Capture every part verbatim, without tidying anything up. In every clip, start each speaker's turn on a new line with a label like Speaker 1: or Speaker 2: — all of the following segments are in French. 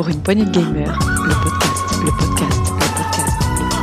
Speaker 1: Pour une poignée de gamers, le podcast, le podcast, le podcast.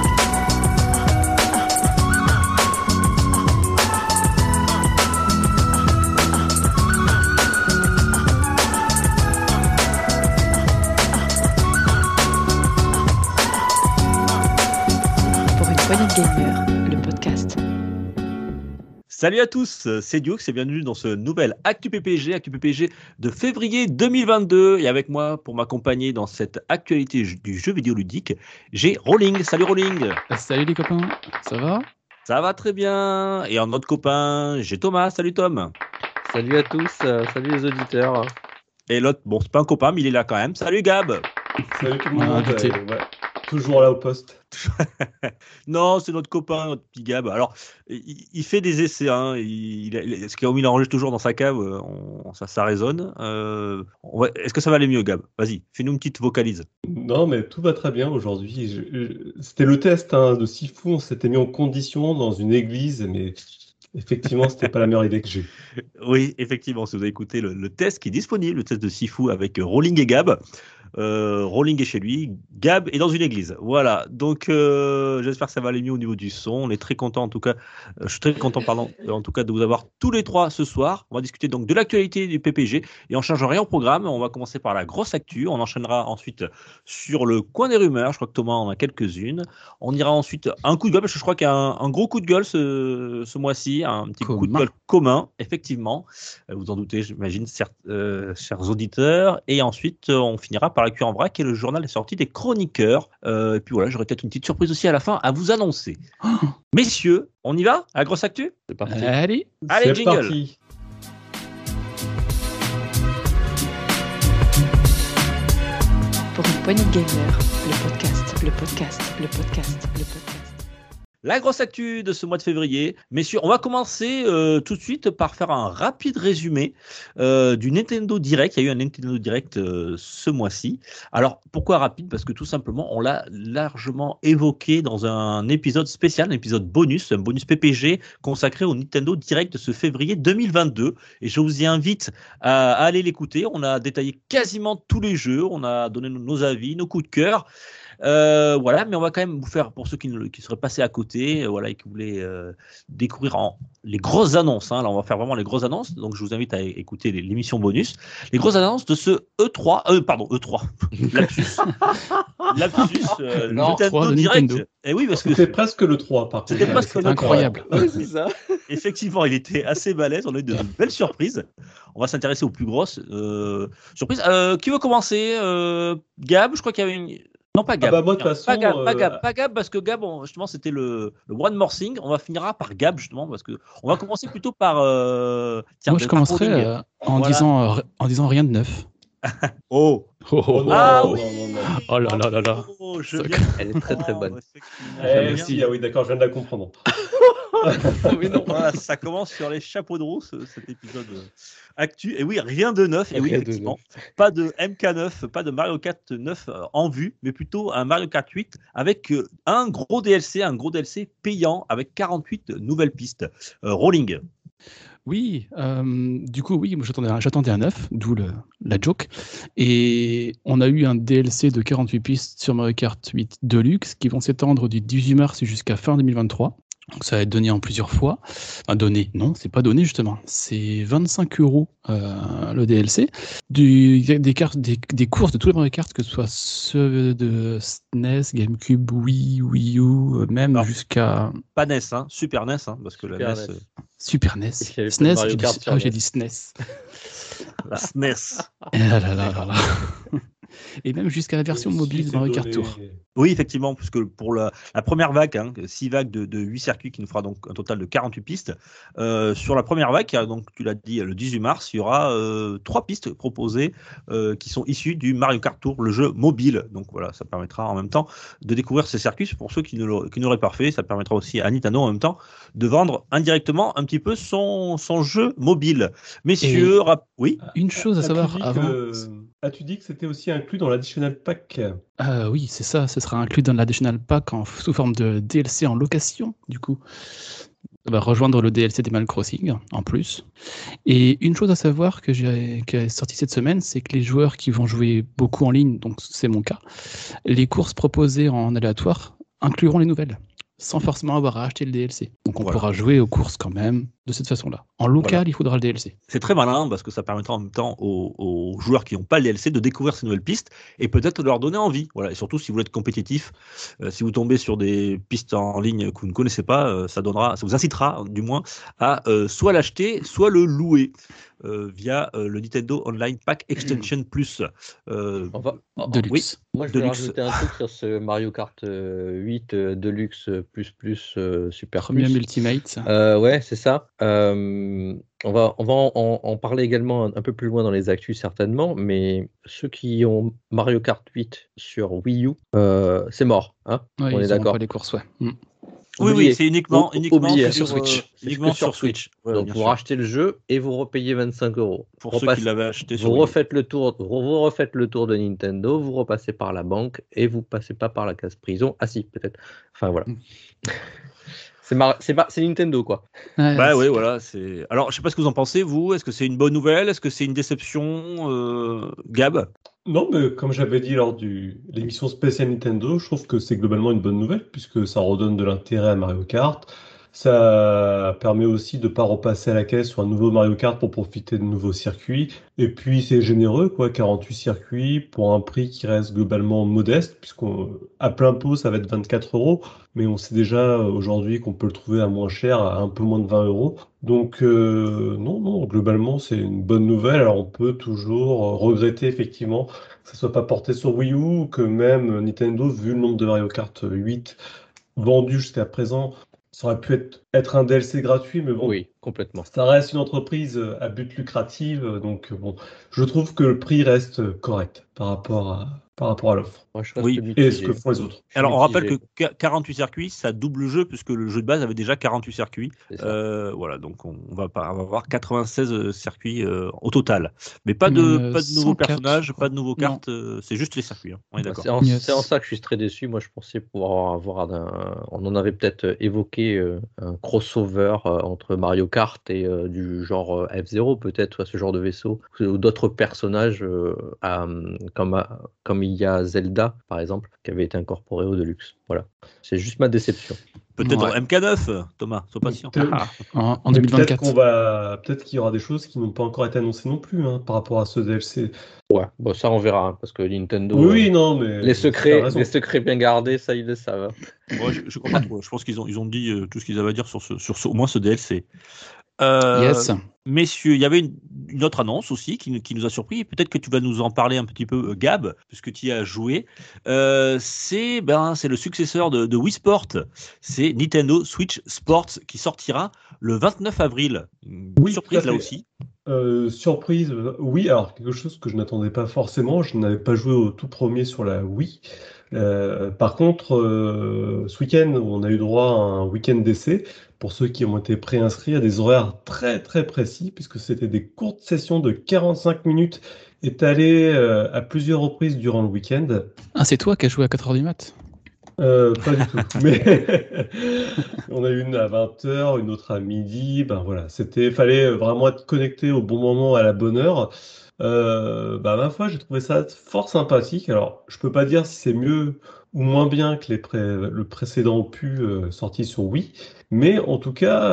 Speaker 1: Pour une poignée de gamers, le podcast.
Speaker 2: Salut à tous, c'est Dioux et bienvenue dans ce nouvel Actu P P G, Actu P P G de février deux mille vingt-deux. Et avec moi, pour m'accompagner dans cette actualité du jeu vidéo ludique, j'ai Rolling. Salut Rolling.
Speaker 3: Salut les copains, ça va ?
Speaker 2: Ça va très bien. Et en autre copain, j'ai Thomas. Salut Tom.
Speaker 4: Salut à tous, euh, salut les auditeurs.
Speaker 2: Et l'autre, bon, c'est pas un copain, mais il est là quand même. Salut Gab.
Speaker 5: Salut tout le
Speaker 3: Ouais,
Speaker 5: monde.
Speaker 3: invité.
Speaker 5: euh, ouais, toujours là au poste.
Speaker 2: Non, c'est notre copain, notre petit Gab. Alors, il, il fait des essais. Hein. Il, il, ce qu'il il enregistre toujours dans sa cave, on, ça, ça résonne. Euh, on va- Est-ce que ça va aller mieux, Gab ? Vas-y, fais-nous une petite vocalise.
Speaker 5: Non, mais tout va très bien aujourd'hui. Je- je- C'était le test hein, de Sifu. On s'était mis en condition dans une église, mais effectivement, c'était pas la meilleure idée que j'ai.
Speaker 2: Oui, effectivement, si vous avez écouté le, le test qui est disponible, le test de Sifu avec euh, Rolling et Gab. Euh, Rolling est chez lui, Gab est dans une église. Voilà, donc euh, j'espère que ça va aller mieux au niveau du son. On est très content en tout cas, euh, je suis très content pardon, euh, en tout cas de vous avoir tous les trois ce soir. On va discuter donc de l'actualité du P P G et on change rien au programme. On va commencer par la grosse actu, on enchaînera ensuite sur le coin des rumeurs. Je crois que Thomas en a quelques-unes. On ira ensuite un coup de gueule parce que je crois qu'il y a un, un gros coup de gueule ce, ce mois-ci, un petit coup de
Speaker 3: Commun.
Speaker 2: gueule commun, effectivement. Euh, Vous en doutez, j'imagine, certes, euh, chers auditeurs. Et ensuite, euh, on finira par la Q en vrac et le journal est sorti des chroniqueurs. Euh, et puis voilà, j'aurai peut-être une petite surprise aussi à la fin à vous annoncer. Messieurs, on y va à la grosse actu ?
Speaker 4: C'est parti.
Speaker 3: Allez,
Speaker 2: Allez,
Speaker 5: C'est
Speaker 2: jingle.
Speaker 5: parti.
Speaker 1: Pour une poignée de gamers, le podcast, le podcast, le podcast, le podcast.
Speaker 2: La grosse actu de ce mois de février. Messieurs, on va commencer euh, tout de suite par faire un rapide résumé euh, du Nintendo Direct. Il y a eu un Nintendo Direct euh, ce mois-ci. Alors, pourquoi rapide ? Parce que tout simplement, on l'a largement évoqué dans un épisode spécial, un épisode bonus, un bonus P P G consacré au Nintendo Direct de ce février deux mille vingt-deux. Et je vous y invite à, à aller l'écouter. On a détaillé quasiment tous les jeux, on a donné nos, nos avis, nos coups de cœur. Euh, voilà, mais on va quand même vous faire, pour ceux qui, ne- qui seraient passés à côté, euh, voilà, et qui voulaient euh, découvrir en, les grosses annonces. Hein, là, on va faire vraiment les grosses annonces. Donc, je vous invite à é- écouter les- l'émission bonus. Les grosses annonces de ce E trois, euh, pardon, E trois, lapsus, lapsus, euh,
Speaker 4: Non,
Speaker 2: Nintendo
Speaker 3: trois de
Speaker 2: Direct.
Speaker 3: Nintendo.
Speaker 2: Et oui, parce que
Speaker 5: C'était presque le trois, par contre.
Speaker 2: C'était presque
Speaker 5: C'était
Speaker 2: le trois.
Speaker 3: incroyable.
Speaker 4: Oui, c'est ça.
Speaker 2: effectivement, il était assez balèze. On a eu de belles surprises. On va s'intéresser aux plus grosses euh, surprises. Euh, qui veut commencer euh, Gab, je crois qu'il y avait une. Non, pas Gab.
Speaker 5: Ah bah moi, de toute
Speaker 2: Pas
Speaker 5: façon,
Speaker 2: Gab, pas
Speaker 5: euh,
Speaker 2: Gab, pas Gab, parce que Gab, on- justement, c'était le, le One More Thing. On va finira par Gab, justement, parce que on va commencer plutôt par. Euh, tiens,
Speaker 3: moi je
Speaker 2: par
Speaker 3: commencerai
Speaker 2: Rolling.
Speaker 3: euh, en,
Speaker 2: Voilà.
Speaker 3: disant, euh, en disant rien de neuf.
Speaker 2: Oh,
Speaker 3: Oh,
Speaker 5: Oh non,
Speaker 2: Ah
Speaker 5: non,
Speaker 2: oui.
Speaker 5: non, non, non.
Speaker 3: Oh là là là là.
Speaker 2: Oh, je
Speaker 3: Ça-
Speaker 2: viens
Speaker 4: Elle est très très bonne.
Speaker 2: effectivement.
Speaker 5: Eh,
Speaker 2: Je viens-
Speaker 5: si, ah oui, d'accord, je viens de la comprendre.
Speaker 2: Oui, non, voilà, ça commence sur les chapeaux de roue, ce- cet épisode euh, actu. Et oui, rien de neuf. Et oui,
Speaker 4: Rien de
Speaker 2: effectivement, pas de M K neuf, pas de Mario Kart neuf euh, en vue, mais plutôt un Mario Kart huit avec euh, un gros D L C, un gros D L C payant avec quarante-huit nouvelles pistes. Euh, Rolling.
Speaker 3: Oui, euh, du coup, oui, moi j'attendais un, j'attendais un neuf, d'où le, la joke. Et on a eu un D L C de quarante-huit pistes sur Mario Kart huit Deluxe qui vont s'étendre du dix-huit mars jusqu'à fin deux mille vingt-trois. Donc ça va être donné en plusieurs fois. Enfin, donné, non, c'est pas donné justement. C'est vingt-cinq euros euh, le D L C. Du, des, cartes, des, des courses de tous les Mario Kart, que ce soit ceux de S N E S, GameCube, Wii, Wii U, euh, même
Speaker 2: Non.
Speaker 3: jusqu'à
Speaker 2: Pas N E S, hein, Super N E S, hein, parce que la
Speaker 4: Super
Speaker 2: N E S,
Speaker 4: N E S.
Speaker 2: euh,
Speaker 3: Super N E
Speaker 4: Il y
Speaker 3: S.
Speaker 4: avait
Speaker 3: S N E S,
Speaker 4: Mario
Speaker 3: j'ai dit,
Speaker 4: Kart sur
Speaker 3: ah, j'ai
Speaker 4: N E S.
Speaker 3: dit S N E S.
Speaker 2: la S N E S.
Speaker 3: Ah là là là là là. Et même jusqu'à la version
Speaker 5: Si,
Speaker 3: mobile de
Speaker 5: c'est
Speaker 3: Mario Kart
Speaker 5: donné.
Speaker 3: Tour.
Speaker 2: Oui, effectivement, puisque pour la, la première vague, hein, six vagues de, de huit circuits qui nous fera donc un total de quarante-huit pistes. Euh, sur la première vague, qui a donc, tu l'as dit, le dix-huit mars, il y aura euh, trois pistes proposées euh, qui sont issues du Mario Kart Tour, le jeu mobile. Donc voilà, ça permettra en même temps de découvrir ces circuits pour ceux qui ne l'auraient, qui n'auraient pas fait. Ça permettra aussi à Nintendo en même temps de vendre indirectement un petit peu son, son jeu mobile. Messieurs,
Speaker 3: Et-
Speaker 2: rap- oui.
Speaker 3: Une chose à
Speaker 5: As-tu
Speaker 3: savoir
Speaker 5: dit
Speaker 3: avant.
Speaker 5: que- As-tu dit que c'était aussi inclus dans l'additional pack?
Speaker 3: Euh, oui, c'est ça, ce sera inclus dans l'additional pack en, sous forme de D L C en location, du coup. Ça va rejoindre le D L C d'Animal Crossing en plus. Et une chose à savoir que j'ai qui est sortie cette semaine, c'est que les joueurs qui vont jouer beaucoup en ligne, donc c'est mon cas, les courses proposées en aléatoire incluront les nouvelles, sans forcément avoir à acheter le D L C. Donc on
Speaker 2: Voilà.
Speaker 3: pourra jouer aux courses quand même de cette façon-là. En local,
Speaker 2: Voilà.
Speaker 3: il faudra le D L C.
Speaker 2: C'est très malin parce que ça permettra en même temps aux, aux joueurs qui n'ont pas le D L C de découvrir ces nouvelles pistes et peut-être de leur donner envie. Voilà. Et surtout, si vous voulez être compétitif, euh, si vous tombez sur des pistes en ligne que vous ne connaissez pas, euh, ça donnera, ça vous incitera du moins à euh, soit l'acheter, soit le louer euh, via euh, le Nintendo Online Pack Extension Plus. Euh,
Speaker 4: On va- oh,
Speaker 3: Deluxe.
Speaker 2: oui.
Speaker 4: Moi, je vais
Speaker 2: Deluxe.
Speaker 4: rajouter un truc sur ce Mario Kart euh, huit euh, Deluxe euh, plus plus euh, Super
Speaker 3: Premium
Speaker 4: plus.
Speaker 3: Ultimate.
Speaker 4: Euh, ouais, c'est ça. Euh, on va, on va en, en- en parler également un, un peu plus loin dans les actus certainement, mais ceux qui ont Mario Kart huit sur Wii U, euh, c'est mort. Hein,
Speaker 3: Ouais,
Speaker 4: on
Speaker 3: ils
Speaker 4: est
Speaker 3: auront
Speaker 4: d'accord.
Speaker 3: pas les courses, ouais. Mm.
Speaker 2: Oui,
Speaker 4: Oubliez.
Speaker 2: oui, c'est uniquement,
Speaker 4: O-
Speaker 2: uniquement
Speaker 4: oubliez.
Speaker 2: sur,
Speaker 3: Sur Switch.
Speaker 2: euh,
Speaker 4: C'est
Speaker 2: uniquement
Speaker 4: que sur
Speaker 2: sur Switch. Ouais,
Speaker 4: Donc
Speaker 2: bien
Speaker 4: vous
Speaker 2: sûr.
Speaker 4: rachetez le jeu et vous repayez vingt-cinq euros.
Speaker 2: Pour
Speaker 4: Vous
Speaker 2: ceux
Speaker 4: repassez-
Speaker 2: qui l'avaient acheté sur
Speaker 4: Vous
Speaker 2: Wii U.
Speaker 4: refaites le tour, vous refaites le tour de Nintendo, vous repassez par la banque et vous passez pas par la case prison. Ah si, peut-être. Enfin voilà. C'est mar- c'est mar- c'est Nintendo quoi.
Speaker 3: Ouais,
Speaker 2: Bah
Speaker 3: c'est
Speaker 2: oui,
Speaker 3: clair.
Speaker 2: voilà. C'est. Alors, je sais pas ce que vous en pensez, vous. Est-ce que c'est une bonne nouvelle? Est-ce que c'est une déception, euh, Gab?
Speaker 5: Non, mais comme j'avais dit lors de l'émission spéciale Nintendo, je trouve que c'est globalement une bonne nouvelle puisque ça redonne de l'intérêt à Mario Kart. Ça permet aussi de ne pas repasser à la caisse sur un nouveau Mario Kart pour profiter de nouveaux circuits. Et puis c'est généreux, quoi, quarante-huit circuits pour un prix qui reste globalement modeste, puisqu'à plein pot ça va être vingt-quatre euros, mais on sait déjà aujourd'hui qu'on peut le trouver à moins cher, à un peu moins de vingt euros. Donc euh, non, non, globalement c'est une bonne nouvelle. Alors on peut toujours euh, regretter effectivement que ça soit pas porté sur Wii U, ou que même Nintendo, vu le nombre de Mario Kart huit vendus jusqu'à présent, ça aurait pu être, être un D L C gratuit, mais bon,
Speaker 4: Oui, complètement.
Speaker 5: ça reste une entreprise euh, à but lucratif, euh, donc euh, bon, je trouve que le prix reste euh, correct par rapport à, par rapport à l'offre
Speaker 4: Moi je reste
Speaker 2: Oui.
Speaker 5: et ce
Speaker 4: mitigé.
Speaker 5: que font les autres.
Speaker 4: Je suis
Speaker 2: Alors, on rappelle que
Speaker 4: mitigé,
Speaker 2: qu- quarante-huit circuits, ça double le jeu, puisque le jeu de base avait déjà quarante-huit circuits.
Speaker 4: c'est ça.
Speaker 2: Euh, voilà, donc on, on va, pas, on va avoir quatre-vingt-seize circuits euh, au total. Mais pas de,
Speaker 3: Euh,
Speaker 2: pas de nouveaux
Speaker 3: cent quatre,
Speaker 2: personnages,
Speaker 3: je crois.
Speaker 2: pas de nouveaux
Speaker 3: Non.
Speaker 2: cartes, euh, c'est juste les circuits. Hein. On est
Speaker 4: Bah,
Speaker 2: d'accord.
Speaker 4: c'est en,
Speaker 3: Yes.
Speaker 4: c'est en ça que je suis très déçu. Moi, je pensais pouvoir avoir un. On en avait peut-être euh, évoqué euh, un crossover euh, entre Mario Kart et euh, du genre euh, F zéro, peut-être, soit ce genre de vaisseau, ou d'autres personnages, euh, à, comme, à- comme il y a Zelda, par exemple, qui avait été incorporé au Deluxe. Voilà. C'est juste ma déception.
Speaker 2: Peut-être
Speaker 3: Ouais.
Speaker 2: en M K neuf, Thomas, sois patient.
Speaker 5: Peut-
Speaker 3: Ah, en, en
Speaker 5: mais
Speaker 3: deux mille
Speaker 5: peut-être
Speaker 3: vingt-quatre.
Speaker 5: qu'on va, peut-être qu'il y aura des choses qui n'ont pas encore été annoncées non plus, hein, par rapport à ce D L C.
Speaker 4: Ouais, bon, ça, on verra, hein, parce que Nintendo.
Speaker 5: Oui,
Speaker 4: euh,
Speaker 5: oui, non, mais
Speaker 4: Les
Speaker 5: t'as
Speaker 4: secrets,
Speaker 5: raison.
Speaker 4: les secrets bien gardés, ça ils le savent.
Speaker 2: Ouais, je, je crois pas trop. Je pense qu'ils ont, ils ont dit euh, tout ce qu'ils avaient à dire sur, ce, sur ce, au moins ce D L C. Euh,
Speaker 3: Yes.
Speaker 2: Messieurs, il y avait une, une autre annonce aussi qui, nous- qui nous a surpris. Peut-être que tu vas nous en parler un petit peu, euh, Gab, puisque tu y as joué. Euh, c'est ben, c'est le successeur de, de Wii Sport. C'est Nintendo Switch Sports qui sortira le vingt-neuf avril. Une
Speaker 5: Oui,
Speaker 2: surprise
Speaker 5: tout à
Speaker 2: là
Speaker 5: fait.
Speaker 2: aussi.
Speaker 5: Euh, surprise, euh, oui, alors quelque chose que je n'attendais pas forcément, je n'avais pas joué au tout premier sur la Wii. Euh, par contre, euh, ce week-end, on a eu droit à un week-end d'essai pour ceux qui ont été préinscrits à des horaires très très précis, puisque c'était des courtes sessions de quarante-cinq minutes étalées euh, à plusieurs reprises durant le week-end.
Speaker 3: Ah, c'est toi qui as joué à quatre heures du mat.
Speaker 5: Euh, pas du tout, mais on a eu une à vingt heures, une autre à midi. Ben voilà, c'était, fallait vraiment être connecté au bon moment à la bonne heure. Euh, bah, ma foi, j'ai trouvé ça fort sympathique. Alors, je peux pas dire si c'est mieux ou moins bien que les pré- le précédent opus euh, sorti sur Wii, mais en tout cas,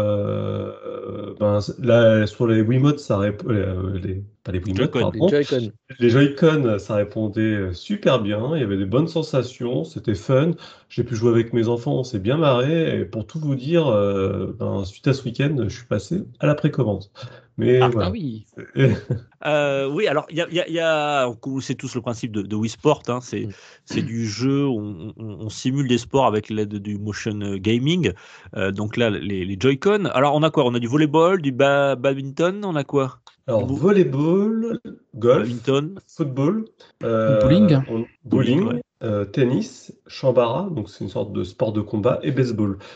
Speaker 5: euh, ben, là, sur les Wiimotes, ça répond, euh, les, pas les Wiimotes,
Speaker 2: Joy-Con.
Speaker 4: Les
Speaker 5: pardon.
Speaker 4: Joy-Con.
Speaker 5: Les Joy-Con, ça répondait euh, super bien, il y avait des bonnes sensations, c'était fun. J'ai pu jouer avec mes enfants, on s'est bien marré. Et pour tout vous dire, euh, ben, suite à ce week-end, je suis passé à la précommande. Mais
Speaker 2: Ah,
Speaker 3: Ah
Speaker 5: voilà.
Speaker 3: oui.
Speaker 2: Euh, oui, alors il y a, il y a, il y a- on sait tous le principe de, de Wii Sport. Hein, c'est,
Speaker 4: Mm.
Speaker 2: c'est du jeu, on, on- on simule des sports avec l'aide du motion gaming. Euh, donc là, les, les Joy-Con. Alors on a quoi? On a du volleyball, du ba- badminton, on a quoi?
Speaker 5: Alors,
Speaker 2: Du bo-
Speaker 5: volleyball, golf,
Speaker 2: badminton,
Speaker 5: football, euh,
Speaker 3: Bowling.
Speaker 5: on-
Speaker 2: Bowling,
Speaker 5: bowling,
Speaker 2: ouais.
Speaker 5: euh, tennis, chambara, donc c'est une sorte de sport de combat, et baseball.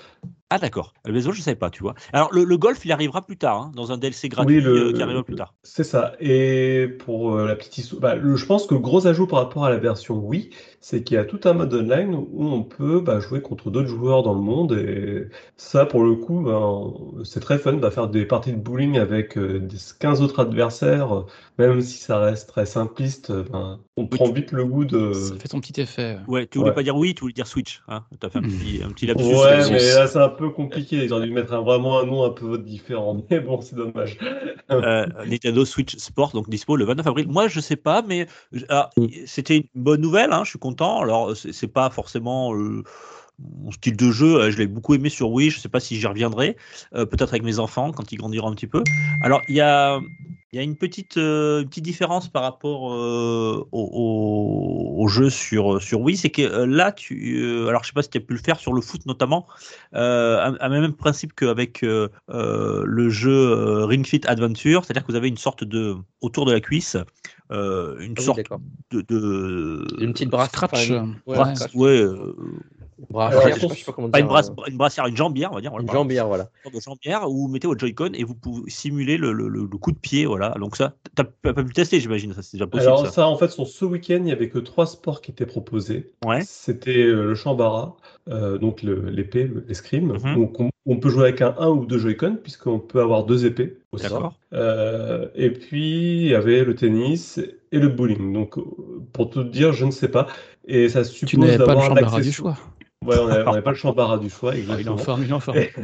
Speaker 2: Ah d'accord, le baseball je savais pas, tu vois. Alors le, le golf il arrivera plus tard, hein, dans un D L C gratuit
Speaker 5: Oui,
Speaker 2: euh,
Speaker 5: le,
Speaker 2: qui arrivera plus tard.
Speaker 5: c'est ça. Et pour euh, la petite histoire, bah, le- je pense que le gros ajout par rapport à la version Wii, c'est qu'il y a tout un mode online où on peut bah, jouer contre d'autres joueurs dans le monde. Et ça, pour le coup, ben, c'est très fun de faire des parties de bowling avec euh, des quinze autres adversaires, euh, même si ça reste très simpliste. Ben, on
Speaker 2: Oui,
Speaker 5: prend
Speaker 2: tu-
Speaker 5: vite le goût de.
Speaker 3: Ça fait son petit effet.
Speaker 2: Ouais, tu voulais
Speaker 5: Ouais.
Speaker 2: pas dire oui, tu voulais dire Switch, hein. T'as fait un petit, un petit lapsus.
Speaker 5: Ouais,
Speaker 2: euh,
Speaker 5: mais là c'est un peu compliqué. Ils auraient dû mettre un- vraiment un nom un peu différent. Mais bon, c'est dommage.
Speaker 2: Euh, Nintendo Switch Sport, donc dispo le vingt-neuf avril. Moi, je sais pas, mais alors, c'était une bonne nouvelle, hein, je suis content. Alors, c'est c'est pas forcément euh, mon style de jeu. euh, Je l'ai beaucoup aimé sur Wii. Je sais pas si j'y reviendrai. Euh, peut-être avec mes enfants quand ils grandiront un petit peu. Alors, il y a, il y a une petite, euh, une petite différence par rapport euh, au, au, au jeu sur, sur Wii. C'est que euh, là, tu, euh, alors je sais pas si tu as pu le faire sur le foot notamment, euh, à, à même principe qu'avec euh, euh, le jeu euh, Ring Fit Adventure, c'est-à-dire que vous avez une sorte de autour de la cuisse, euh, une
Speaker 4: Ah oui,
Speaker 2: sorte
Speaker 4: d'accord.
Speaker 2: de, de
Speaker 4: Une petite brasse.
Speaker 3: Scratch.
Speaker 4: enfin, une- ouais,
Speaker 2: bras-
Speaker 4: un scratch.
Speaker 2: ouais, euh,
Speaker 4: Brassière,
Speaker 5: Alors,
Speaker 4: je sais pas, je sais pas comment
Speaker 2: pas
Speaker 4: dire.
Speaker 2: une, brasse,
Speaker 4: euh,
Speaker 2: une brassière, une jambière, on va dire. Voilà,
Speaker 4: Une
Speaker 2: pardon.
Speaker 4: jambière, voilà.
Speaker 2: Une sorte de jambière où vous mettez votre Joy-Con et vous pouvez simuler le, le, le- le coup de pied, voilà. Donc ça, t'as pas pu le tester, j'imagine, ça c'est déjà possible
Speaker 5: Alors
Speaker 2: ça.
Speaker 5: ça, en fait, sur ce week-end, il n'y avait que trois sports qui étaient proposés.
Speaker 2: Ouais.
Speaker 5: C'était euh, le chambara, euh, donc le- l'épée, le- l'escrime.
Speaker 2: Mhm.
Speaker 5: Donc on, on peut jouer avec un un ou deux Joy-Con, puisqu'on peut avoir deux épées aussi.
Speaker 2: D'accord.
Speaker 5: Euh, et puis, il y avait le tennis et le bowling. Donc, euh, pour tout dire, je ne sais pas. Et ça
Speaker 3: Tu
Speaker 5: suppose
Speaker 3: n'avais pas le
Speaker 5: d'avoir
Speaker 3: chambara du
Speaker 5: l'accès-
Speaker 3: choix.
Speaker 5: Ouais, on n'avait pas le chambara du choix,
Speaker 3: Ah, il est en
Speaker 5: exactement.
Speaker 3: forme, il est en forme.
Speaker 5: Et-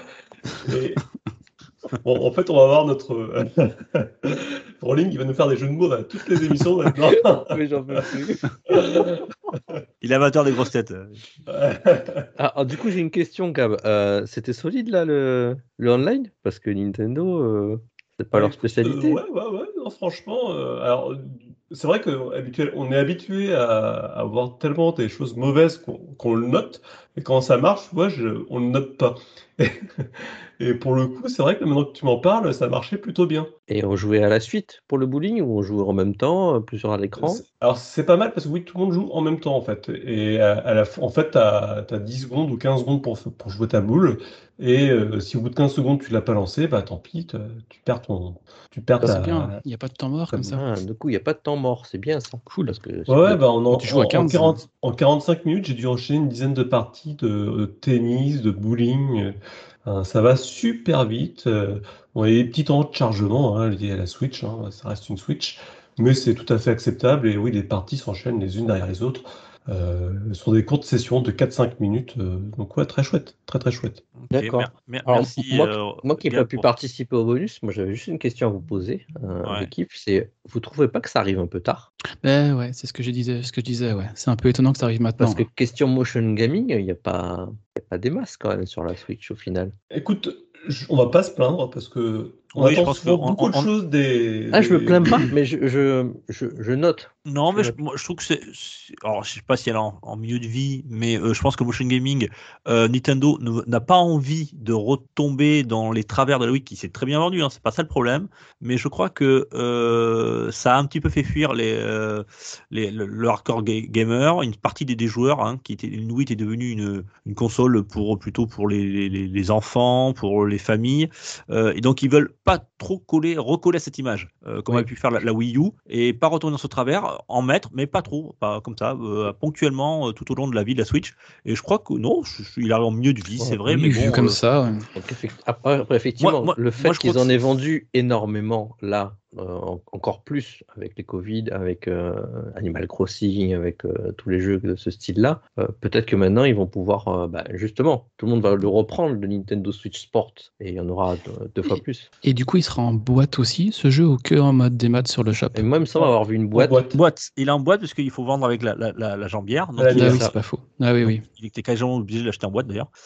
Speaker 5: et- Bon, en fait, on va voir notre Rowling, il va nous faire des jeux de mots à toutes les émissions maintenant.
Speaker 4: Mais j'en peux plus.
Speaker 2: Il est amateur des grosses têtes.
Speaker 4: Ah, ah, du coup, j'ai une question, Gab. Euh, c'était solide là le, le online? Parce que Nintendo, euh, c'est pas
Speaker 5: Bah,
Speaker 4: leur
Speaker 5: écoute,
Speaker 4: spécialité.
Speaker 5: euh, ouais, ouais, ouais, non, franchement. euh, alors, euh, c'est vrai qu'on habitué, on est habitué à, à voir tellement des choses mauvaises qu'on qu'on le note, et quand ça marche, ouais, je, on le note pas. Et, pour le coup, c'est vrai que maintenant que tu m'en parles, ça marchait plutôt bien.
Speaker 4: Et on jouait à la suite pour le bowling ou on jouait en même temps, euh, plusieurs à l'écran?
Speaker 5: C'est- Alors, c'est pas mal parce que oui, tout le monde joue en même temps en fait. Et à, à la fin, en fait, tu as, dix secondes ou quinze secondes pour, pour jouer ta boule. Et euh, si au bout de quinze secondes, tu l'as pas lancé, bah tant pis, t'as- tu perds ton. Tu perds
Speaker 3: Ah,
Speaker 5: ta.
Speaker 3: c'est bien, il n'y a pas de temps mort comme ça.
Speaker 4: Ah, du coup, il n'y a pas de temps mort, c'est bien ça.
Speaker 3: Cool.
Speaker 4: Parce que
Speaker 5: Ouais, ouais, bah, on en,
Speaker 3: Quand tu joues à
Speaker 5: en- en
Speaker 3: quinze.
Speaker 5: quarante en quarante-cinq minutes, j'ai dû enchaîner une dizaine de parties de, de tennis, de bowling. Euh, ça va super vite. Euh, bon, il y a des petits temps de chargement hein, liés à la Switch. Hein, ça reste une Switch. Mais c'est tout à fait acceptable. Et oui, les parties s'enchaînent les unes derrière les autres. Euh, sur des courtes sessions de quatre cinq minutes. euh, donc ouais, très chouette. Très très chouette.
Speaker 2: Ok,
Speaker 4: D'accord.
Speaker 2: mer- mer-
Speaker 4: Alors,
Speaker 2: merci.
Speaker 4: moi,
Speaker 2: euh,
Speaker 4: moi qui n'ai
Speaker 2: Gab,
Speaker 4: pas pu
Speaker 2: pour-
Speaker 4: participer au bonus, moi j'avais juste une question à vous poser, euh,
Speaker 2: Ouais.
Speaker 4: l'équipe, c'est vous trouvez pas que ça arrive un peu tard?
Speaker 3: Ben ouais, c'est ce que je disais, ce que je disais, ouais. C'est un peu étonnant que ça arrive maintenant.
Speaker 4: Parce que question motion gaming, il n'y a pas, il y a pas des masses quand même sur la Switch au final.
Speaker 5: Écoute, je- on va pas se plaindre parce que on
Speaker 2: Oui, je
Speaker 5: attend
Speaker 2: pense
Speaker 5: souvent
Speaker 2: que on-
Speaker 5: beaucoup
Speaker 2: on-
Speaker 5: de choses des.
Speaker 4: Ah, je me
Speaker 5: des-
Speaker 4: plains pas, mais je, je, je, je note.
Speaker 2: Non, mais
Speaker 4: Je
Speaker 2: je, moi, je trouve que c'est. c'est- Alors, je sais pas si elle est en, en milieu de vie, mais euh, je pense que Motion Gaming, euh, Nintendo ne- n'a pas envie de retomber dans les travers de la Wii, qui s'est très bien vendu, hein, c'est pas ça le problème. Mais je crois que euh, ça a un petit peu fait fuir les, euh, les, le, le hardcore ga- gamer, une partie des, des joueurs, hein, qui était, une Wii était devenue une, une console pour, plutôt pour les, les, les enfants, pour les familles. Euh, et donc, ils veulent pas trop coller, recoller à cette image, euh, comme
Speaker 4: Oui.
Speaker 2: a pu faire la, la Wii U, et pas retourner dans ce travers, en mettre, mais pas trop, pas comme ça, euh, ponctuellement, euh, tout au long de la vie de la Switch. Et je crois que non, je- je- il arrive en milieu de vie,
Speaker 4: Ouais,
Speaker 2: c'est vrai,
Speaker 3: Oui,
Speaker 2: mais
Speaker 3: vu
Speaker 2: bon.
Speaker 3: comme
Speaker 2: euh,
Speaker 3: ça, ouais.
Speaker 4: Donc, effect- après, après, effectivement,
Speaker 2: Moi- moi-
Speaker 4: le
Speaker 2: moi,
Speaker 4: fait
Speaker 2: je crois
Speaker 4: qu'ils en
Speaker 2: que
Speaker 4: aient
Speaker 2: c'est-
Speaker 4: vendu énormément là, euh, en- encore plus avec les Covid, avec euh, Animal Crossing, avec euh, tous les jeux de ce style-là, euh, peut-être que maintenant ils vont pouvoir, euh, bah, justement, tout le monde va le reprendre, le Nintendo Switch Sport, et il y en aura deux, deux fois plus.
Speaker 3: Et du coup, il sera en boîte aussi, ce jeu, ou que en mode démat sur le shop?
Speaker 4: Et moi, il me semble avoir vu une
Speaker 5: en
Speaker 4: boîte.
Speaker 5: boîte.
Speaker 2: boîte, il est en boîte parce qu'il faut vendre avec la, la, la, la jambière. Donc
Speaker 5: Ah,
Speaker 2: il,
Speaker 5: il
Speaker 3: Ah
Speaker 5: a
Speaker 3: oui,
Speaker 5: ça.
Speaker 3: c'est pas faux. Ah oui, oui.
Speaker 2: il était quasiment obligé de l'acheter en boîte d'ailleurs.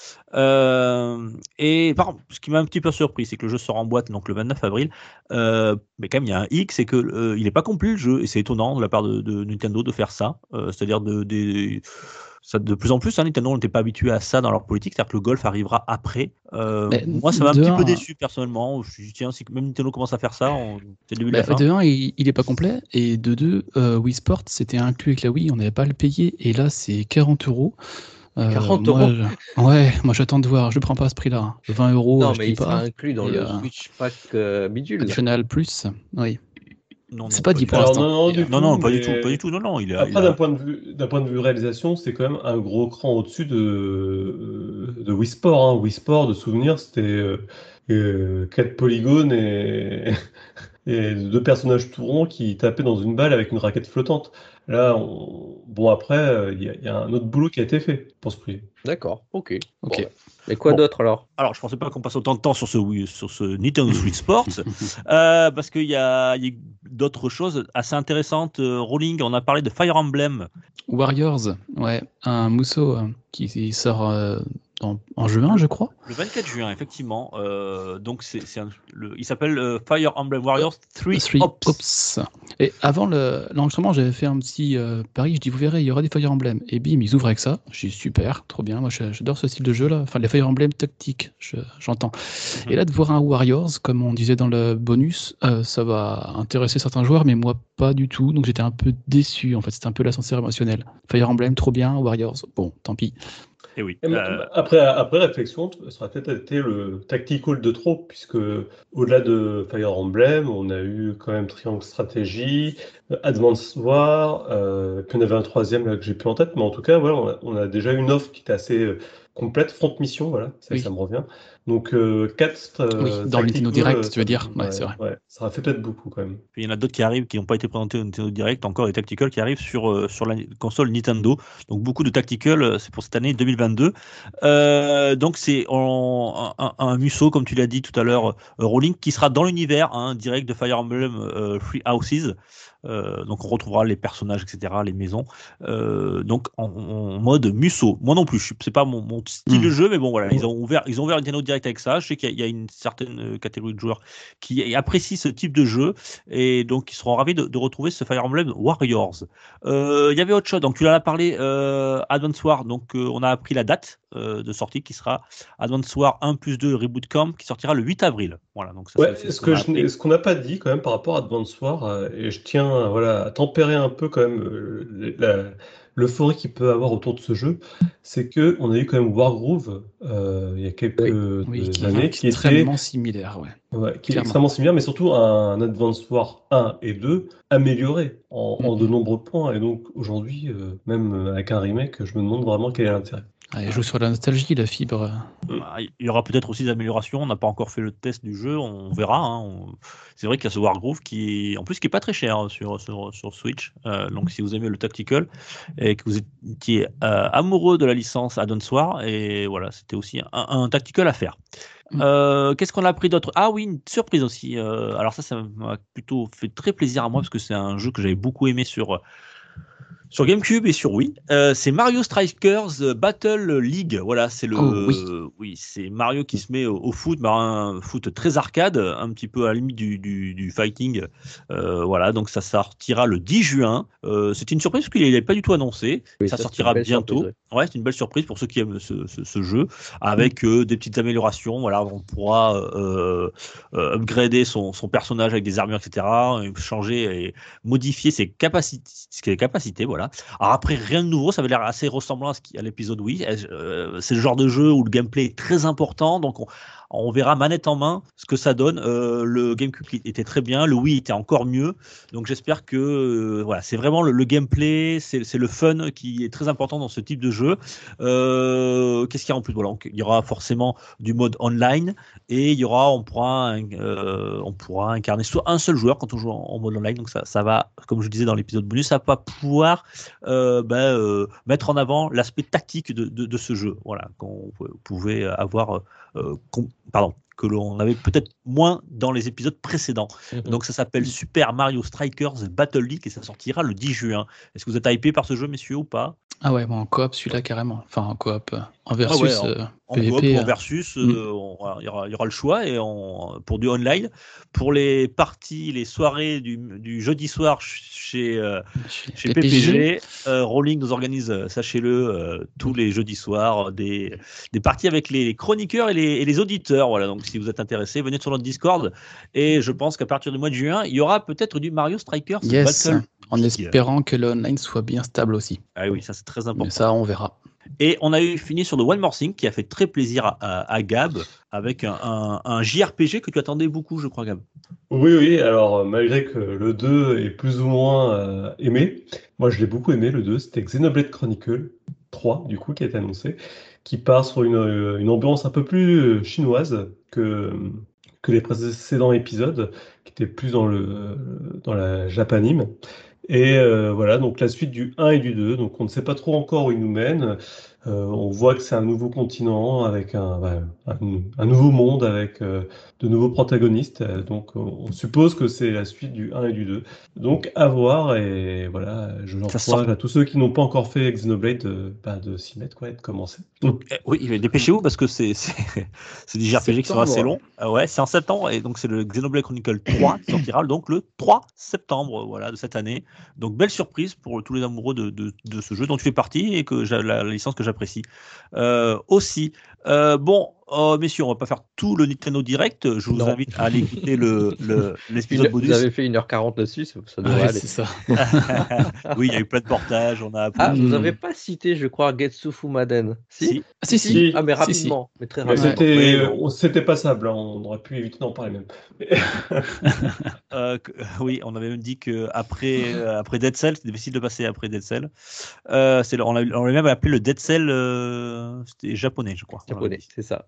Speaker 2: Euh, et par contre, ce qui m'a un petit peu surpris, c'est que le jeu sort en boîte donc le vingt-neuf avril. Euh, mais quand même, il y a un hic, c'est que euh, il n'est pas complet le jeu, et c'est étonnant de la part de, de Nintendo de faire ça. Euh, c'est-à-dire de, des- ça, de plus en plus, hein, Nintendo n'était pas habitué à ça dans leur politique, c'est-à-dire que le golf arrivera après. Euh,
Speaker 3: Mais
Speaker 2: moi, ça m'a un
Speaker 3: de
Speaker 2: petit
Speaker 3: un,
Speaker 2: peu déçu personnellement. Je me suis dit, tiens, si même Nintendo commence à faire ça, on- c'est le début de
Speaker 3: Bah,
Speaker 2: la fin.
Speaker 3: de un, il, il est pas complet, et de deux, euh, Wii Sport, c'était inclus avec la Wii, on n'avait pas à le payer, et là, c'est quarante euros. Euh,
Speaker 4: quarante
Speaker 3: moi,
Speaker 4: euros
Speaker 3: je- Ouais, moi j'attends de voir. Je ne prends pas à ce prix-là. vingt euros,
Speaker 4: Non,
Speaker 3: je
Speaker 4: mais
Speaker 3: dis
Speaker 4: il sera
Speaker 3: pas.
Speaker 4: inclus dans
Speaker 3: Et,
Speaker 4: le
Speaker 3: euh,
Speaker 4: Switch Pack euh, bidule.
Speaker 3: Optional plus, oui.
Speaker 2: Non,
Speaker 3: C'est
Speaker 2: non,
Speaker 3: pas
Speaker 2: pas
Speaker 3: dit
Speaker 2: du
Speaker 3: pour
Speaker 2: tout.
Speaker 5: Alors
Speaker 3: l'instant.
Speaker 5: non, non,
Speaker 3: Et,
Speaker 5: du
Speaker 3: euh,
Speaker 2: Non,
Speaker 5: tout,
Speaker 2: non, pas du tout, pas
Speaker 5: mais
Speaker 2: du tout. Non, non, il a, il
Speaker 5: après, d'un
Speaker 2: a...
Speaker 5: point de vue, d'un point de vue réalisation, c'est quand même un gros cran au-dessus de, euh, de Wii Sport. Hein. Wii Sport, de souvenir, c'était euh, euh, quatre polygones et, et deux personnages tout ronds qui tapaient dans une balle avec une raquette flottante. Là, on- bon, après, euh, il y, a il y a un autre boulot qui a été fait pour ce prix.
Speaker 4: D'accord, ok.
Speaker 3: Ok.
Speaker 4: Bon. Mais quoi
Speaker 2: Bon.
Speaker 4: d'autre alors?
Speaker 2: Alors, je pensais pas qu'on passe autant de temps sur ce, Wii- sur ce Nintendo Switch Sports, euh, parce qu'il y a, il y a d'autres choses assez intéressantes. Euh, Rolling, on a parlé de Fire Emblem.
Speaker 3: Warriors, ouais, un mousseau euh, qui, qui sort euh, dans- en juin, je crois.
Speaker 2: Le vingt-quatre juin, effectivement. Euh, donc, c'est, c'est un- le- il s'appelle euh, Fire Emblem Warriors trois
Speaker 3: Three
Speaker 2: Ops.
Speaker 3: Ops. Et avant le- l'enregistrement, j'avais fait un petit euh, pari. Je dis, vous verrez, il y aura des Fire Emblem. Et bim, ils ouvrent avec ça. Je dis, super, trop bien. Moi, je- j'adore ce style de jeu-là. Enfin, les Fire Emblem tactiques, je- j'entends.
Speaker 2: Mhm.
Speaker 3: Et là, de voir un Warriors, comme on disait dans le bonus, euh, ça va intéresser certains joueurs, mais moi, pas du tout. Donc, j'étais un peu déçu. En fait, c'était un peu l'ascenseur émotionnel. Fire Emblem, trop bien. Warriors, bon, tant pis.
Speaker 2: Et oui.
Speaker 5: Et m-
Speaker 2: euh,
Speaker 5: Après, après réflexion, ça aurait peut-être été le tactical de trop, puisque au-delà de Fire Emblem, on a eu quand même Triangle Stratégie, Advance War, euh, puis on avait un troisième là, que j'ai plus en tête, mais en tout cas, voilà, on a, on a déjà une offre qui était assez euh, complète, Front Mission, voilà, ça,
Speaker 3: Oui.
Speaker 5: ça me revient. Donc euh, quatre
Speaker 3: Oui,
Speaker 5: euh,
Speaker 3: dans le Nintendo
Speaker 5: tactical,
Speaker 3: Direct,
Speaker 5: euh,
Speaker 3: tu veux
Speaker 5: ça,
Speaker 3: dire. Ouais,
Speaker 5: ouais,
Speaker 3: c'est vrai.
Speaker 5: ouais, ça aurait fait peut-être beaucoup quand même.
Speaker 2: Puis il y en a d'autres qui arrivent, qui n'ont pas été présentés au Nintendo Direct, encore des tacticals qui arrivent sur, euh, sur la console Nintendo. Donc beaucoup de tacticals, euh, c'est pour cette année deux mille vingt-deux. Euh, donc c'est en- un, un, un Musso, comme tu l'as dit tout à l'heure, euh, Rolling, qui sera dans l'univers hein, direct de Fire Emblem euh, Three Houses. Euh, donc on retrouvera les personnages, et cetera, les maisons. Euh, donc en, en mode Musso. Moi non plus, je- c'est pas mon, mon style
Speaker 3: Mm.
Speaker 2: de jeu, mais bon voilà, ils ont ouvert, ils ont ouvert Nintendo Direct avec ça. Je sais qu'il y a, il y a une certaine euh, catégorie de joueurs qui apprécient ce type de jeu et donc ils seront ravis de, de retrouver ce Fire Emblem Warriors. Euh, Il y avait autre chose, donc tu en as parlé, euh, Advance War, donc euh, on a appris la date euh, de sortie qui sera Advance War un plus deux Reboot Camp qui sortira le huit avril. Voilà, donc ça,
Speaker 5: Ouais,
Speaker 2: c'est, c'est
Speaker 5: ce
Speaker 2: ce qu'on
Speaker 5: que
Speaker 2: a
Speaker 5: je,
Speaker 2: appris.
Speaker 5: n'ai- ce qu'on n'a pas dit quand même par rapport à Advance War, euh, et je tiens euh, voilà, à tempérer un peu quand même euh, le- la- l'euphorie qu'il peut avoir autour de ce jeu, c'est que on a eu quand même Wargroove euh, il y a quelques
Speaker 4: Oui.
Speaker 3: Oui, qui est
Speaker 5: années qui était,
Speaker 3: extrêmement similaire, ouais.
Speaker 5: ouais, qui est
Speaker 3: Clairement.
Speaker 5: extrêmement similaire, mais surtout un Advance War un et deux amélioré en, en de
Speaker 3: Mhm.
Speaker 5: nombreux points. Et donc aujourd'hui, euh, même euh, avec un remake, je me demande vraiment quel est l'intérêt.
Speaker 3: Ah, il joue sur la nostalgie, la fibre.
Speaker 2: Ah, il y aura peut-être aussi des améliorations. On n'a pas encore fait le test du jeu, on verra. Hein. On- C'est vrai qu'il y a ce Wargroove qui, en plus, qui est pas très cher hein, sur, sur, sur Switch. Euh, donc, si vous aimez le tactical et que vous étiez euh, amoureux de la licence Advance War, et voilà, c'était aussi un, un tactical à faire.
Speaker 3: Mm.
Speaker 2: Euh, qu'est-ce qu'on a appris d'autre? Ah oui, une surprise aussi. Euh, alors ça, ça m'a plutôt fait très plaisir à moi parce que c'est un jeu que j'avais beaucoup aimé sur sur GameCube et sur Wii. Euh, c'est Mario Strikers Battle League. Voilà, c'est le,
Speaker 3: Oh, oui.
Speaker 2: oui, c'est Mario qui se met au, au foot, mais un foot très arcade, un petit peu à la limite du, du, du fighting. Euh, voilà, donc ça sortira le dix juin. Euh, c'est une surprise parce qu'il n'est pas du tout annoncé.
Speaker 4: Oui,
Speaker 2: ça
Speaker 4: ça, c'est
Speaker 2: sortira
Speaker 4: une belle
Speaker 2: bientôt.
Speaker 4: surprise,
Speaker 2: Ouais, c'est une belle surprise pour ceux qui aiment ce, ce, ce jeu, avec euh, des petites améliorations. Voilà, on pourra euh, euh, upgrader son, son personnage avec des armures, et cetera. Et changer et modifier ses capacités, ses capacités. Voilà. Alors après, rien de nouveau. Ça avait l'air assez ressemblant à, ce qui, à l'épisode Wii. Euh, c'est le genre de jeu où le gameplay est très important, donc on, on verra manette en main ce que ça donne. Euh, le GameCube était très bien, le Wii était encore mieux. Donc j'espère que euh, voilà, c'est vraiment le, le gameplay, c'est, c'est le fun qui est très important dans ce type de jeu. Euh, qu'est-ce qu'il y a en plus? Voilà, donc, il y aura forcément du mode online et il y aura, on pourra, euh, on pourra incarner soit un seul joueur quand on joue en, en mode online. Donc ça, ça va, comme je disais dans l'épisode bonus, ça va pas pouvoir euh, ben, euh, mettre en avant l'aspect tactique de, de, de ce jeu. Voilà, qu'on pouvait avoir. Euh, qu'on, pardon, que l'on avait peut-être moins dans les épisodes précédents.
Speaker 4: Mhm.
Speaker 2: Donc ça s'appelle Super Mario Strikers Battle League et ça sortira le dix juin. Est-ce que vous êtes hypé par ce jeu, messieurs, ou pas?
Speaker 3: Ah ouais, bon, en coop, celui-là, carrément. Enfin, en coop, euh, en versus
Speaker 2: Ah ouais, en,
Speaker 3: euh,
Speaker 2: en
Speaker 3: P V P.
Speaker 2: coop ou en
Speaker 3: euh,
Speaker 2: versus,
Speaker 3: mm.
Speaker 2: euh, on- voilà, il y aura, il y aura le choix et on, pour du online. Pour les parties, les soirées du, du jeudi soir chez, euh,
Speaker 3: Chez
Speaker 2: chez
Speaker 3: P P G.
Speaker 2: P P G, euh, Rolling nous organise, euh, sachez-le, euh, tous les jeudis soirs, des, des parties avec les chroniqueurs et les, et les auditeurs. Voilà, donc si vous êtes intéressés, venez sur notre Discord. Et je pense qu'à partir du mois de juin, il y aura peut-être du Mario Strikers
Speaker 3: Yes,
Speaker 2: Battle
Speaker 3: en
Speaker 2: League.
Speaker 3: espérant que le online soit bien stable aussi.
Speaker 2: Ah oui, ça c'est très important.
Speaker 3: Mais ça, on verra.
Speaker 2: Et on a eu fini sur The One More Thing qui a fait très plaisir à, à, à Gab avec un, un, un J R P G que tu attendais beaucoup, je crois, Gab.
Speaker 5: Oui, oui, alors malgré que le deux est plus ou moins euh, aimé, moi je l'ai beaucoup aimé, le deux, c'était Xenoblade Chronicle trois, du coup, qui a été annoncé, qui part sur une, une ambiance un peu plus chinoise que, que les précédents épisodes, qui étaient plus dans, le, dans la japanime. Et euh, voilà, donc la suite du un et du deux, donc on ne sait pas trop encore où il nous mène. Euh, on voit que c'est un nouveau continent avec un, bah, un, un nouveau monde avec euh, de nouveaux protagonistes. Euh, donc on, on suppose que c'est la suite du un et du deux. Donc à voir, et voilà, je l'encourage à tous ceux qui n'ont pas encore fait Xenoblade euh, bah, de s'y mettre, quoi, et de commencer.
Speaker 2: Donc, eh, oui, mais dépêchez-vous parce que c'est, c'est, c'est des J R P G qui sont assez longs. Euh, ouais, c'est en septembre et donc c'est le Xenoblade Chronicle trois qui sortira donc le trois septembre voilà, de cette année. Donc belle surprise pour tous les amoureux de, de, de ce jeu dont tu fais partie et que j'ai, la, la licence que j'apprécie euh, aussi. Euh, bon, oh, messieurs, on va pas faire tout le Nintendo Direct. Je vous non. invite à aller écouter le, le, l'épisode
Speaker 4: une,
Speaker 2: bonus.
Speaker 4: Vous avez fait une heure quarante dessus, ça devrait
Speaker 3: ouais,
Speaker 4: aller.
Speaker 3: C'est ça.
Speaker 2: Oui, il y a eu plein de portages. On a
Speaker 4: ah, vous n'avez pas cité, je crois, Getsu Fumaden. Si,
Speaker 2: si.
Speaker 3: Ah, si, si.
Speaker 4: Ah, mais rapidement.
Speaker 3: Si, si.
Speaker 4: Mais très
Speaker 5: mais
Speaker 4: rapidement.
Speaker 5: c'était,
Speaker 2: ouais, bon.
Speaker 5: c'était passable, hein. On aurait pu éviter d'en parler même.
Speaker 2: euh, que, oui, on avait même dit qu'après euh, après Dead Cell, c'était difficile de passer après Dead Cell. Euh, c'est, on, l'a, on l'a même appelé le Dead Cell, euh, c'était japonais, je crois.
Speaker 4: Japonais, c'est ça.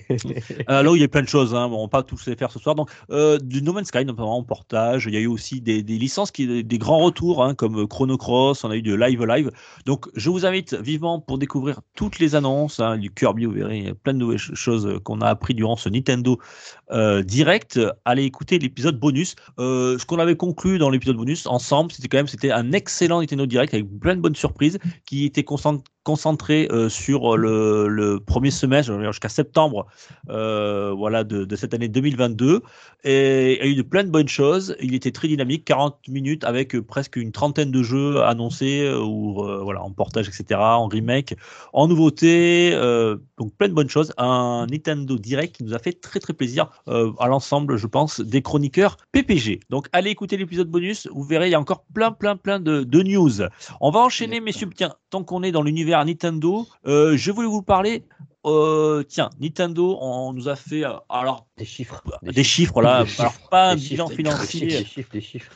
Speaker 2: euh, là où il y a plein de choses, hein, bon, on va pas tous les faire ce soir. Donc, euh, du No Man's Sky, notamment en portage. Il y a eu aussi des, des licences, qui, des grands retours, hein, comme Chrono Cross, on a eu de Live Live. Donc, je vous invite vivement pour découvrir toutes les annonces, hein, du Kirby, vous verrez, il y a plein de nouvelles choses qu'on a appris durant ce Nintendo euh, Direct. Allez écouter l'épisode bonus. Euh, ce qu'on avait conclu dans l'épisode bonus ensemble, c'était quand même c'était un excellent Nintendo Direct avec plein de bonnes surprises qui étaient concentrées concentré euh, sur le, le premier semestre jusqu'à septembre euh, voilà, de, de cette année deux mille vingt-deux et il y a eu de plein de bonnes choses. Il était très dynamique, quarante minutes avec presque une trentaine de jeux annoncés ou euh, voilà, en portage, et cetera, en remake, en nouveauté, euh, donc plein de bonnes choses. Un Nintendo Direct qui nous a fait très très plaisir euh, à l'ensemble, je pense, des chroniqueurs P P G. Donc allez écouter l'épisode bonus, vous verrez, il y a encore plein plein plein de, de news. On va enchaîner, messieurs, tiens, tant qu'on est dans l'univers Nintendo, euh, je voulais vous parler. Euh, tiens, Nintendo, on nous a fait euh, alors
Speaker 4: des chiffres,
Speaker 2: des, des chiffres, chiffres là,
Speaker 4: des
Speaker 2: alors
Speaker 4: chiffres,
Speaker 2: pas un
Speaker 4: des
Speaker 2: bilan
Speaker 4: chiffres,
Speaker 2: financier,
Speaker 4: des chiffres, des chiffres,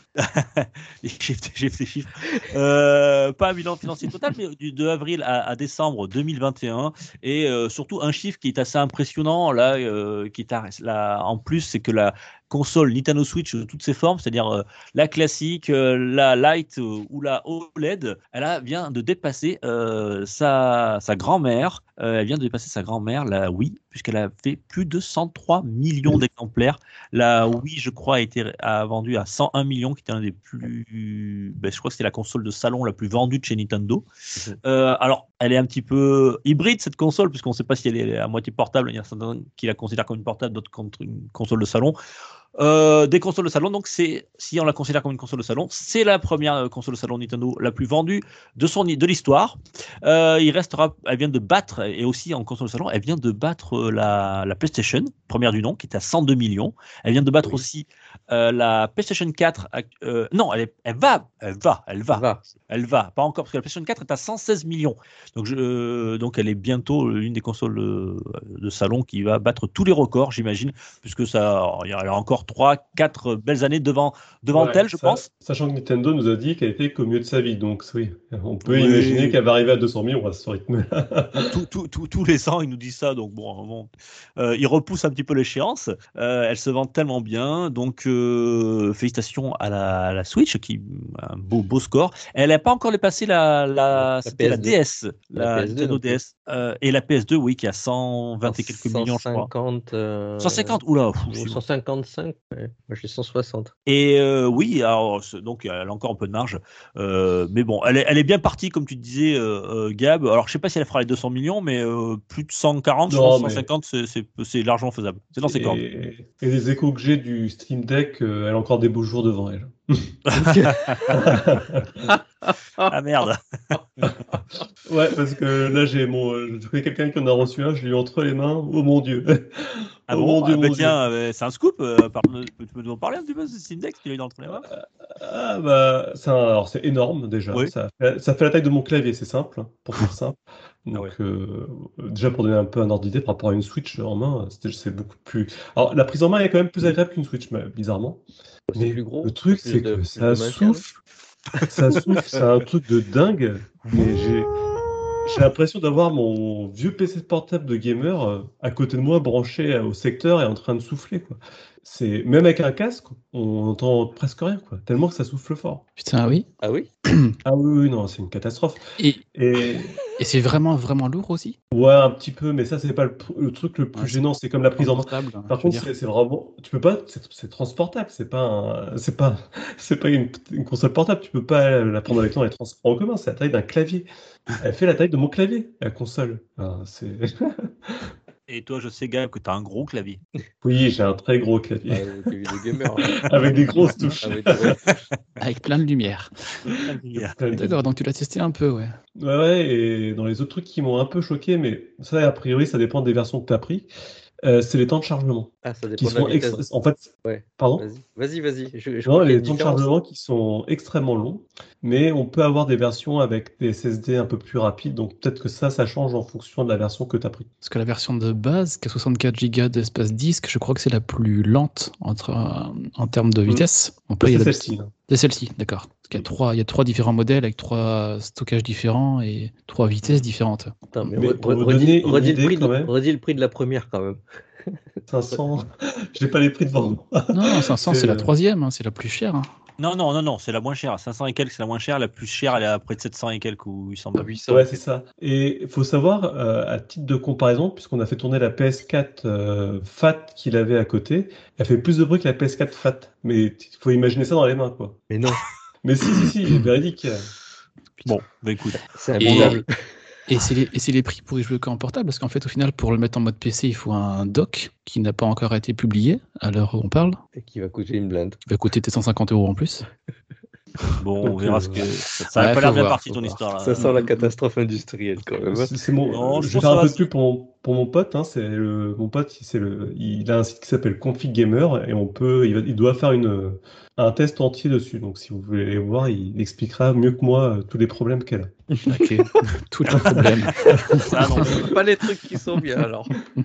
Speaker 2: des chiffres, des chiffres, des chiffres, euh, pas un bilan financier total, mais du, de avril à, à décembre deux mille vingt et un, et euh, surtout un chiffre qui est assez impressionnant là, euh, qui est à, là en plus, c'est que la console Nintendo Switch de toutes ses formes, c'est-à-dire euh, la classique, euh, la Lite euh, ou la O L E D, elle a, vient de dépasser euh, sa, sa grand-mère, euh, elle vient de dépasser sa grand-mère, la Wii, puisqu'elle a fait plus de cent trois millions d'exemplaires. La Wii, je crois, a, été, a vendu à cent un millions, qui était un des plus... Ben, je crois que c'était la console de salon la plus vendue de chez Nintendo. Mmh. Euh, alors, elle est un petit peu hybride, cette console, puisqu'on ne sait pas si elle est à moitié portable. Il y a certains qui la considèrent comme une portable, d'autres comme une console de salon. Euh, des consoles de salon, donc c'est, si on la considère comme une console de salon, c'est la première console de salon Nintendo la plus vendue de son de l'histoire. Euh, il restera, elle vient de battre, et aussi en console de salon, elle vient de battre la, la PlayStation, première du nom, qui est à cent deux millions. Elle vient de battre oui. aussi euh, la PlayStation quatre. Euh, non, elle, est, elle va, elle va, elle va, elle va, elle va, pas encore parce que la PlayStation quatre est à cent seize millions. Donc, je, euh, donc elle est bientôt l'une des consoles de, de salon qui va battre tous les records, j'imagine, puisque ça, il y a encore trois quatre belles années devant, devant ouais, elle, je
Speaker 5: ça,
Speaker 2: pense.
Speaker 5: Sachant que Nintendo nous a dit qu'elle était qu'au milieu de sa vie, donc oui, on peut oui. imaginer qu'elle va arriver à deux cents millions à ce rythme-là.
Speaker 2: tout, tout, tout, tous les ans, ils nous disent ça, donc bon, bon euh, ils repoussent un petit peu l'échéance. Euh, elle se vend tellement bien, donc euh, félicitations à la, à la Switch, qui a un beau, beau score. Elle n'a pas encore dépassé la, la, la, c'était la D S, la, la Nintendo D S, euh, et la P S deux, oui, qui a cent vingt et quelques millions, je crois.
Speaker 4: Euh...
Speaker 2: cent cinquante, oula.
Speaker 4: Pff, cent cinquante-cinq, ouais. Moi j'ai cent soixante.
Speaker 2: Et euh, oui, alors, donc elle a encore un peu de marge, euh, mais bon, elle est, elle est bien partie, comme tu disais, euh, euh, Gab. Alors je sais pas si elle fera les deux cents millions, mais euh, plus de cent quarante, non, je pense, mais... cent cinquante, c'est, c'est, c'est largement faisable. C'est dans ses cordes.
Speaker 5: Et les échos que j'ai du Steam Deck, euh, elle a encore des beaux jours devant elle.
Speaker 2: Ah merde.
Speaker 5: Ouais, parce que là j'ai mon, je connais quelqu'un qui en a reçu un, je l'ai eu entre les mains. Oh mon Dieu.
Speaker 2: Ah
Speaker 5: Oh
Speaker 2: bon
Speaker 5: mon Dieu,
Speaker 2: ah bah
Speaker 5: mon
Speaker 2: tiens, euh, c'est un scoop. Euh, parle- tu peux nous en parler un petit peu de ce Steam Deck qu'il a eu dans le mains?
Speaker 5: Ah bah, c'est un- alors c'est énorme déjà.
Speaker 2: Oui.
Speaker 5: Ça fait, ça fait la taille de mon clavier, c'est simple, hein, pour faire simple.
Speaker 2: Ah ouais.
Speaker 5: Donc euh, déjà pour donner un peu un ordre d'idée par rapport à une Switch en main, c'était- c'est beaucoup plus. Alors la prise en main est quand même plus agréable qu'une Switch, mais, bizarrement.
Speaker 4: C'est
Speaker 5: Mais
Speaker 4: plus gros,
Speaker 5: le truc
Speaker 4: plus
Speaker 5: c'est
Speaker 4: de,
Speaker 5: que
Speaker 4: plus
Speaker 5: ça
Speaker 4: de maintien, non
Speaker 5: souffle, ça souffle, c'est un truc de dingue. Mais j'ai j'ai l'impression d'avoir mon vieux P C portable de gamer euh, à côté de moi, branché euh, au secteur et en train de souffler, quoi. C'est même avec un casque, on entend presque rien, quoi. Tellement que ça souffle fort.
Speaker 3: Putain, oui.
Speaker 4: Ah oui?
Speaker 5: Ah oui, oui, non, c'est une catastrophe.
Speaker 3: Et,
Speaker 5: Et
Speaker 3: et c'est vraiment, vraiment lourd aussi.
Speaker 5: ouais, un petit peu, mais ça, c'est pas le, pr- le truc le plus
Speaker 3: Ouais, c'est
Speaker 5: gênant, c'est comme la prise en main.
Speaker 3: transportable,
Speaker 5: Par
Speaker 3: je veux
Speaker 5: contre,
Speaker 3: dire.
Speaker 5: c'est c'est vraiment, tu peux pas, c'est c'est transportable, c'est pas, un- c'est pas, c'est pas une, une console portable, tu peux pas la prendre avec toi dans les transports en commun, c'est la taille d'un clavier. Elle fait la taille de mon clavier, la console. Ah, c'est...
Speaker 2: Et toi, je sais, Gab, que tu as un gros clavier.
Speaker 5: Oui, j'ai un très gros
Speaker 4: Ah,
Speaker 5: clavier,
Speaker 4: le clavier de gamer, là.
Speaker 5: avec des grosses touches.
Speaker 4: Avec des grosses touches.
Speaker 3: Avec plein de lumière.
Speaker 5: Plein de-
Speaker 3: D'accord, donc tu l'as testé un peu, ouais.
Speaker 5: Ouais, ouais, et dans les autres trucs qui m'ont un peu choqué, mais ça, a priori, ça dépend des versions que tu as pris, euh, c'est les temps de chargement,
Speaker 4: Ah, ça
Speaker 5: qui
Speaker 4: dépend de la
Speaker 5: sont
Speaker 4: vitesse.
Speaker 5: extra- en fait,
Speaker 4: Ouais.
Speaker 5: pardon?
Speaker 4: Vas-y, vas-y, vas-y. Je, je
Speaker 5: Non,
Speaker 4: crois qu'il y a
Speaker 5: les
Speaker 4: une
Speaker 5: temps de
Speaker 4: différence.
Speaker 5: chargement qui sont extrêmement longs, mais on peut avoir des versions avec des S S D un peu plus rapides, donc peut-être que ça, ça change en fonction de la version que tu as pris.
Speaker 3: Parce que la version de base, qui a soixante-quatre gigas d'espace disque, je crois que c'est la plus lente entre, euh, en termes de vitesse. Donc là, il y a
Speaker 5: C'est
Speaker 3: la-
Speaker 5: celle-ci, hein.
Speaker 3: C'est celle-ci, d'accord. Parce qu'il y a trois, il y a trois différents modèles avec trois stockages différents et trois vitesses différentes.
Speaker 4: Attends, mais,
Speaker 5: Mais
Speaker 4: re-
Speaker 5: pour vous
Speaker 4: redis,
Speaker 5: donner une
Speaker 4: redis le
Speaker 5: idée,
Speaker 4: prix de,
Speaker 5: quand même,
Speaker 4: redis le prix de la première, quand même.
Speaker 5: cinq cents, je n'ai pas les prix devant moi.
Speaker 3: Non, non, cinq cents, c'est la
Speaker 5: Euh,
Speaker 3: troisième, hein, c'est la plus chère. hein.
Speaker 2: Non, non, non, non, c'est la moins chère. cinq cents et quelques, c'est la moins chère. La plus chère, elle est à près de sept cents et quelques ou huit cents balles.
Speaker 5: Ouais, c'est ça. Et il faut savoir, euh, à titre de comparaison, puisqu'on a fait tourner la P S quatre euh, Fat qu'il avait à côté, elle fait plus de bruit que la P S quatre Fat. Mais il faut imaginer ça dans les mains, quoi.
Speaker 4: Mais non,
Speaker 5: Mais si, si, si, véridique.
Speaker 2: Bon, bah écoute.
Speaker 4: c'est
Speaker 3: Et,
Speaker 4: abordable.
Speaker 3: et c'est les, et c'est les prix pour y jouer qu'en portable, parce qu'en fait, au final, pour le mettre en mode P C, il faut un dock qui n'a pas encore été publié à l'heure où on parle,
Speaker 4: Et qui va coûter une blinde.
Speaker 3: qui va coûter tes cent cinquante euros en plus.
Speaker 2: Bon, on
Speaker 5: Donc,
Speaker 2: verra
Speaker 5: euh,
Speaker 2: ce que. Ça
Speaker 3: ouais,
Speaker 2: n'a pas
Speaker 3: faut
Speaker 2: l'air bien
Speaker 3: voir,
Speaker 2: parti
Speaker 3: faut
Speaker 2: ton
Speaker 3: voir.
Speaker 2: histoire là.
Speaker 4: Ça sent la catastrophe industrielle, quand même. hein.
Speaker 5: C'est c'est mon,
Speaker 2: Non, je
Speaker 5: je
Speaker 2: pense
Speaker 5: vais faire un
Speaker 2: que
Speaker 5: peu
Speaker 2: ça
Speaker 5: de pub pour mon, pour mon pote. Hein, c'est le, mon pote, c'est le, il a un site qui s'appelle Config Gamer et on peut, il, va- il doit faire une, un test entier dessus. Donc si vous voulez aller voir, il expliquera mieux que moi euh, tous les problèmes qu'elle a.
Speaker 3: Ok, tous les problèmes.
Speaker 2: Ça, non.
Speaker 4: Pas les trucs qui sont bien, alors.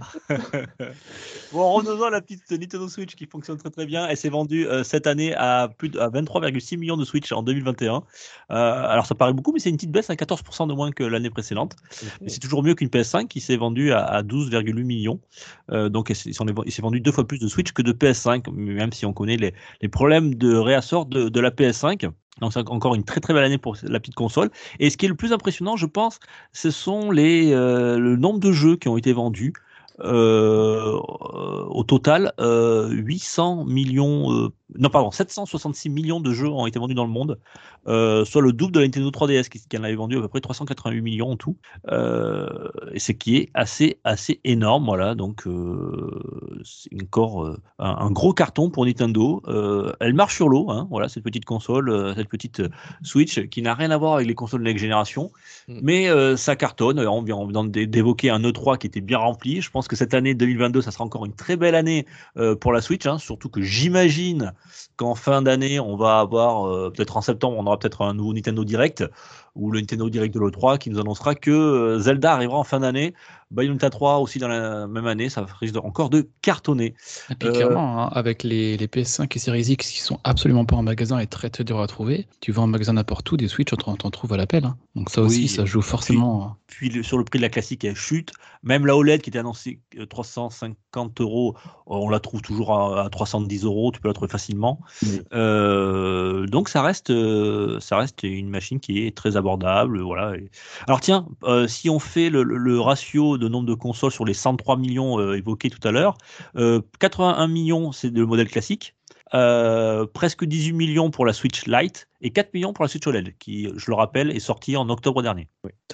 Speaker 2: Bon, revenons à la petite Nintendo Switch qui fonctionne très très bien. Elle s'est vendue euh, cette année à plus de à vingt-trois virgule six millions de Switch en deux mille vingt et un. Euh, alors ça paraît beaucoup, mais c'est une petite baisse à quatorze pour cent de moins que l'année précédente. Mais c'est toujours mieux qu'une P S cinq qui s'est vendue à, à douze virgule huit millions. Euh, donc il s'est il s'est vendu deux fois plus de Switch que de P S cinq, même si on connaît les, les problèmes de réassort de, de la P S cinq. Donc c'est encore une très très belle année pour la petite console. Et ce qui est le plus impressionnant, je pense, ce sont les, euh, le nombre de jeux qui ont été vendus. Euh, au total, euh, huit cents millions, euh, non pardon, sept cent soixante-six millions de jeux ont été vendus dans le monde, euh, soit le double de la Nintendo trois D S qui, qui en avait vendu à peu près trois cent quatre-vingt-huit millions en tout, euh, et c'est qui est assez assez énorme, voilà. Donc euh, c'est encore euh, un, un gros carton pour Nintendo. Euh, elle marche sur l'eau, hein, voilà, cette petite console, euh, cette petite Switch qui n'a rien à voir avec les consoles next génération,
Speaker 4: Mm.
Speaker 2: mais euh, ça cartonne. On vient, on vient d'évoquer un E trois qui était bien rempli. Je pense que cette année deux mille vingt-deux, ça sera encore une très belle année euh, pour la Switch, hein, surtout que j'imagine qu'en fin d'année, on va avoir, euh, peut-être en septembre, on aura peut-être un nouveau Nintendo Direct, ou le Nintendo Direct de l'E trois qui nous annoncera que euh, Zelda arrivera en fin d'année, Bayonetta trois aussi dans la même année, ça risque encore de cartonner.
Speaker 3: Et puis
Speaker 2: Euh,
Speaker 3: clairement, hein, avec les, les P S cinq et Series X qui sont absolument pas en magasin et très très durs à trouver, tu vas en magasin n'importe où, des Switch, on t'en- t'en trouve à l'appel. hein. Donc ça aussi,
Speaker 2: Oui,
Speaker 3: ça joue forcément. hein.
Speaker 2: Puis le- sur le prix de la classique, elle chute. Même la O L E D qui était annoncée euh, trois cent cinquante euros, on la trouve toujours à, à trois cent dix euros. Tu peux la trouver facilement.
Speaker 4: Oui.
Speaker 2: Euh, donc ça reste, euh, ça reste une machine qui est très abordable. Voilà. Et- Alors tiens, euh, si on fait le, le- le ratio de nombre de consoles sur les cent trois millions euh, évoqués tout à l'heure, euh, quatre-vingt-un millions c'est le modèle classique. Euh, presque dix-huit millions pour la Switch Lite et quatre millions pour la Switch O L E D, qui, je le rappelle, est sortie en octobre dernier.
Speaker 3: T'as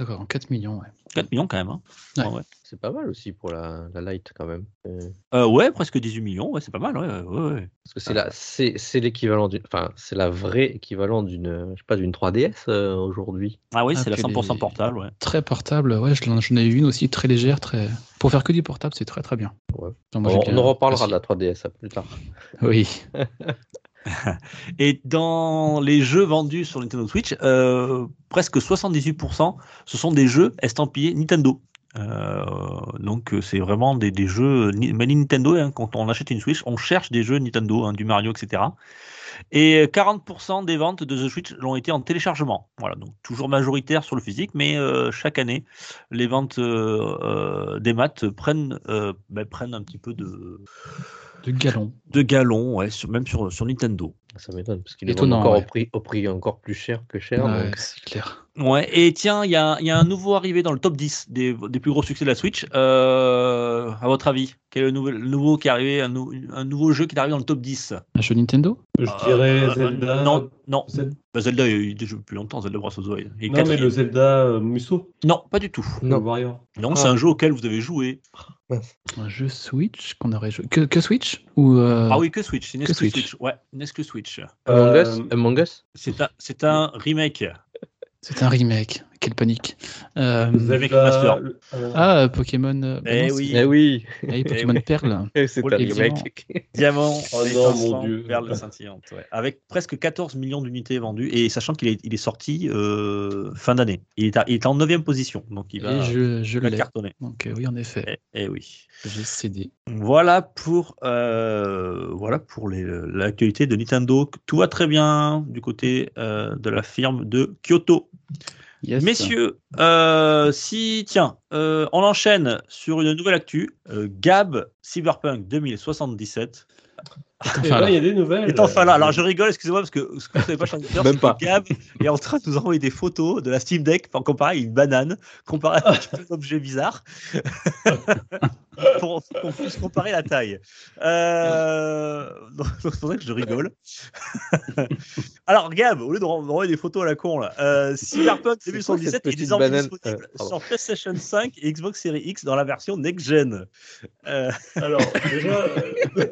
Speaker 3: d'accord, quatre millions, ouais.
Speaker 2: quatre millions quand même. Hein.
Speaker 3: Ouais.
Speaker 2: Ah ouais.
Speaker 4: C'est pas mal aussi pour la, la Lite quand même. Euh,
Speaker 2: Euh, ouais, presque dix-huit millions, ouais, c'est pas mal. Ouais, ouais, ouais.
Speaker 4: Parce que c'est la, c'est, c'est l'équivalent d'une, enfin, c'est la vraie équivalent d'une, je sais pas, d'une trois D S euh, aujourd'hui.
Speaker 2: Ah oui,
Speaker 3: Ah,
Speaker 2: c'est la
Speaker 3: puis
Speaker 2: cent pour cent
Speaker 3: les-
Speaker 2: portable. Ouais.
Speaker 3: Très portable, ouais, je l'en- j'en ai eu une aussi très légère, très. Pour faire que du portable, c'est très très bien.
Speaker 4: Ouais.
Speaker 3: Enfin, moi,
Speaker 4: on,
Speaker 3: j'ai bien
Speaker 4: on en reparlera de
Speaker 3: apprécié.
Speaker 4: la trois D S à plus tard.
Speaker 3: Oui.
Speaker 2: Et dans les jeux vendus sur Nintendo Switch, euh, presque soixante-dix-huit pour cent ce sont des jeux estampillés Nintendo. Euh, donc euh, c'est vraiment des, des jeux ni- made in Nintendo. Hein, quand on achète une Switch, on cherche des jeux Nintendo, hein, du Mario, et cetera. Et quarante pour cent des ventes de The Switch l'ont été en téléchargement. Voilà, donc toujours majoritaire sur le physique, mais euh, chaque année, les ventes euh, euh, des maths prennent, euh, ben, prennent un petit peu de,
Speaker 3: De galon.
Speaker 2: de galon, ouais, sur- même sur, sur Nintendo.
Speaker 4: Ça m'étonne parce qu'ils les vendent
Speaker 3: Étonnant,
Speaker 4: encore
Speaker 3: ouais.
Speaker 4: au prix, au prix encore plus cher que cher.
Speaker 3: Ouais,
Speaker 4: donc...
Speaker 3: c'est clair.
Speaker 2: Ouais, et tiens, il y a, y a un nouveau arrivé dans le top dix des, des plus gros succès de la Switch. Euh, à votre avis, quel est le, nouvel, le nouveau qui est arrivé, un, nou- un nouveau jeu qui est arrivé dans le top dix?
Speaker 3: Un jeu Nintendo?
Speaker 5: Je
Speaker 2: Euh,
Speaker 5: dirais
Speaker 2: euh,
Speaker 5: Zelda.
Speaker 2: Non, non.
Speaker 5: Zel-
Speaker 2: Bah, Zelda, il y a eu des jeux depuis longtemps, Zelda Breath of the Wild. Et
Speaker 5: Non, mais
Speaker 2: quatrième.
Speaker 5: le Zelda euh, Musso,
Speaker 2: Non, pas du tout.
Speaker 5: le
Speaker 4: Non.
Speaker 5: Warrior.
Speaker 2: Non,
Speaker 4: Ah.
Speaker 2: c'est un jeu auquel vous avez joué.
Speaker 3: Un jeu Switch qu'on aurait joué. Que, que Switch? Ou euh,
Speaker 2: Ah oui, que Switch. C'est une
Speaker 3: que
Speaker 2: exclu
Speaker 3: Switch.
Speaker 2: Switch. Ouais, une exclu Switch.
Speaker 4: Among
Speaker 5: Euh,
Speaker 4: Us, Among Us.
Speaker 2: C'est un, c'est un remake.
Speaker 3: C'est un remake. Quelle panique. Euh,
Speaker 2: Remake Master.
Speaker 5: le- euh,
Speaker 3: Ah, euh, Pokémon. euh, bah
Speaker 2: Eh
Speaker 3: non,
Speaker 2: oui.
Speaker 3: c'est-
Speaker 4: Eh oui,
Speaker 3: ah oui, Pokémon
Speaker 2: oui.
Speaker 3: Perle.
Speaker 4: c'est
Speaker 2: Oui,
Speaker 4: un
Speaker 3: évidemment.
Speaker 4: remake.
Speaker 2: Diamant,
Speaker 5: Oh non,
Speaker 2: étincelant,
Speaker 5: mon Dieu.
Speaker 2: perle scintillante. Ouais. Avec presque quatorze millions d'unités vendues, et sachant qu'il est, il est sorti euh, fin d'année. Il est, à- il est en neuvième position, donc il va,
Speaker 3: Et je, je
Speaker 2: il va
Speaker 3: l'ai.
Speaker 2: cartonner.
Speaker 3: Donc euh, oui, en effet.
Speaker 2: Eh, eh oui.
Speaker 3: J'ai cédé.
Speaker 2: Voilà pour, euh, voilà pour les- l'actualité de Nintendo. Tout va très bien du côté euh, de la firme de Kyoto.
Speaker 3: Yes.
Speaker 2: Messieurs, euh, si, tiens, euh, on enchaîne sur une nouvelle actu. Euh, Gab Cyberpunk deux mille soixante-dix-sept
Speaker 5: eh
Speaker 3: Enfin,
Speaker 5: ben,
Speaker 3: là.
Speaker 5: il y a des nouvelles.
Speaker 2: est enfin là. Alors je rigole, excusez-moi, parce que ce que vous savez pas, cher auditeur,
Speaker 4: Même
Speaker 2: c'est que
Speaker 4: pas.
Speaker 2: Gab est en train de nous envoyer des photos de la Steam Deck, enfin, comparé à une banane, comparé à un petit peu d'objet bizarre, pour, pour qu'on puisse comparer la taille. Euh, donc donc, c'est pour ça que je rigole. Alors Gab, au lieu de renvoyer des photos à la con, là, euh, Cyberpunk
Speaker 4: C'est
Speaker 2: deux mille
Speaker 4: quoi cette
Speaker 2: soixante-dix-sept est
Speaker 4: petite
Speaker 2: désormais
Speaker 4: banane
Speaker 2: disponible
Speaker 4: Euh, pardon.
Speaker 2: sur PlayStation cinq et Xbox Series X dans la version next-gen. Euh,
Speaker 5: Alors, déjà, euh,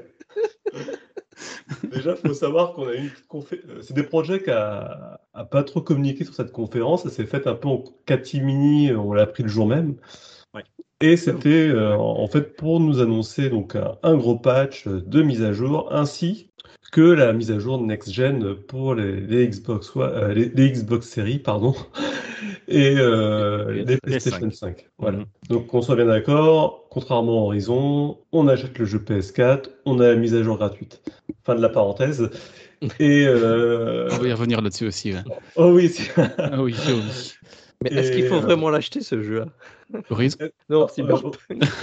Speaker 5: déjà, faut savoir qu'on a eu une petite confé- euh, c'est des projets qui a, a pas trop communiqué sur cette conférence. Ça s'est fait un peu en catimini. On l'a pris le jour même.
Speaker 2: Ouais.
Speaker 5: Et c'était euh, en fait pour nous annoncer donc un, un gros patch de mise à jour, ainsi que la mise à jour de Next Gen pour les, les Xbox One- euh, les, les Xbox Series, pardon, et euh,
Speaker 4: Et
Speaker 5: les
Speaker 2: P S cinq.
Speaker 5: PlayStation cinq. Voilà.
Speaker 2: Mhm.
Speaker 5: Donc qu'on soit bien d'accord, contrairement à Horizon, on achète le jeu P S quatre, on a la mise à jour gratuite. Fin de la parenthèse. Et euh,
Speaker 3: On va y revenir là-dessus aussi. Ouais.
Speaker 5: oh oui, c'est-
Speaker 3: Ah oui, oh oui.
Speaker 4: Mais est-ce qu'il
Speaker 5: Et,
Speaker 4: faut
Speaker 5: euh,
Speaker 4: vraiment l'acheter ce jeu-là?
Speaker 3: Horizon.
Speaker 4: Non,
Speaker 5: Euh,
Speaker 4: Cyberpunk.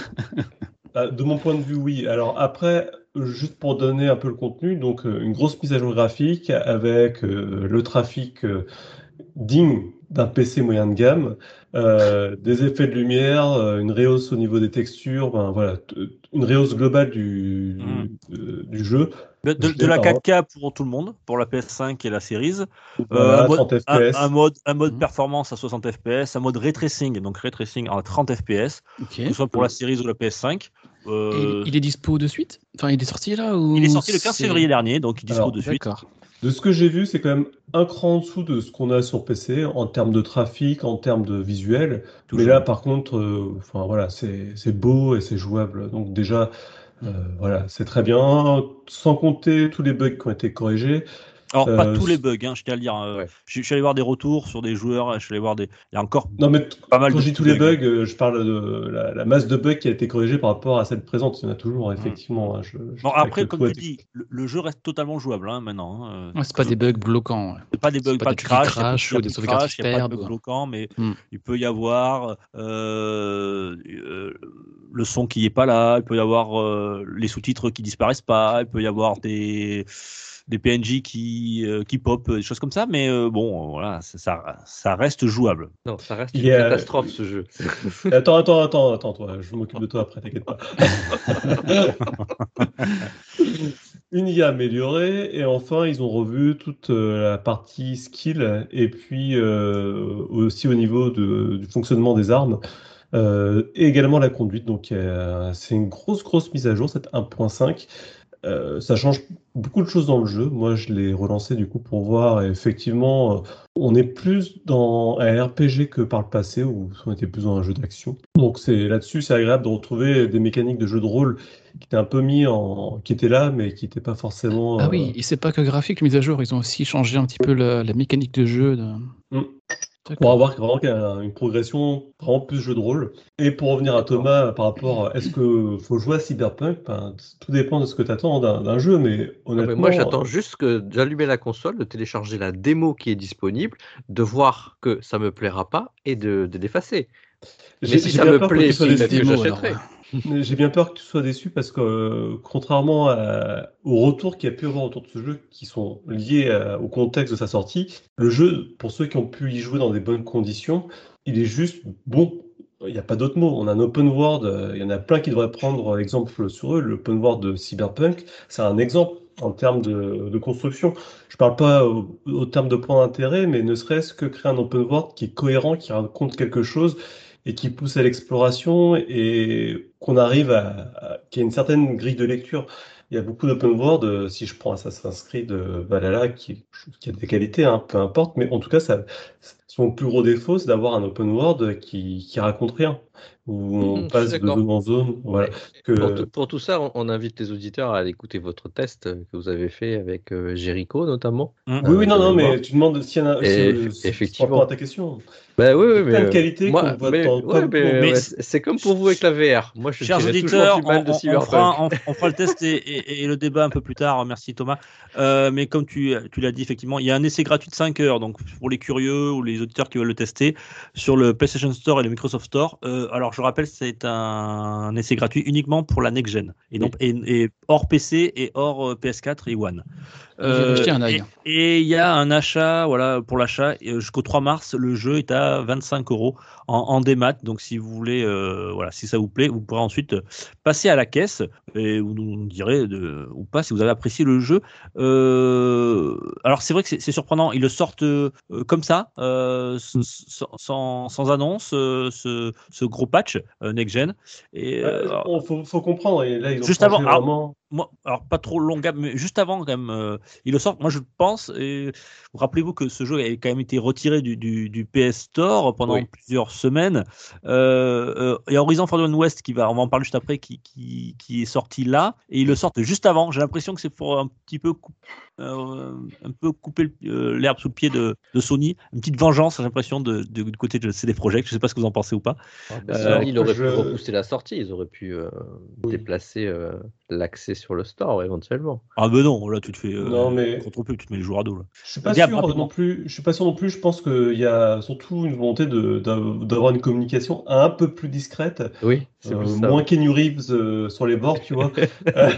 Speaker 5: Ah, de mon point de vue, oui. Alors après, euh, juste pour donner un peu le contenu, donc euh, une grosse mise à jour graphique avec euh, le trafic euh, digne d'un P C moyen de gamme, euh, des effets de lumière, euh, une rehausse au niveau des textures, ben, voilà, t- une rehausse globale du,
Speaker 2: Mhm.
Speaker 5: euh, du jeu.
Speaker 2: De, de- de la quatre K pour tout le monde, pour la P S cinq et la Series.
Speaker 5: Voilà,
Speaker 2: Euh, un, mode,
Speaker 5: trente
Speaker 2: un-
Speaker 5: F P S.
Speaker 2: un mode, un mode
Speaker 3: Mhm.
Speaker 2: performance à soixante F P S, un mode ray tracing, donc ray tracing à trente F P S,
Speaker 3: Ok.
Speaker 2: que ce soit pour la Series ou la P S cinq.
Speaker 3: Et
Speaker 2: Euh,
Speaker 3: il, il est dispo de suite? Enfin, il est sorti là ou
Speaker 2: il est sorti le quinze
Speaker 3: c'est-
Speaker 2: février dernier, donc il est dispo
Speaker 5: Alors,
Speaker 2: de suite.
Speaker 3: D'accord.
Speaker 5: De ce que j'ai vu, c'est quand même un cran en dessous de ce qu'on a sur P C en termes de trafic, en termes de visuel.
Speaker 2: Toujours.
Speaker 5: Mais là, par contre, euh, enfin voilà, c'est c'est beau et c'est jouable. Donc déjà, euh, voilà, c'est très bien. Sans compter tous les bugs qui ont été corrigés.
Speaker 2: Alors, pas
Speaker 5: Euh,
Speaker 2: tous les bugs, hein, je tiens à le dire. euh,
Speaker 4: Ouais.
Speaker 2: je, je suis allé voir des retours sur des joueurs, je suis allé voir des. Il y a encore
Speaker 5: Non, mais t-
Speaker 2: pas mal
Speaker 5: quand
Speaker 2: de
Speaker 5: je dis tous
Speaker 2: petits
Speaker 5: les bugs, euh, je parle de la, la masse de bugs qui a été corrigée par rapport à celle présente. Il y en a toujours, effectivement. hein, je- je
Speaker 2: Bon,
Speaker 5: dis pas
Speaker 2: après,
Speaker 5: que
Speaker 2: comme
Speaker 5: tout a
Speaker 2: tu
Speaker 5: été-
Speaker 2: dis, le, le jeu reste totalement jouable hein, maintenant. hein, euh,
Speaker 3: Ouais, c'est pas des bugs bloquants. ouais.
Speaker 2: C'est pas des bugs,
Speaker 3: C'est
Speaker 2: pas,
Speaker 3: pas
Speaker 2: de
Speaker 3: des trucs qui
Speaker 2: crash, il y a
Speaker 3: crashent
Speaker 2: pas- il y a
Speaker 3: ou des
Speaker 2: pas de
Speaker 3: sauvegardes
Speaker 2: crash,
Speaker 3: qui
Speaker 2: il y a pas de
Speaker 3: perdent,
Speaker 2: bug
Speaker 3: ou-
Speaker 2: bloquant, mais
Speaker 3: Hmm.
Speaker 2: il peut y avoir euh, euh, le son qui n'est pas là, il peut y avoir euh, les sous-titres qui disparaissent pas, il peut y avoir des, des P N J qui, euh, qui pop, des choses comme ça, mais euh, bon, voilà, ça, ça, ça reste jouable.
Speaker 4: Non, ça reste
Speaker 5: Il
Speaker 4: une
Speaker 5: y a-
Speaker 4: catastrophe ce jeu.
Speaker 5: Attends, attends, attends, attends, toi, je m'occupe de toi après, t'inquiète pas. une I A améliorée, et enfin, ils ont revu toute euh, la partie skill, et puis euh, aussi au niveau de- du fonctionnement des armes, euh, et également la conduite. Donc, euh, c'est une grosse, grosse mise à jour, cette un point cinq. Euh, ça change beaucoup de choses dans le jeu. Moi, je l'ai relancé du coup pour voir. Et effectivement, euh, on est plus dans un R P G que par le passé, où on était plus dans un jeu d'action. Donc c'est là-dessus, c'est agréable de retrouver des mécaniques de jeu de rôle qui étaient un peu mis en, qui étaient là, mais qui n'étaient pas forcément.
Speaker 3: Ah
Speaker 5: euh,
Speaker 3: oui, et c'est pas que graphique mise à jour, ils ont aussi changé un petit peu la, la mécanique de jeu. De...
Speaker 5: hmm. Pour
Speaker 3: D'accord.
Speaker 5: avoir vraiment un- une progression vraiment plus jeu de rôle. Et pour revenir à
Speaker 4: D'accord.
Speaker 5: Thomas par rapport à est-ce que faut jouer à Cyberpunk, ben, tout dépend de ce que tu attends d'un d'un jeu, mais
Speaker 4: Ah, mais moi,
Speaker 5: honnêtement,
Speaker 4: j'attends juste que d'allumer la console, de télécharger la démo qui est disponible, de voir que ça me plaira pas et de, de l'effacer. Mais
Speaker 5: j'ai
Speaker 4: si
Speaker 5: j'ai
Speaker 4: ça
Speaker 5: bien
Speaker 4: me
Speaker 5: peur que
Speaker 4: plaît,
Speaker 5: tu sois
Speaker 3: La
Speaker 4: peut-être
Speaker 5: déçu.
Speaker 4: que
Speaker 3: démo, alors.
Speaker 4: j'achèterai.
Speaker 5: Mais J'ai bien peur que tu sois déçu parce que, euh, contrairement à- au retour qu'il y a pu avoir autour de ce jeu, qui sont liés à- au contexte de sa sortie, le jeu, pour ceux qui ont pu y jouer dans des bonnes conditions, il est juste bon. Il n'y a pas d'autre mot. On a un open world, euh, il y en a plein qui devraient prendre l'exemple sur eux. Le open world de Cyberpunk, c'est un exemple en termes de, de construction. Je ne parle pas au, au terme de points d'intérêt, mais ne serait-ce que créer un open world qui est cohérent, qui raconte quelque chose et qui pousse à l'exploration et qu'on arrive à, à qu'il y ait une certaine grille de lecture. Il y a beaucoup d'open world, euh, si je prends Assassin's Creed euh, Valhalla, qui, qui a des qualités, hein, peu importe, mais en tout cas, ça, son plus gros défaut, c'est d'avoir un open world qui, qui raconte rien, où on
Speaker 4: Mhm, je suis
Speaker 5: passe de
Speaker 4: d'accord.
Speaker 5: zone en zone. Voilà.
Speaker 4: Mais
Speaker 5: Que,
Speaker 4: pour tout, pour tout ça, on, on invite les auditeurs à aller écouter votre test euh, que vous avez fait avec euh, Jericho notamment,
Speaker 2: Hum.
Speaker 5: oui, oui,
Speaker 4: euh,
Speaker 5: non,
Speaker 4: de
Speaker 5: non,
Speaker 4: mémoire.
Speaker 5: mais tu demandes s'il y en a, si,
Speaker 4: Et
Speaker 5: euh,
Speaker 4: eff-
Speaker 5: si- si- par rapport à
Speaker 4: effectivement.
Speaker 5: ta question.
Speaker 4: Ben oui,
Speaker 5: Il y
Speaker 4: oui,
Speaker 5: a
Speaker 4: mais
Speaker 5: plein de
Speaker 4: euh,
Speaker 5: qualités qu'on
Speaker 4: moi,
Speaker 5: voit
Speaker 4: mais
Speaker 5: dans
Speaker 4: ouais,
Speaker 5: pas beaucoup.
Speaker 4: mais
Speaker 2: Mais
Speaker 4: ouais, c'est c'est comme pour vous avec la V R. Moi, je
Speaker 2: chers
Speaker 4: dirais toujours
Speaker 2: auditeurs,
Speaker 4: du
Speaker 2: on,
Speaker 4: mal de
Speaker 2: on- on fera,
Speaker 4: Cyberpunk.
Speaker 2: on, on fera le test et, et- et le débat un peu plus tard. Merci Thomas. Euh, mais comme tu, tu l'as dit, effectivement, il y a un essai gratuit de cinq heures. Donc pour les curieux ou les auditeurs qui veulent le tester sur le PlayStation Store et le Microsoft Store. Euh, alors je rappelle, c'est un, un essai gratuit uniquement pour la next gen et, non,
Speaker 4: Oui.
Speaker 2: et, et hors P C et hors euh, P S quatre et One.
Speaker 3: J'irai
Speaker 2: Euh,
Speaker 3: jeter un
Speaker 2: et
Speaker 3: œil.
Speaker 2: et il y a un achat, voilà, pour l'achat euh, jusqu'au trois mars, le jeu est à vingt-cinq euros en, en démat. Donc si vous voulez, euh, voilà, si ça vous plaît, vous pourrez ensuite euh, passer à la caisse et vous nous direz de, ou pas si vous avez apprécié le jeu. Euh, alors c'est vrai que c'est c'est surprenant, ils le sortent euh, comme ça, euh, sans, sans, sans annonce, euh, ce, ce gros patch euh, next gen. Et
Speaker 5: Euh,
Speaker 2: euh,
Speaker 5: on- faut, faut comprendre, et là ils ont
Speaker 2: juste avant,
Speaker 5: changé
Speaker 2: alors,
Speaker 5: vraiment.
Speaker 2: moi, alors pas trop long gamme, mais juste avant quand même, euh, il le sort. Moi, je pense. Et rappelez-vous que ce jeu avait quand même été retiré du, du, du P S Store pendant
Speaker 4: Oui.
Speaker 2: plusieurs semaines. Euh, euh, il y a Horizon Forbidden West qui va, on va en parler juste après, qui, qui, qui est sorti là, et ils le sortent juste avant. J'ai l'impression que c'est pour un petit peu, coup- euh, un peu couper le- euh, l'herbe sous le pied de, de Sony, une petite vengeance. J'ai l'impression de, de- du côté de C D Projekt. Je sais pas ce que vous en pensez ou pas.
Speaker 4: Ah, ben,
Speaker 2: Euh,
Speaker 4: Sony,
Speaker 5: Alors,
Speaker 4: il aurait pu
Speaker 5: je.
Speaker 4: repousser la sortie. Ils auraient pu euh,
Speaker 5: Oui.
Speaker 4: déplacer euh, l'accès sur le store éventuellement.
Speaker 2: ah ben non, là tu te fais
Speaker 5: Non,
Speaker 2: euh,
Speaker 5: mais
Speaker 2: contre-pub, tu te mets les jours à dos là.
Speaker 5: je suis
Speaker 2: Euh,
Speaker 5: pas
Speaker 2: Gab,
Speaker 5: sûr non
Speaker 2: rapidement.
Speaker 5: plus. Je suis pas sûr non plus. Je pense qu'il y a surtout une volonté de, d'av- d'avoir une communication un peu plus discrète,
Speaker 4: Oui, c'est plus
Speaker 5: euh,
Speaker 4: ça.
Speaker 5: moins
Speaker 4: Oui.
Speaker 5: Keanu Reeves euh, sur les bords, tu vois, euh,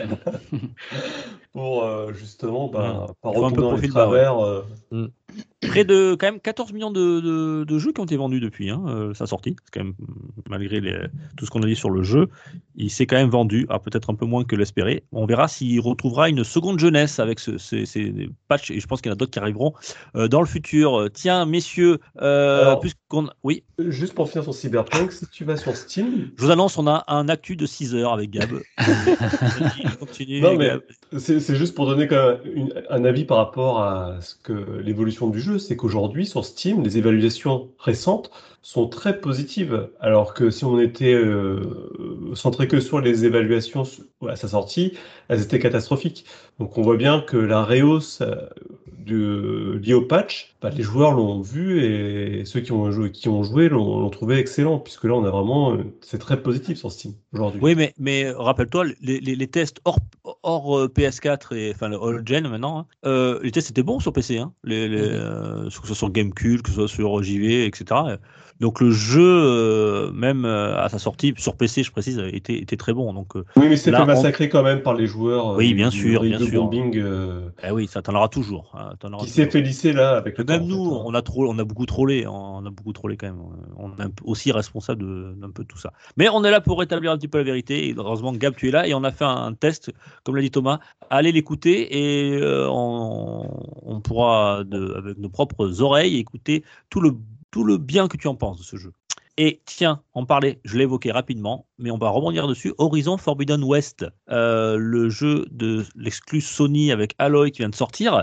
Speaker 5: pour euh, justement
Speaker 2: Hmm.
Speaker 5: bah, pas
Speaker 2: Il faut un peu
Speaker 5: retomber dans les
Speaker 2: profil bas, ouais.
Speaker 5: travers. euh.
Speaker 4: Mm.
Speaker 2: Près de quand même quatorze millions de, de- de jeux qui ont été vendus depuis hein, euh, sa sortie. C'est quand même, malgré les- tout ce qu'on a dit sur le jeu, il s'est quand même vendu, alors peut-être un peu moins que l'espéré. On verra s'il retrouvera une seconde jeunesse avec ce- ces, ces patchs, et je pense qu'il y en a d'autres qui arriveront euh, dans le futur. Tiens, messieurs, euh,
Speaker 5: Alors,
Speaker 2: puisqu'on... Oui,
Speaker 5: juste pour finir sur Cyberpunk, si tu vas sur Steam.
Speaker 2: je vous annonce, on a un actu de six heures avec Gab. Vas-y, continue,
Speaker 5: Non,
Speaker 2: Gab.
Speaker 5: mais c'est c'est juste pour donner quand même une- un avis par rapport à ce que l'évolution du jeu, c'est qu'aujourd'hui sur Steam, les évaluations récentes sont très positives, alors que si on était euh, centré que sur les évaluations su- à sa sortie, elles étaient catastrophiques. Donc on voit bien que la rehausse euh, de, liée au patch, bah, les joueurs l'ont vu et ceux qui ont joué, qui ont joué l'ont l'ont trouvé excellent, puisque là on a vraiment, euh, c'est très positif sur Steam aujourd'hui.
Speaker 2: Oui, mais, mais rappelle-toi, les, les, les tests hors, hors euh, P S quatre, et, enfin le all gen maintenant, hein, euh, les tests étaient bons sur P C. Hein, les, les,
Speaker 3: Mhm.
Speaker 2: euh, que ce soit sur Gamecube, que ce soit sur J V, et cetera. Donc le jeu, euh, même euh, à sa sortie sur P C, je précise, était, était très bon. Donc euh,
Speaker 5: Oui, mais c'est
Speaker 2: là,
Speaker 5: fait
Speaker 2: on-
Speaker 5: massacrer quand même par les joueurs euh,
Speaker 2: Oui,
Speaker 5: du,
Speaker 2: bien
Speaker 5: du
Speaker 2: sûr,
Speaker 5: rig
Speaker 2: bien
Speaker 5: de
Speaker 2: sûr.
Speaker 5: bombing euh,
Speaker 2: Eh oui, ça t'en aura toujours. hein, t'en auras
Speaker 5: qui s'est
Speaker 2: toujours.
Speaker 5: fait lisser là avec
Speaker 2: Mais
Speaker 5: le temps
Speaker 2: même
Speaker 5: en
Speaker 2: nous,
Speaker 5: fait, hein.
Speaker 2: on a trop, on a beaucoup trollé, on a beaucoup trollé quand même. On est un peu aussi responsable de- d'un peu tout ça. Mais on est là pour rétablir un petit peu la vérité. Et heureusement, Gab, tu es là et on a fait un, un test, comme l'a dit Thomas. Allez l'écouter et euh, on, on pourra, de, avec nos propres oreilles, écouter tout le, tout le bien que tu en penses de ce jeu. Et tiens, on parlait, je l'ai évoqué rapidement, mais on va rebondir dessus. Horizon Forbidden West, euh, le jeu de l'exclus Sony avec Aloy qui vient de sortir,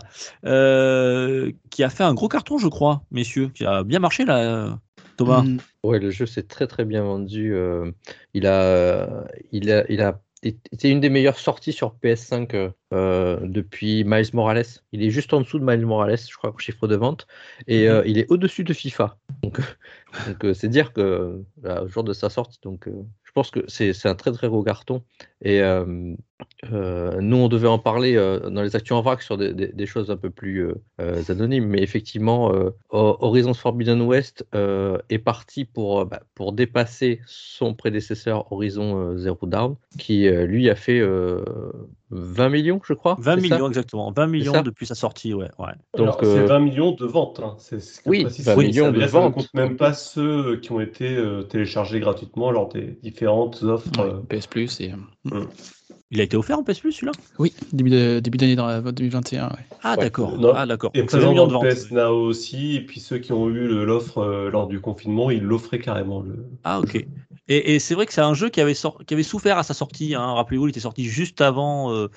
Speaker 2: euh, qui a fait un gros carton, je crois, messieurs, qui a bien marché là, Thomas.
Speaker 3: Mm.
Speaker 4: Ouais, le jeu s'est très très bien vendu. euh, il a, euh, il a, il a, c'est une des meilleures sorties sur P S cinq euh, euh, depuis Miles Morales. Il est juste en dessous de Miles Morales, je crois, en chiffre de vente, et euh, il est au-dessus de FIFA. Donc, donc euh, c'est dire que là, au jour de sa sortie, donc euh, je pense que c'est c'est un très très gros carton. Et euh, euh, nous, on devait en parler euh, dans les actus en vrac sur des, des- des choses un peu plus euh, euh, anonymes, mais effectivement, euh, Ho- Horizon Forbidden West euh, est parti pour, euh, bah, pour dépasser son prédécesseur Horizon euh, Zero Dawn, qui euh, lui a fait euh, vingt millions, je crois,
Speaker 2: vingt
Speaker 4: c'est ça?
Speaker 2: millions exactement, vingt
Speaker 4: C'est
Speaker 2: millions
Speaker 4: ça?
Speaker 2: depuis sa sortie, ouais. ouais.
Speaker 4: Donc,
Speaker 5: Alors, c'est
Speaker 4: euh,
Speaker 5: vingt millions de ventes, hein. C'est ce que
Speaker 4: oui,
Speaker 5: précise
Speaker 4: vingt
Speaker 5: Sony. Ça
Speaker 4: millions
Speaker 5: veut
Speaker 4: de
Speaker 5: dire que ça ne
Speaker 4: ventes.
Speaker 5: compte même pas ceux qui ont été euh, téléchargés gratuitement lors des différentes offres.
Speaker 3: Ouais,
Speaker 5: euh,
Speaker 3: P S Plus et. euh,
Speaker 5: hum.
Speaker 2: Il a été offert en P S Plus celui-là?
Speaker 3: Oui, début de- début d'année dans la deux mille vingt et un. Ouais.
Speaker 2: Ah
Speaker 4: Ouais.
Speaker 2: d'accord,
Speaker 5: Non.
Speaker 2: ah d'accord.
Speaker 5: Et
Speaker 2: Donc c'est vingt
Speaker 5: présent
Speaker 2: millions
Speaker 5: dans
Speaker 2: de
Speaker 5: le
Speaker 2: ventes.
Speaker 5: P S Now aussi. Et puis ceux qui ont eu le- l'offre euh, lors du confinement, ils l'offraient carrément. Le,
Speaker 2: Ah
Speaker 5: le jeu.
Speaker 2: ok. Et, et c'est vrai que c'est un jeu qui avait, sor- qui avait souffert à sa sortie. Hein. Rappelez-vous, il était sorti juste avant euh,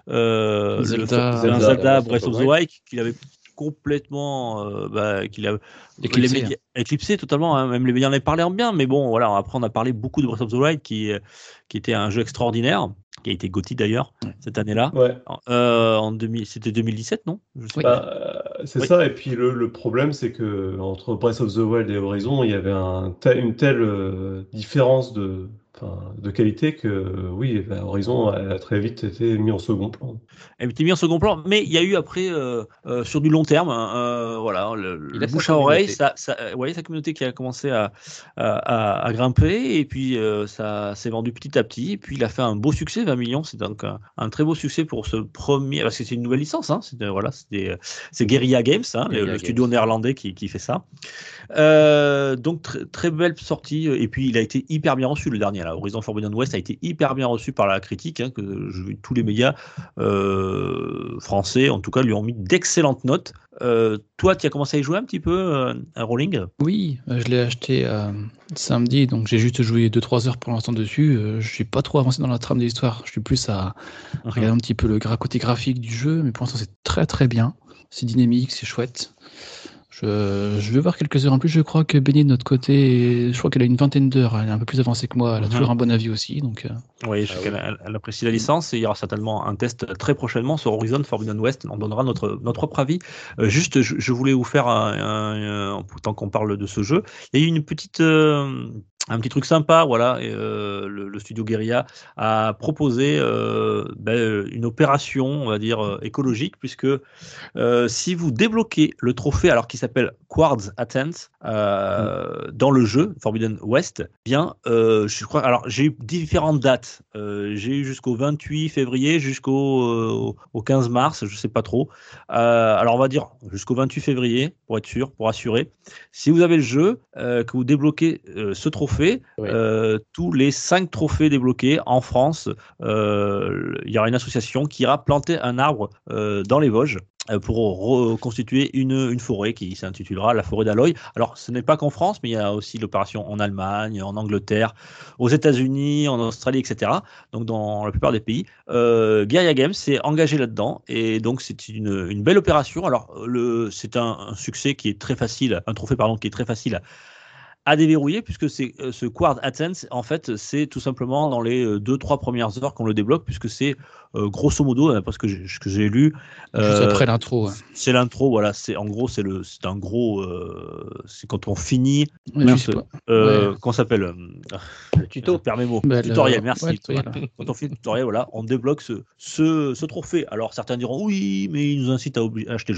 Speaker 2: euh, le
Speaker 3: Zelda,
Speaker 2: un
Speaker 5: Zelda,
Speaker 2: Zelda
Speaker 4: Breath of
Speaker 2: Breath
Speaker 4: the
Speaker 2: of the
Speaker 4: Wild.
Speaker 2: Wild qu'il avait complètement, euh, bah, qu'il a les
Speaker 3: Éclipsé.
Speaker 2: médias éclipsé totalement. Hein. Même les médias en avaient parlé en bien, mais bon, voilà. Après, on a parlé beaucoup de Breath of the Wild qui, euh, qui était un jeu extraordinaire, qui a été G O T Y d'ailleurs cette année-là.
Speaker 5: Ouais.
Speaker 2: Euh, en deux mille, c'était deux mille dix-sept, non? Je sais
Speaker 3: Oui.
Speaker 2: plus.
Speaker 5: Bah, euh, c'est
Speaker 2: Oui.
Speaker 5: ça. Et puis le, le problème, c'est que entre Breath of the Wild et Horizon, il y avait un tel- une telle euh, différence de, enfin, de qualité que euh, oui, bah, Horizon a très vite été mis en second plan.
Speaker 2: Elle était mise en second plan, mais il y a eu après, euh, euh, sur du long terme, hein, euh, voilà, le,
Speaker 4: Il
Speaker 2: le
Speaker 4: a sa
Speaker 2: bouche à oreille,
Speaker 4: communauté.
Speaker 2: ça, ça, euh, ouais, sa communauté qui a commencé à, à, à- à grimper, et puis euh, ça s'est vendu petit à petit, et puis il a fait un beau succès, vingt millions, c'est donc un, un très beau succès pour ce premier, parce que c'est une nouvelle licence, hein, c'est, voilà, c'est, c'est Guerrilla Games, hein, le,
Speaker 4: Guerrilla
Speaker 2: le studio
Speaker 4: Games.
Speaker 2: néerlandais qui, qui fait ça. Euh, donc très, très belle sortie, et puis il a été hyper bien reçu le dernier, là, Horizon Forbidden West a été hyper bien reçu par la critique, hein, que je vu tous les médias euh, français, en tout cas, lui ont mis d'excellentes notes. Euh, toi, tu as commencé à y jouer un petit peu euh, à Rolling?
Speaker 3: Oui, euh, je l'ai acheté euh, samedi, donc j'ai juste joué deux trois heures pour l'instant dessus. Euh, je suis pas trop avancé dans la trame de l'histoire. Je suis plus à regarder un petit peu le gra- côté graphique du jeu, mais pour l'instant c'est très très bien. C'est dynamique, c'est chouette. Je, je vais voir quelques heures en plus. Je crois que Benny de notre côté, je crois qu'elle a une vingtaine d'heures. Elle est un peu plus avancée que moi. Elle a
Speaker 2: Mhm.
Speaker 3: toujours un bon avis aussi. Donc, euh,
Speaker 2: Oui, je
Speaker 4: Ah
Speaker 2: sais
Speaker 4: oui.
Speaker 2: qu'elle a- elle apprécie la licence et il y aura certainement un test très prochainement sur Horizon Forbidden West. On donnera notre, notre propre avis. Euh, juste, je, je voulais vous faire, un, un- un- tant qu'on parle de ce jeu, il y a eu une petite, euh, un petit truc sympa. Voilà, et, euh, le, le studio Guerrilla a proposé euh, ben, une opération, on va dire, euh, écologique, puisque Euh, si vous débloquez le trophée, alors qui s'appelle Quartz Ascent, euh, dans le jeu Forbidden West, bien, euh, je crois. Alors, j'ai eu différentes dates. Euh, j'ai eu jusqu'au vingt-huit février, jusqu'au euh, au quinze mars, je sais pas trop. Euh, alors, on va dire jusqu'au vingt-huit février, pour être sûr, pour assurer. Si vous avez le jeu, euh, que vous débloquez euh, ce trophée,
Speaker 4: Oui.
Speaker 2: euh, tous les cinq trophées débloqués en France, euh, il y aura une association qui ira planter un arbre euh, dans les Vosges euh, pour reconstituer une, une forêt qui s'intitulera la forêt d'Aloy. Alors, ce n'est pas qu'en France, mais il y a aussi l'opération en Allemagne, en Angleterre, aux États-Unis, en Australie, et cetera. Donc, dans la plupart des pays. Euh, Guerrilla Games s'est engagé là-dedans et donc c'est une, une belle opération. Alors, le, c'est un, un succès qui est très facile, un trophée, pardon, qui est très facile à à déverrouiller puisque c'est euh, ce Quad AdSense en fait c'est tout simplement dans les euh, deux trois premières heures qu'on le débloque puisque c'est euh, grosso modo euh, parce que j'ai, ce que j'ai lu
Speaker 3: juste
Speaker 2: euh,
Speaker 3: après l'intro. Ouais.
Speaker 2: c'est l'intro voilà c'est en gros c'est le c'est un gros euh, c'est quand on finit
Speaker 3: Ouais,
Speaker 2: mince,
Speaker 3: je sais pas.
Speaker 2: euh,
Speaker 3: Ouais.
Speaker 2: comment ça s'appelle euh,
Speaker 4: Le
Speaker 2: je
Speaker 4: tuto.
Speaker 2: perds mes mots
Speaker 3: Bah, le-
Speaker 2: tutoriel merci
Speaker 3: ouais, le tutoriel, ouais.
Speaker 2: quand on fait le tutoriel voilà on débloque ce, ce, ce trophée alors certains diront oui mais ils nous incitent à, obli- à acheter le jeu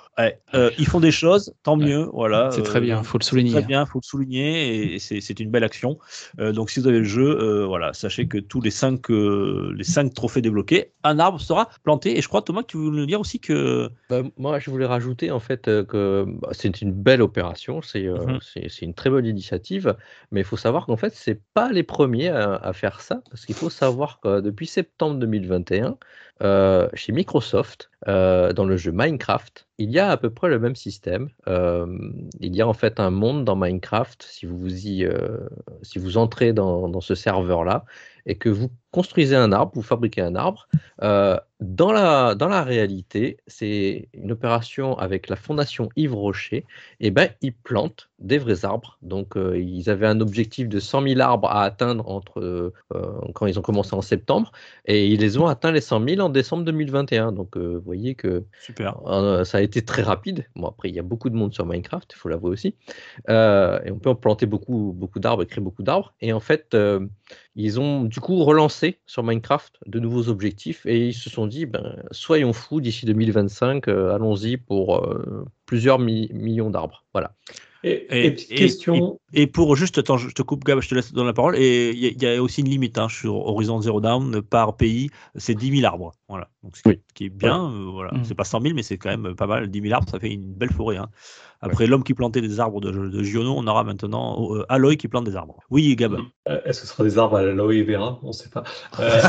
Speaker 2: Ouais, euh, ils font des choses, tant mieux. Ouais. Voilà,
Speaker 3: c'est très bien,
Speaker 2: euh,
Speaker 3: faut le souligner.
Speaker 2: Très bien, faut le souligner, et c'est, c'est une belle action. Euh, donc, si vous avez le jeu, euh, voilà, sachez que tous les cinq, euh, les cinq trophées débloqués, un arbre sera planté. Et je crois, Thomas, que tu voulais nous dire aussi que.
Speaker 4: Bah, moi, je voulais rajouter en fait euh, que bah, c'est une belle opération, c'est, euh,
Speaker 2: Mhm.
Speaker 4: c'est, c'est une très bonne initiative, mais il faut savoir qu'en fait, c'est pas les premiers à, à faire ça, parce qu'il faut savoir que depuis septembre deux mille vingt et un, euh, chez Microsoft, euh, dans le jeu Minecraft, il y a à peu près le même système. Euh, il y a en fait un monde dans Minecraft, si vous vous y, euh, si vous entrez dans, dans ce serveur-là et que vous construisez un arbre, vous fabriquez un arbre. Euh, dans la, dans la réalité, c'est une opération avec la fondation Yves Rocher. Et ben, ils plantent des vrais arbres. Donc, euh, ils avaient un objectif de cent mille arbres à atteindre entre, euh, quand ils ont commencé en septembre. Et ils les ont atteint les cent mille en décembre deux mille vingt et un. Donc, euh, vous voyez que
Speaker 2: Super.
Speaker 4: euh, ça a été très rapide. Bon, après, il y a beaucoup de monde sur Minecraft, il faut l'avouer aussi. Euh, et on peut en planter beaucoup, beaucoup d'arbres et créer beaucoup d'arbres. Et en fait, euh, ils ont du coup relancé sur Minecraft de nouveaux objectifs et ils se sont dit, ben, soyons fous, d'ici deux mille vingt-cinq, euh, allons-y pour euh, plusieurs mi- millions d'arbres. Voilà.
Speaker 5: Et,
Speaker 2: Et,
Speaker 5: et petite
Speaker 2: et,
Speaker 5: question.
Speaker 2: et, et pour juste, attends, je te coupe, Gab, je te laisse donner la parole. Et il y, y a aussi une limite hein, sur Horizon Zero Dawn par pays, c'est dix mille arbres. Voilà. Donc, ce qui,
Speaker 4: Oui.
Speaker 2: qui est bien.
Speaker 5: Ouais.
Speaker 2: Euh, voilà.
Speaker 3: Mm.
Speaker 2: C'est pas cent mille, mais c'est quand même pas mal. dix mille arbres, ça fait une belle forêt. Hein. Après, l'homme qui plantait des arbres de, de Giono, on aura maintenant euh, Aloy qui plante des arbres. Oui, Gab.
Speaker 5: Euh, Est-ce que ce sera des arbres à l'aloe vera? On ne sait pas. Euh,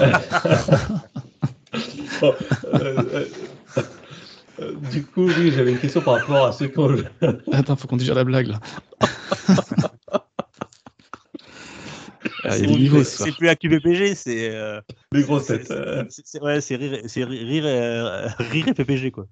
Speaker 5: bon, euh, euh, euh, du coup, oui, j'avais une question par rapport à ceux qui ont.
Speaker 3: Attends, faut qu'on digère la blague là. Ah, il y a
Speaker 2: C'est,
Speaker 3: des niveaux,
Speaker 2: c'est,
Speaker 3: ça.
Speaker 2: c'est plus A Q P P G, c'est. Euh,
Speaker 5: Les grosses
Speaker 2: c'est,
Speaker 5: têtes.
Speaker 2: c'est,
Speaker 5: euh.
Speaker 2: c'est, c'est, ouais, c'est rire, c'est rire, euh, rire et P P G, quoi.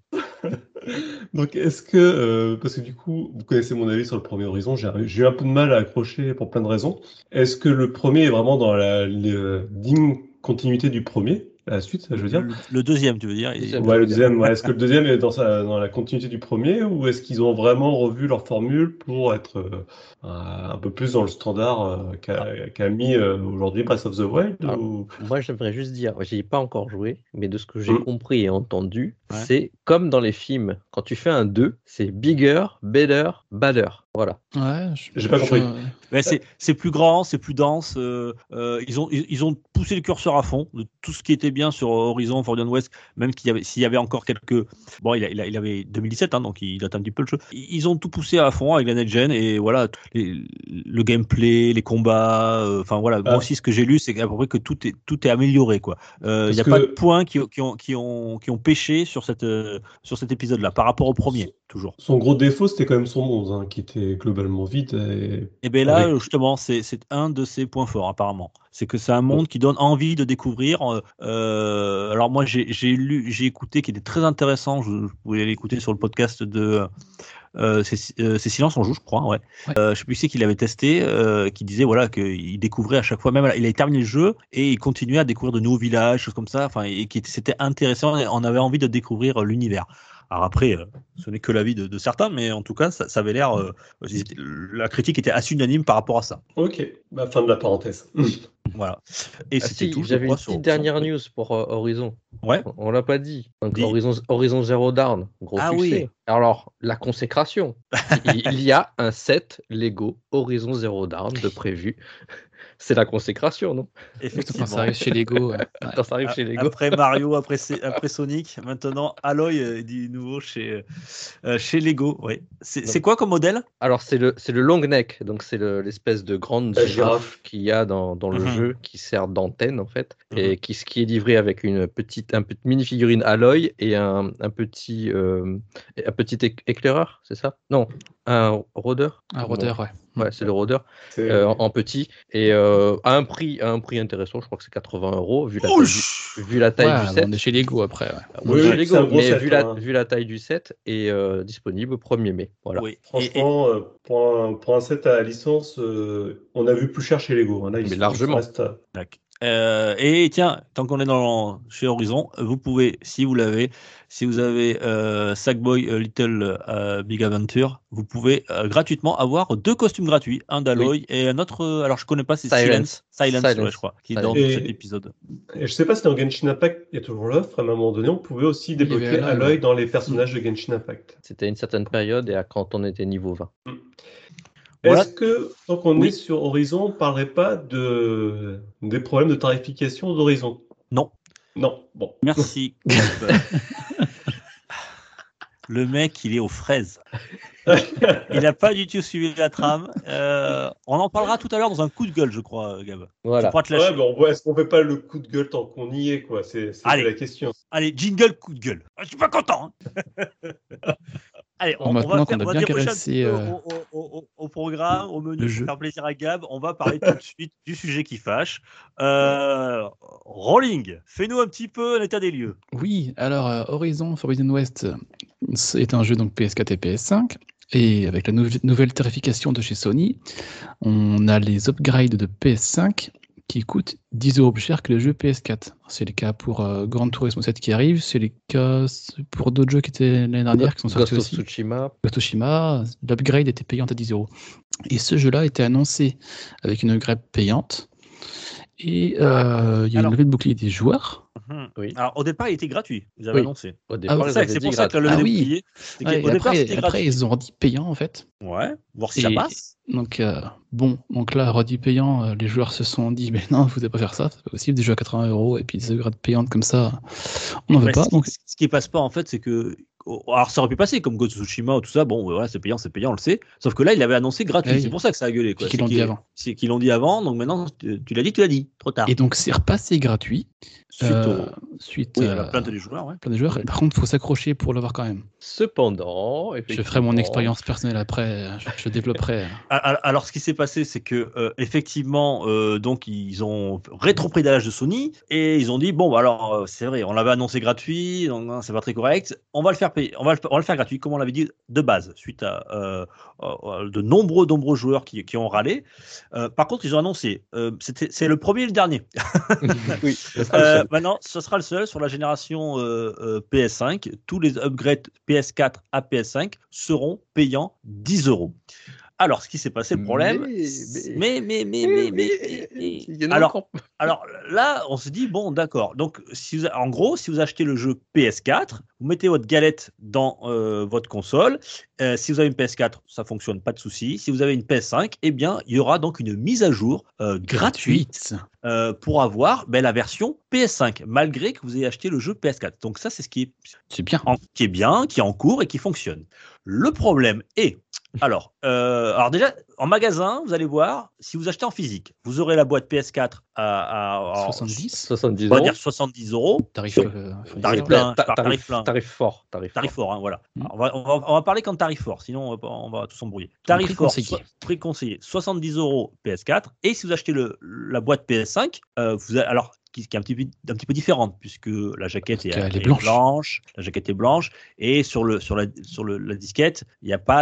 Speaker 5: Donc, est-ce que, euh, parce que du coup, vous connaissez mon avis sur le premier Horizon, j'ai j'ai eu un peu de mal à accrocher pour plein de raisons. Est-ce que le premier est vraiment dans la, la digne continuité du premier, la suite, je veux dire?
Speaker 2: Le, le deuxième, tu veux dire.
Speaker 4: Deuxième.
Speaker 5: Ouais, le deuxième, ouais. Est-ce que le deuxième est dans, sa, dans la continuité du premier ou est-ce qu'ils ont vraiment revu leur formule pour être euh, un un peu plus dans le standard euh, qu'a qu'a mis euh, aujourd'hui Breath of the Wild
Speaker 4: Alors,
Speaker 5: ou...
Speaker 4: moi, j'aimerais juste dire, j'y ai pas encore joué, mais de ce que j'ai
Speaker 5: Mm.
Speaker 4: compris et entendu,
Speaker 2: Ouais.
Speaker 4: c'est comme dans les films, quand tu fais un deux, c'est bigger, better, badder. Voilà.
Speaker 3: Ouais, je-
Speaker 5: J'ai pas
Speaker 3: je-
Speaker 5: compris.
Speaker 2: Ouais, c'est, c'est plus grand, c'est plus dense. euh, euh, ils, ont, ils, ils ont poussé le curseur à fond de tout ce qui était bien sur Horizon Forbidden West, même qu'il y avait, s'il y avait encore quelques. Bon, il, a, il, a, il avait deux mille dix-sept, hein, donc il date un petit peu le jeu. Ils ont tout poussé à fond avec la next-gen et voilà, les, le gameplay, les combats. Enfin euh, voilà,
Speaker 5: Ah.
Speaker 2: moi aussi, ce que j'ai lu, c'est à peu près que tout est, tout est amélioré. Quoi. Euh, il n'y a
Speaker 5: que...
Speaker 2: pas de points qui, qui, ont, qui, ont, qui ont pêché sur, cette, euh, sur cet épisode-là par rapport au premier, toujours.
Speaker 5: Son gros défaut, c'était quand même son monde, hein, qui était globalement vide. Et,
Speaker 2: et bien là,
Speaker 5: avec...
Speaker 2: justement, c'est, c'est un de ses points forts, apparemment. C'est que c'est un monde qui donne envie de découvrir. Euh, alors moi, j'ai, j'ai lu, j'ai écouté, qui était très intéressant. Je, je pouvais l'écouter sur le podcast de euh, c'est, euh, c'est Silence on joue, je crois. Ouais.
Speaker 3: Ouais.
Speaker 2: Euh, je sais plus qui c'est qu'il avait testé, euh, qui disait voilà qu'il découvrait à chaque fois, même il avait terminé le jeu et il continuait à découvrir de nouveaux villages, choses comme ça. Enfin, et qui c'était intéressant. Et on avait envie de découvrir l'univers. Alors après, euh, ce n'est que l'avis de, de certains, mais en tout cas, ça, ça avait l'air. Euh, la critique était assez unanime par rapport à ça.
Speaker 5: Ok, bah, fin de la parenthèse.
Speaker 2: Voilà. Et
Speaker 4: Ah
Speaker 2: c'était
Speaker 4: si,
Speaker 2: tout. Je
Speaker 4: j'avais
Speaker 2: crois,
Speaker 4: une petite
Speaker 2: sur,
Speaker 4: dernière
Speaker 2: sur...
Speaker 4: news pour euh, Horizon.
Speaker 2: Ouais.
Speaker 4: On, on l'a pas dit. Donc
Speaker 2: Dis.
Speaker 4: Horizon, Horizon Zero Dawn, gros
Speaker 2: Ah
Speaker 4: succès.
Speaker 2: oui.
Speaker 4: Alors, la consécration. il, il y a un set Lego Horizon Zero Dawn de prévu. C'est la consécration, non?
Speaker 2: Effectivement.
Speaker 3: Quand ça arrive chez Lego. Ouais.
Speaker 4: Quand ça arrive
Speaker 2: A-
Speaker 4: chez Lego.
Speaker 2: Après Mario, après, après Sonic, maintenant Aloy euh, dit nouveau chez, euh, chez Lego. Ouais. C'est, c'est quoi comme modèle?
Speaker 4: Alors, c'est le, c'est le long neck, donc c'est le, l'espèce de grande
Speaker 5: La
Speaker 4: girafe,
Speaker 5: girafe.
Speaker 4: qu'il y a dans, dans le
Speaker 2: Mhm.
Speaker 4: jeu, qui sert d'antenne en fait,
Speaker 2: Mhm.
Speaker 4: et qui, qui est livré avec une petite, un petit mini-figurine Aloy et un, un petit, euh, un petit éc- éclaireur, c'est ça? Non, un rôdeur.
Speaker 3: Un
Speaker 4: Bon,
Speaker 3: rôdeur, ouais.
Speaker 4: Ouais, c'est le rôdeur
Speaker 5: C'est-
Speaker 4: euh, en, en petit et euh, à un prix, à un prix intéressant. Je crois que c'est quatre-vingts euros vu la taille du, vu la taille
Speaker 3: Ouais,
Speaker 4: du set.
Speaker 3: on est chez Lego après. Ouais.
Speaker 4: On
Speaker 5: Oui,
Speaker 4: est chez
Speaker 5: oui,
Speaker 4: Lego,
Speaker 5: c'est un gros
Speaker 4: mais
Speaker 5: set,
Speaker 4: vu la,
Speaker 5: hein.
Speaker 4: vu la taille du set est euh, disponible au premier mai. Voilà.
Speaker 2: Oui. Et- et-
Speaker 5: Franchement, euh, pour, un, pour un set à licence, euh, on a vu plus cher chez Lego. Hein. Là, ils
Speaker 4: Mais
Speaker 5: sont,
Speaker 4: largement.
Speaker 5: ça reste, euh,
Speaker 2: Tac. Euh, et tiens, tant qu'on est dans chez Horizon, vous pouvez, si vous l'avez, si vous avez euh, Sackboy euh, Little euh, Big Adventure, vous pouvez euh, gratuitement avoir deux costumes gratuits, un d'Aloy et un autre. euh, alors je connais pas, c'est Silence,
Speaker 4: Silence.
Speaker 2: Silence,
Speaker 4: Silence.
Speaker 2: ouais, je crois, qui est
Speaker 4: Silence.
Speaker 2: dans
Speaker 5: Et-
Speaker 2: cet épisode.
Speaker 5: Et je sais pas si dans Genshin Impact, il y a toujours l'offre. À un moment donné, on pouvait aussi
Speaker 3: il y avait
Speaker 5: débloquer
Speaker 3: Aloy,
Speaker 5: Aloy
Speaker 3: ouais.
Speaker 5: dans les personnages de Genshin Impact.
Speaker 4: C'était une certaine période et à quand on était niveau vingt.
Speaker 2: Voilà.
Speaker 5: Est-ce que, tant qu'on
Speaker 2: Oui.
Speaker 5: est sur Horizon, on ne parlerait pas de... des problèmes de tarification d'Horizon?
Speaker 2: Non,
Speaker 5: Non, bon.
Speaker 2: merci. Le mec, il est aux fraises. Il n'a pas du tout suivi la trame. Euh, on en parlera tout à l'heure dans un coup de gueule, je crois, Gab.
Speaker 4: Voilà.
Speaker 2: Tu pourras te lâcher.
Speaker 5: Ouais, bon, ouais, est-ce qu'on fait pas le coup de gueule tant qu'on y est, quoi? C'est c'est
Speaker 2: Allez.
Speaker 5: la question.
Speaker 2: Allez, jingle, coup de gueule. Je suis pas content. hein. Allez, on, on va,
Speaker 3: Maintenant
Speaker 2: faire,
Speaker 3: qu'on a
Speaker 2: on va
Speaker 3: bien
Speaker 2: dérocher un
Speaker 3: caressé,
Speaker 2: petit peu
Speaker 3: euh,
Speaker 2: au, au- au- au programme, au menu,
Speaker 3: le
Speaker 2: pour
Speaker 3: jeu.
Speaker 2: faire plaisir à Gab. On va parler tout de suite du sujet qui fâche. Euh, Rolling, fais-nous un petit peu un état des lieux.
Speaker 3: Oui, alors euh, Horizon Forbidden West euh, est un jeu donc P S quatre et P S cinq. Et avec la nouve- nouvelle tarification de chez Sony, on a les upgrades de P S cinq qui coûtent dix euros plus cher que le jeu P S quatre. C'est le cas pour euh, Gran Turismo sept qui arrive, c'est le cas pour d'autres jeux qui étaient l'année dernière qui sont sortis
Speaker 4: Ghost of
Speaker 3: aussi.
Speaker 4: Tsushima.
Speaker 3: Ghost of Tsushima, l'upgrade était payante à dix euros. Et ce jeu-là était annoncé avec une upgrade payante. Et euh, il y a
Speaker 2: Alors-
Speaker 3: une levée de bouclier des joueurs.
Speaker 2: Mhm.
Speaker 4: Oui.
Speaker 2: Alors, au départ, il était gratuit. Ils avaient
Speaker 4: Oui.
Speaker 2: annoncé.
Speaker 4: Au départ,
Speaker 3: oui,
Speaker 2: C'est
Speaker 4: ils
Speaker 2: ça,
Speaker 4: avaient
Speaker 2: c'est
Speaker 4: dit
Speaker 2: pour ça que la
Speaker 4: gratuit.
Speaker 2: levée
Speaker 3: Ah
Speaker 2: des
Speaker 3: oui.
Speaker 2: boucliers, c'est
Speaker 3: Ouais,
Speaker 2: qu'au
Speaker 3: et
Speaker 2: départ,
Speaker 3: après,
Speaker 2: c'était
Speaker 3: après,
Speaker 2: gratuit.
Speaker 3: ils ont redit payant en fait.
Speaker 2: Ouais, voir si ça
Speaker 3: Et-
Speaker 2: passe.
Speaker 3: Donc, euh, bon, donc là, redit payant, euh, les joueurs se sont dit, mais non, vous ne pouvez pas faire ça, c'est pas possible, des jeux à quatre-vingts euros et puis des upgrades payantes comme ça, on n'en veut
Speaker 2: Bah,
Speaker 3: pas.
Speaker 2: ce,
Speaker 3: Donc,
Speaker 2: qui, ce qui passe pas, en fait, c'est que. Alors, ça aurait pu passer, comme Ghost of Tsushima ou tout ça. Bon, voilà, c'est payant, c'est payant, on le sait. Sauf que là, il avait annoncé gratuit.
Speaker 3: Oui.
Speaker 2: C'est pour ça que ça a gueulé. Quoi.
Speaker 3: C'est qu'ils
Speaker 2: C'est
Speaker 3: l'ont dit avant.
Speaker 2: C'est qu'ils l'ont dit avant. Donc maintenant, tu, tu l'as dit, tu l'as dit. Trop tard.
Speaker 3: et donc, c'est repassé gratuit.
Speaker 2: Suite
Speaker 3: euh,
Speaker 2: au.
Speaker 3: suite
Speaker 2: Oui, à la
Speaker 3: euh,
Speaker 2: plainte des joueurs, ouais.
Speaker 3: plein de joueurs. Et par contre, il faut s'accrocher pour l'avoir quand même.
Speaker 4: Cependant,
Speaker 3: Je ferai mon
Speaker 4: effectivement,
Speaker 3: expérience personnelle après, je, je développerai.
Speaker 2: Alors, alors, ce qui s'est passé, c'est que euh, effectivement, euh, donc ils ont rétroprédalage de Sony et ils ont dit bon, bah, alors euh, c'est vrai, on l'avait annoncé gratuit, donc hein, c'est pas très correct. On va le faire payer, on va le, on va le faire gratuit, comme on l'avait dit de base, suite à euh, euh, de nombreux nombreux joueurs qui, qui ont râlé. Euh, par contre, ils ont annoncé, euh, c'était c'est le premier et le dernier.
Speaker 4: oui, ce sera le
Speaker 2: Euh,
Speaker 4: seul.
Speaker 2: maintenant, ce sera le seul sur la génération euh, euh, P S cinq. Tous les upgrades P S quatre à P S cinq seront payants dix euros. Alors, ce qui s'est passé, le problème,
Speaker 4: Mais-
Speaker 2: mais, mais, mais, mais, mais, mais, mais-
Speaker 4: Il y en a
Speaker 2: alors,
Speaker 4: encore.
Speaker 2: alors là, on se dit bon, d'accord. Donc, si vous, en gros, si vous achetez le jeu P S quatre, vous mettez votre galette dans euh, votre console. Euh, si vous avez une P S quatre, ça fonctionne, pas de souci. Si vous avez une P S cinq, eh bien, il y aura donc une mise à jour euh, gratuite euh, pour avoir ben, la version P S cinq, malgré que vous ayez acheté le jeu P S quatre. Donc ça, c'est ce qui est,
Speaker 3: C'est bien.
Speaker 2: en- qui est bien, qui est en cours et qui fonctionne. Le problème est, alors, euh, alors déjà, en magasin, vous allez voir, si vous achetez en physique, vous aurez la boîte P S quatre à, à- à-
Speaker 3: soixante-dix
Speaker 4: soixante-dix
Speaker 2: on va
Speaker 4: euros.
Speaker 2: dire soixante-dix euros.
Speaker 3: tarif. euh, fournisseur.
Speaker 2: Tarif
Speaker 4: Oui,
Speaker 2: plein,
Speaker 4: ta-
Speaker 2: je parle
Speaker 4: tarif,
Speaker 2: tarif plein.
Speaker 4: tarif fort. Tarif,
Speaker 2: Tarif
Speaker 4: fort.
Speaker 2: fort, hein, voilà.
Speaker 3: Mm.
Speaker 2: Alors, on, va, on, va, on va parler qu'en tarif fort, sinon on va, on va tous s'embrouiller. Tarif
Speaker 3: prix
Speaker 2: fort,
Speaker 3: conseillé.
Speaker 2: so- prix conseillé, soixante-dix euros P S quatre. Et si vous achetez le, la boîte P S cinq, euh, vous a- alors qui, qui est un petit, peu, un petit peu différente, puisque la jaquette est,
Speaker 3: Parce qu'elle est
Speaker 2: est
Speaker 3: blanche.
Speaker 2: blanche, la jaquette est blanche, et sur, le, sur, la, sur le, la disquette, il n'y a pas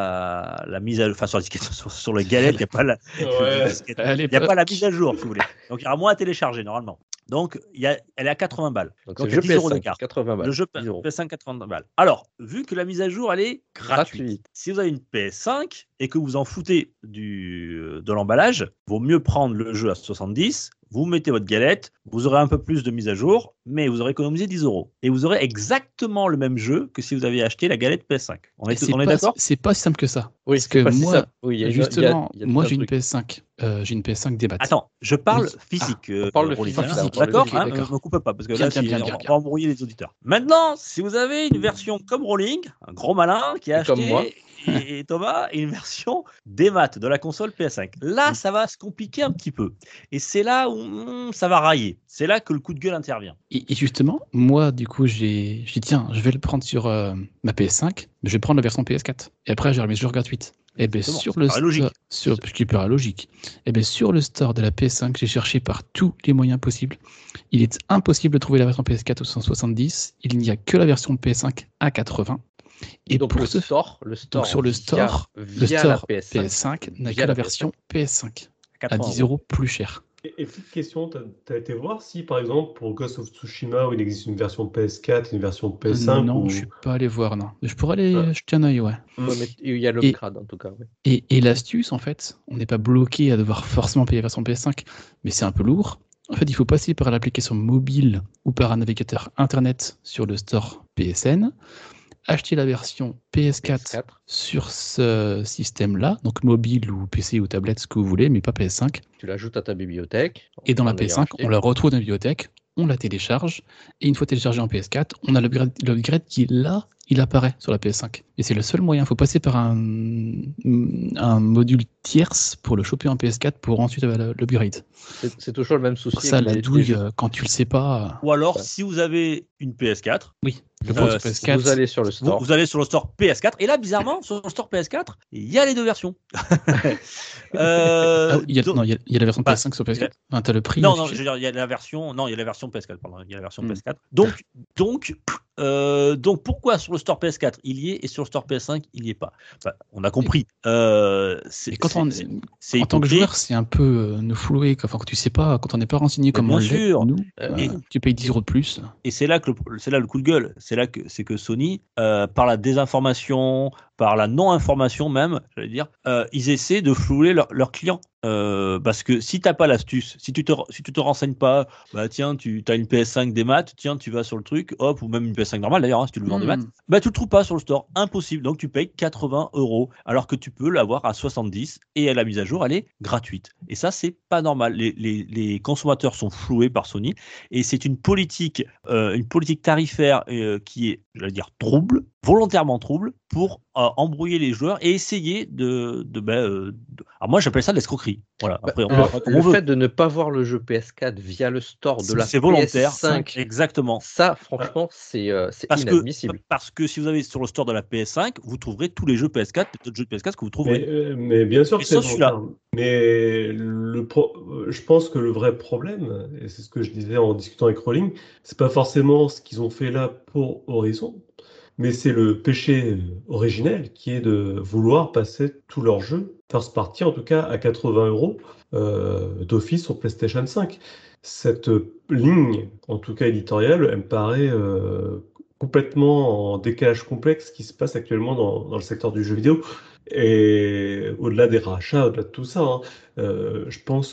Speaker 2: la, la mise à enfin sur la disquette, sur, sur le galette, il n'y a pas la,
Speaker 5: Ouais.
Speaker 2: disquette.
Speaker 3: Elle est
Speaker 2: Il n'y a
Speaker 3: pas-
Speaker 2: pas la mise à jour, si vous voulez. Donc il y aura moins à télécharger normalement. Donc il y a, elle est à quatre-vingts balles.
Speaker 4: Donc,
Speaker 2: Donc,
Speaker 4: c'est
Speaker 2: il y a
Speaker 4: le
Speaker 2: dix
Speaker 4: jeu
Speaker 2: euros
Speaker 4: P S cinq,
Speaker 2: d'écart.
Speaker 4: quatre-vingts balles.
Speaker 2: Le jeu P
Speaker 4: dix euros.
Speaker 2: S cinq quatre-vingts balles. Alors, vu que la mise à jour elle est gratuite,
Speaker 4: Gratuite.
Speaker 2: si vous avez une P S cinq et que vous en foutez du, de l'emballage, vaut mieux prendre le jeu à soixante-dix, vous mettez votre galette, vous aurez un peu plus de mise à jour, mais vous aurez économisé dix euros. Et vous aurez exactement le même jeu que si vous aviez acheté la galette P S cinq. On
Speaker 3: Et
Speaker 2: est,
Speaker 3: c'est
Speaker 2: on est
Speaker 3: pas-
Speaker 2: d'accord?
Speaker 3: C'est pas si simple que ça.
Speaker 4: Oui,
Speaker 3: Parce
Speaker 4: c'est
Speaker 3: que
Speaker 4: pas si
Speaker 3: moi,
Speaker 4: simple. Oui, il y a une- il y a-
Speaker 3: Justement,
Speaker 4: il y a
Speaker 3: moi
Speaker 4: tout un
Speaker 3: j'ai une
Speaker 4: truc.
Speaker 3: P S cinq. euh, j'ai une P S cinq débat.
Speaker 2: Attends, je parle
Speaker 3: Oui.
Speaker 2: physique.
Speaker 3: Ah,
Speaker 2: euh,
Speaker 4: on parle de
Speaker 2: Rolling,
Speaker 4: physique,
Speaker 2: hein.
Speaker 3: là, on
Speaker 4: parle de
Speaker 2: D'accord,
Speaker 3: physique,
Speaker 2: hein,
Speaker 3: d'accord.
Speaker 2: ne me coupe pas, parce que
Speaker 3: Bien,
Speaker 2: là,
Speaker 3: bien,
Speaker 2: si-
Speaker 3: bien,
Speaker 2: on
Speaker 3: bien,
Speaker 2: va
Speaker 3: bien.
Speaker 2: embrouiller les auditeurs. Maintenant, si vous avez une version comme Rolling, un gros malin qui a
Speaker 4: Et comme
Speaker 2: acheté,
Speaker 4: moi.
Speaker 2: et, et Thomas, une version démat de la console P S cinq. Là, ça va se compliquer un petit peu. Et c'est là où hum, ça va railler. C'est là que le coup de gueule intervient.
Speaker 3: Et, et justement, moi, du coup, j'ai j'ai dit, tiens, je vais le prendre sur euh, ma P S cinq, mais je vais prendre la version P S quatre. Et après, j'aurai mes jeux gratuites. Et bien,
Speaker 2: Exactement,
Speaker 3: sur
Speaker 2: ça
Speaker 3: le
Speaker 2: paraît logique.
Speaker 3: store, sur, ce qui paraît logique. Et bien, sur le store de la P S cinq, j'ai cherché par tous les moyens possibles. Il est impossible de trouver la version P S quatre au cent soixante-dix. Il n'y a que la version P S cinq à quatre-vingts. Et
Speaker 4: donc
Speaker 3: pour
Speaker 4: le
Speaker 3: ce
Speaker 4: store, le store,
Speaker 3: donc sur le
Speaker 4: via-
Speaker 3: store, le
Speaker 4: via la
Speaker 3: store
Speaker 4: P S cinq,
Speaker 3: P S cinq n'a
Speaker 4: via
Speaker 3: que la
Speaker 4: la
Speaker 3: version P S cinq
Speaker 2: À
Speaker 3: à
Speaker 2: quatre-vingts
Speaker 3: dix euros plus cher.
Speaker 5: Et, et petite question, tu as été voir si par exemple pour Ghost of Tsushima où il existe une version P S quatre, une version P S cinq
Speaker 3: Non,
Speaker 5: ou...
Speaker 3: je suis pas allé voir, non. Je pourrais aller
Speaker 5: Ah.
Speaker 3: jeter un œil, ouais.
Speaker 5: Mm.
Speaker 4: Ouais, mais il y a
Speaker 3: Et-
Speaker 4: l'upgrade en tout cas. Ouais.
Speaker 3: Et, et l'astuce, en fait, on n'est pas bloqué à devoir forcément payer la version P S cinq, mais c'est un peu lourd. En fait, il faut passer par l'application mobile ou par un navigateur Internet sur le store P S N, acheter la version P S quatre,
Speaker 4: P S quatre.
Speaker 3: sur ce système-là, donc mobile ou P C ou tablette, ce que vous voulez, mais pas P S cinq.
Speaker 4: Tu l'ajoutes à ta bibliothèque.
Speaker 3: Et dans la
Speaker 4: en
Speaker 3: P S
Speaker 4: ayant
Speaker 3: cinq,
Speaker 4: acheté.
Speaker 3: on la retrouve dans la bibliothèque, on la télécharge, et une fois téléchargée en P S quatre, on a l'upgrade l'upgrade qui, là, il apparaît sur la P S cinq. Et c'est le seul moyen. Il faut passer par un, un module tierce pour le choper en P S quatre pour ensuite avoir l'upgrade.
Speaker 4: C'est, c'est toujours le même souci.
Speaker 3: Pour ça,
Speaker 4: avec
Speaker 3: la
Speaker 4: les-
Speaker 3: douille,
Speaker 4: les jeux.
Speaker 3: euh, quand tu le sais pas,
Speaker 2: Ou alors,
Speaker 4: Ouais.
Speaker 2: si vous avez une P S quatre,
Speaker 3: oui, le
Speaker 2: Euh,
Speaker 3: port de
Speaker 2: si
Speaker 3: P S quatre.
Speaker 4: Vous allez sur le
Speaker 2: vous,
Speaker 4: store.
Speaker 2: vous allez sur le store P S quatre, et là, bizarrement, sur le store P S quatre, il y a les deux versions. Euh,
Speaker 3: Ah, il y a,
Speaker 2: donc-
Speaker 3: non, il y a, il y a la version
Speaker 2: bah,
Speaker 3: P S cinq sur P S quatre. Enfin, t'as le prix.
Speaker 2: non, non,
Speaker 3: affiché.
Speaker 2: je veux dire, il y a la version, non, il y a la version P S quatre, pardon, il y a la version
Speaker 3: Hmm.
Speaker 2: P S quatre. Donc, donc, euh, donc, pourquoi sur le store P S quatre il y est et sur le store P S cinq il y est pas? Enfin, on a compris. Euh, c'est,
Speaker 3: Et quand
Speaker 2: c'est-
Speaker 3: on,
Speaker 2: c'est- c'est
Speaker 3: en tant que
Speaker 2: hypocrite.
Speaker 3: joueur, c'est un peu euh, nous flouer. quoi. Enfin, quand tu sais pas, quand on n'est pas renseigné comme
Speaker 2: bien
Speaker 3: on l'est,
Speaker 2: sûr.
Speaker 3: nous,
Speaker 4: Euh,
Speaker 3: bah,
Speaker 2: et-
Speaker 3: tu payes dix euros de plus.
Speaker 2: Et c'est là que le, c'est là le coup de gueule. C'est là que c'est que Sony, euh, par la désinformation, par la non-information même, j'allais dire, euh, ils essaient de flouer leur- leurs clients. Euh, parce que si t'as pas l'astuce, si tu te si tu te renseignes pas, bah tiens, tu as une P S cinq des maths, tiens, tu vas sur le truc, hop, ou même une P S cinq normale d'ailleurs, hein, si tu le veux en des
Speaker 3: Hmm.
Speaker 2: maths, bah tu le trouves pas sur le store, impossible. Donc tu payes quatre-vingts euros, alors que tu peux l'avoir à soixante-dix et la mise à jour elle est gratuite. Et ça c'est pas normal. Les, les, les consommateurs sont floués par Sony et c'est une politique, euh, une politique tarifaire euh, qui est, j'allais dire, trouble, volontairement trouble, pour euh, embrouiller les joueurs et essayer de, de, ben, euh, de... Alors moi j'appelle ça de l'escroquerie. Voilà. Après on
Speaker 4: le,
Speaker 2: va comme
Speaker 4: le
Speaker 2: on veut.
Speaker 4: fait de ne pas voir le jeu P S quatre via le store de la
Speaker 2: C'est volontaire.
Speaker 4: P S cinq,
Speaker 2: Exactement.
Speaker 4: ça franchement c'est, euh, c'est
Speaker 2: Parce que,
Speaker 4: inadmissible.
Speaker 2: parce que si vous allez sur le store de la P S cinq, vous trouverez tous les jeux P S quatre, les autres jeux de P S quatre que vous
Speaker 5: Mais,
Speaker 2: trouverez.
Speaker 5: euh, mais bien sûr
Speaker 2: Et
Speaker 5: que c'est
Speaker 2: ça, celui-là.
Speaker 5: volontaire. Mais le pro- euh, je pense que le vrai problème, et c'est ce que je disais en discutant avec Rowling, c'est pas forcément ce qu'ils ont fait là pour Horizon, mais c'est le péché euh, originel qui est de vouloir passer tous leurs jeux, first party en tout cas, à quatre-vingts euros euh, d'office sur PlayStation cinq. Cette ligne, en tout cas éditoriale, elle me paraît euh, complètement en décalage complexe qui se passe actuellement dans, dans le secteur du jeu vidéo. Et au-delà des rachats, au-delà de tout ça, hein, euh, je pense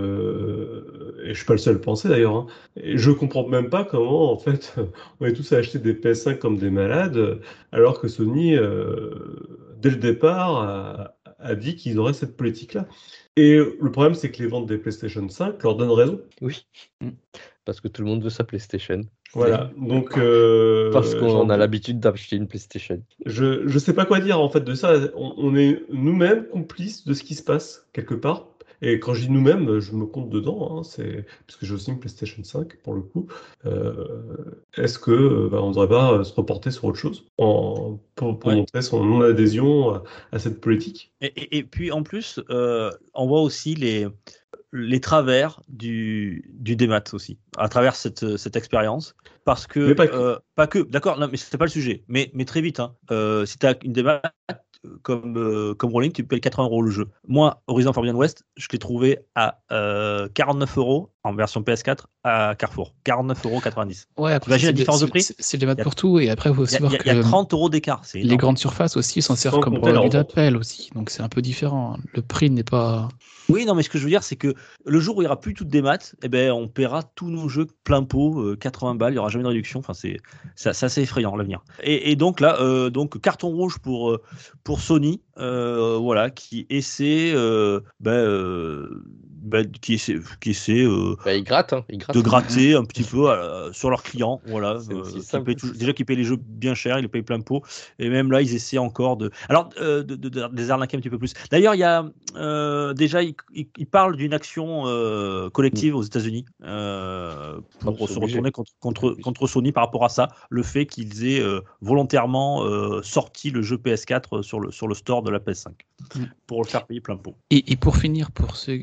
Speaker 5: que, et je suis pas le seul à le penser d'ailleurs, hein, et je comprends même pas comment en fait on est tous à acheter des P S cinq comme des malades, alors que Sony, euh, dès le départ, a, a dit qu'ils auraient cette politique-là. Et le problème, c'est que les ventes des PlayStation cinq leur donnent raison.
Speaker 4: Oui. Parce que tout le monde veut sa PlayStation.
Speaker 5: Voilà, donc euh,
Speaker 4: Parce qu'on
Speaker 5: j'en-
Speaker 4: a l'habitude d'acheter une PlayStation.
Speaker 5: je je sais pas quoi dire en fait de ça. On, on est nous-mêmes complices de ce qui se passe quelque part. Et quand je dis nous-mêmes, je me compte dedans. Hein, c'est parce que j'ai aussi une PlayStation cinq pour le coup. Euh, est-ce que euh, bah, on devrait pas se reporter sur autre chose en, pour, pour
Speaker 2: Ouais.
Speaker 5: montrer son non-adhésion à, à cette politique?
Speaker 2: Et, et, et puis en plus, euh, on voit aussi les, les travers du, du démat aussi, à travers cette, cette expérience. Parce que,
Speaker 5: Mais pas que.
Speaker 2: euh, pas que, d'accord, non, mais c'était pas le sujet. Mais, mais très vite, hein, euh, si tu as une démat, comme, euh, comme Rolling, tu payes quatre-vingts euros le jeu. Moi, Horizon Forbidden West, je l'ai trouvé à euh, quarante-neuf euros en version P S quatre à Carrefour. quarante-neuf euros quatre-vingt-dix.
Speaker 3: Ouais, après,
Speaker 2: T'imagines
Speaker 3: c'est
Speaker 2: la
Speaker 3: le-
Speaker 2: différence de
Speaker 3: c'est-
Speaker 2: prix
Speaker 3: c'est- C'est le débat
Speaker 2: Il y a-
Speaker 3: pour tout. Et après, il faut
Speaker 2: Il y, a-
Speaker 3: savoir
Speaker 2: il y a- il y a
Speaker 3: que
Speaker 2: trente euros d'écart. C'est
Speaker 3: les
Speaker 2: énorme.
Speaker 3: grandes surfaces aussi s'en servent
Speaker 5: Sans
Speaker 3: comme
Speaker 5: compter la
Speaker 3: produit
Speaker 5: revente.
Speaker 3: d'appel aussi. Donc c'est un peu différent. Le prix n'est pas.
Speaker 2: Oui, non, mais ce que je veux dire, c'est que le jour où il n'y aura plus tout de démat, eh ben, on paiera tous nos jeux plein pot, euh, quatre-vingts balles, il n'y aura jamais de réduction. Enfin, c'est, c'est, c'est assez effrayant l'avenir. Et, et donc là, euh, donc carton rouge pour, euh, pour Sony, euh, voilà, qui essaie, euh, ben, euh, ben, qui essaie, qui essaie euh,
Speaker 4: Bah, ils grattent, hein, ils grattent.
Speaker 2: de gratter un petit peu euh, sur leurs clients, voilà,
Speaker 4: C'est
Speaker 2: euh,
Speaker 4: aussi
Speaker 2: qui
Speaker 4: simple
Speaker 2: payent
Speaker 4: que
Speaker 2: tout-
Speaker 4: ça.
Speaker 2: déjà qu'ils payent les jeux bien cher, ils les payent plein pot, et même là ils essaient encore de, alors euh, de, de, de, de les arnaquer un petit peu plus. D'ailleurs il y a euh, déjà ils il, il parlent d'une action euh, collective aux États-Unis euh, pour
Speaker 4: Oh, c'est
Speaker 2: se
Speaker 4: obligé.
Speaker 2: retourner contre contre contre Sony par rapport à ça, le fait qu'ils aient euh, volontairement euh, sorti le jeu P S quatre sur le sur le store de la P S cinq
Speaker 3: Mm.
Speaker 2: pour le faire payer plein pot.
Speaker 3: Et, et pour finir, pour ceux, aux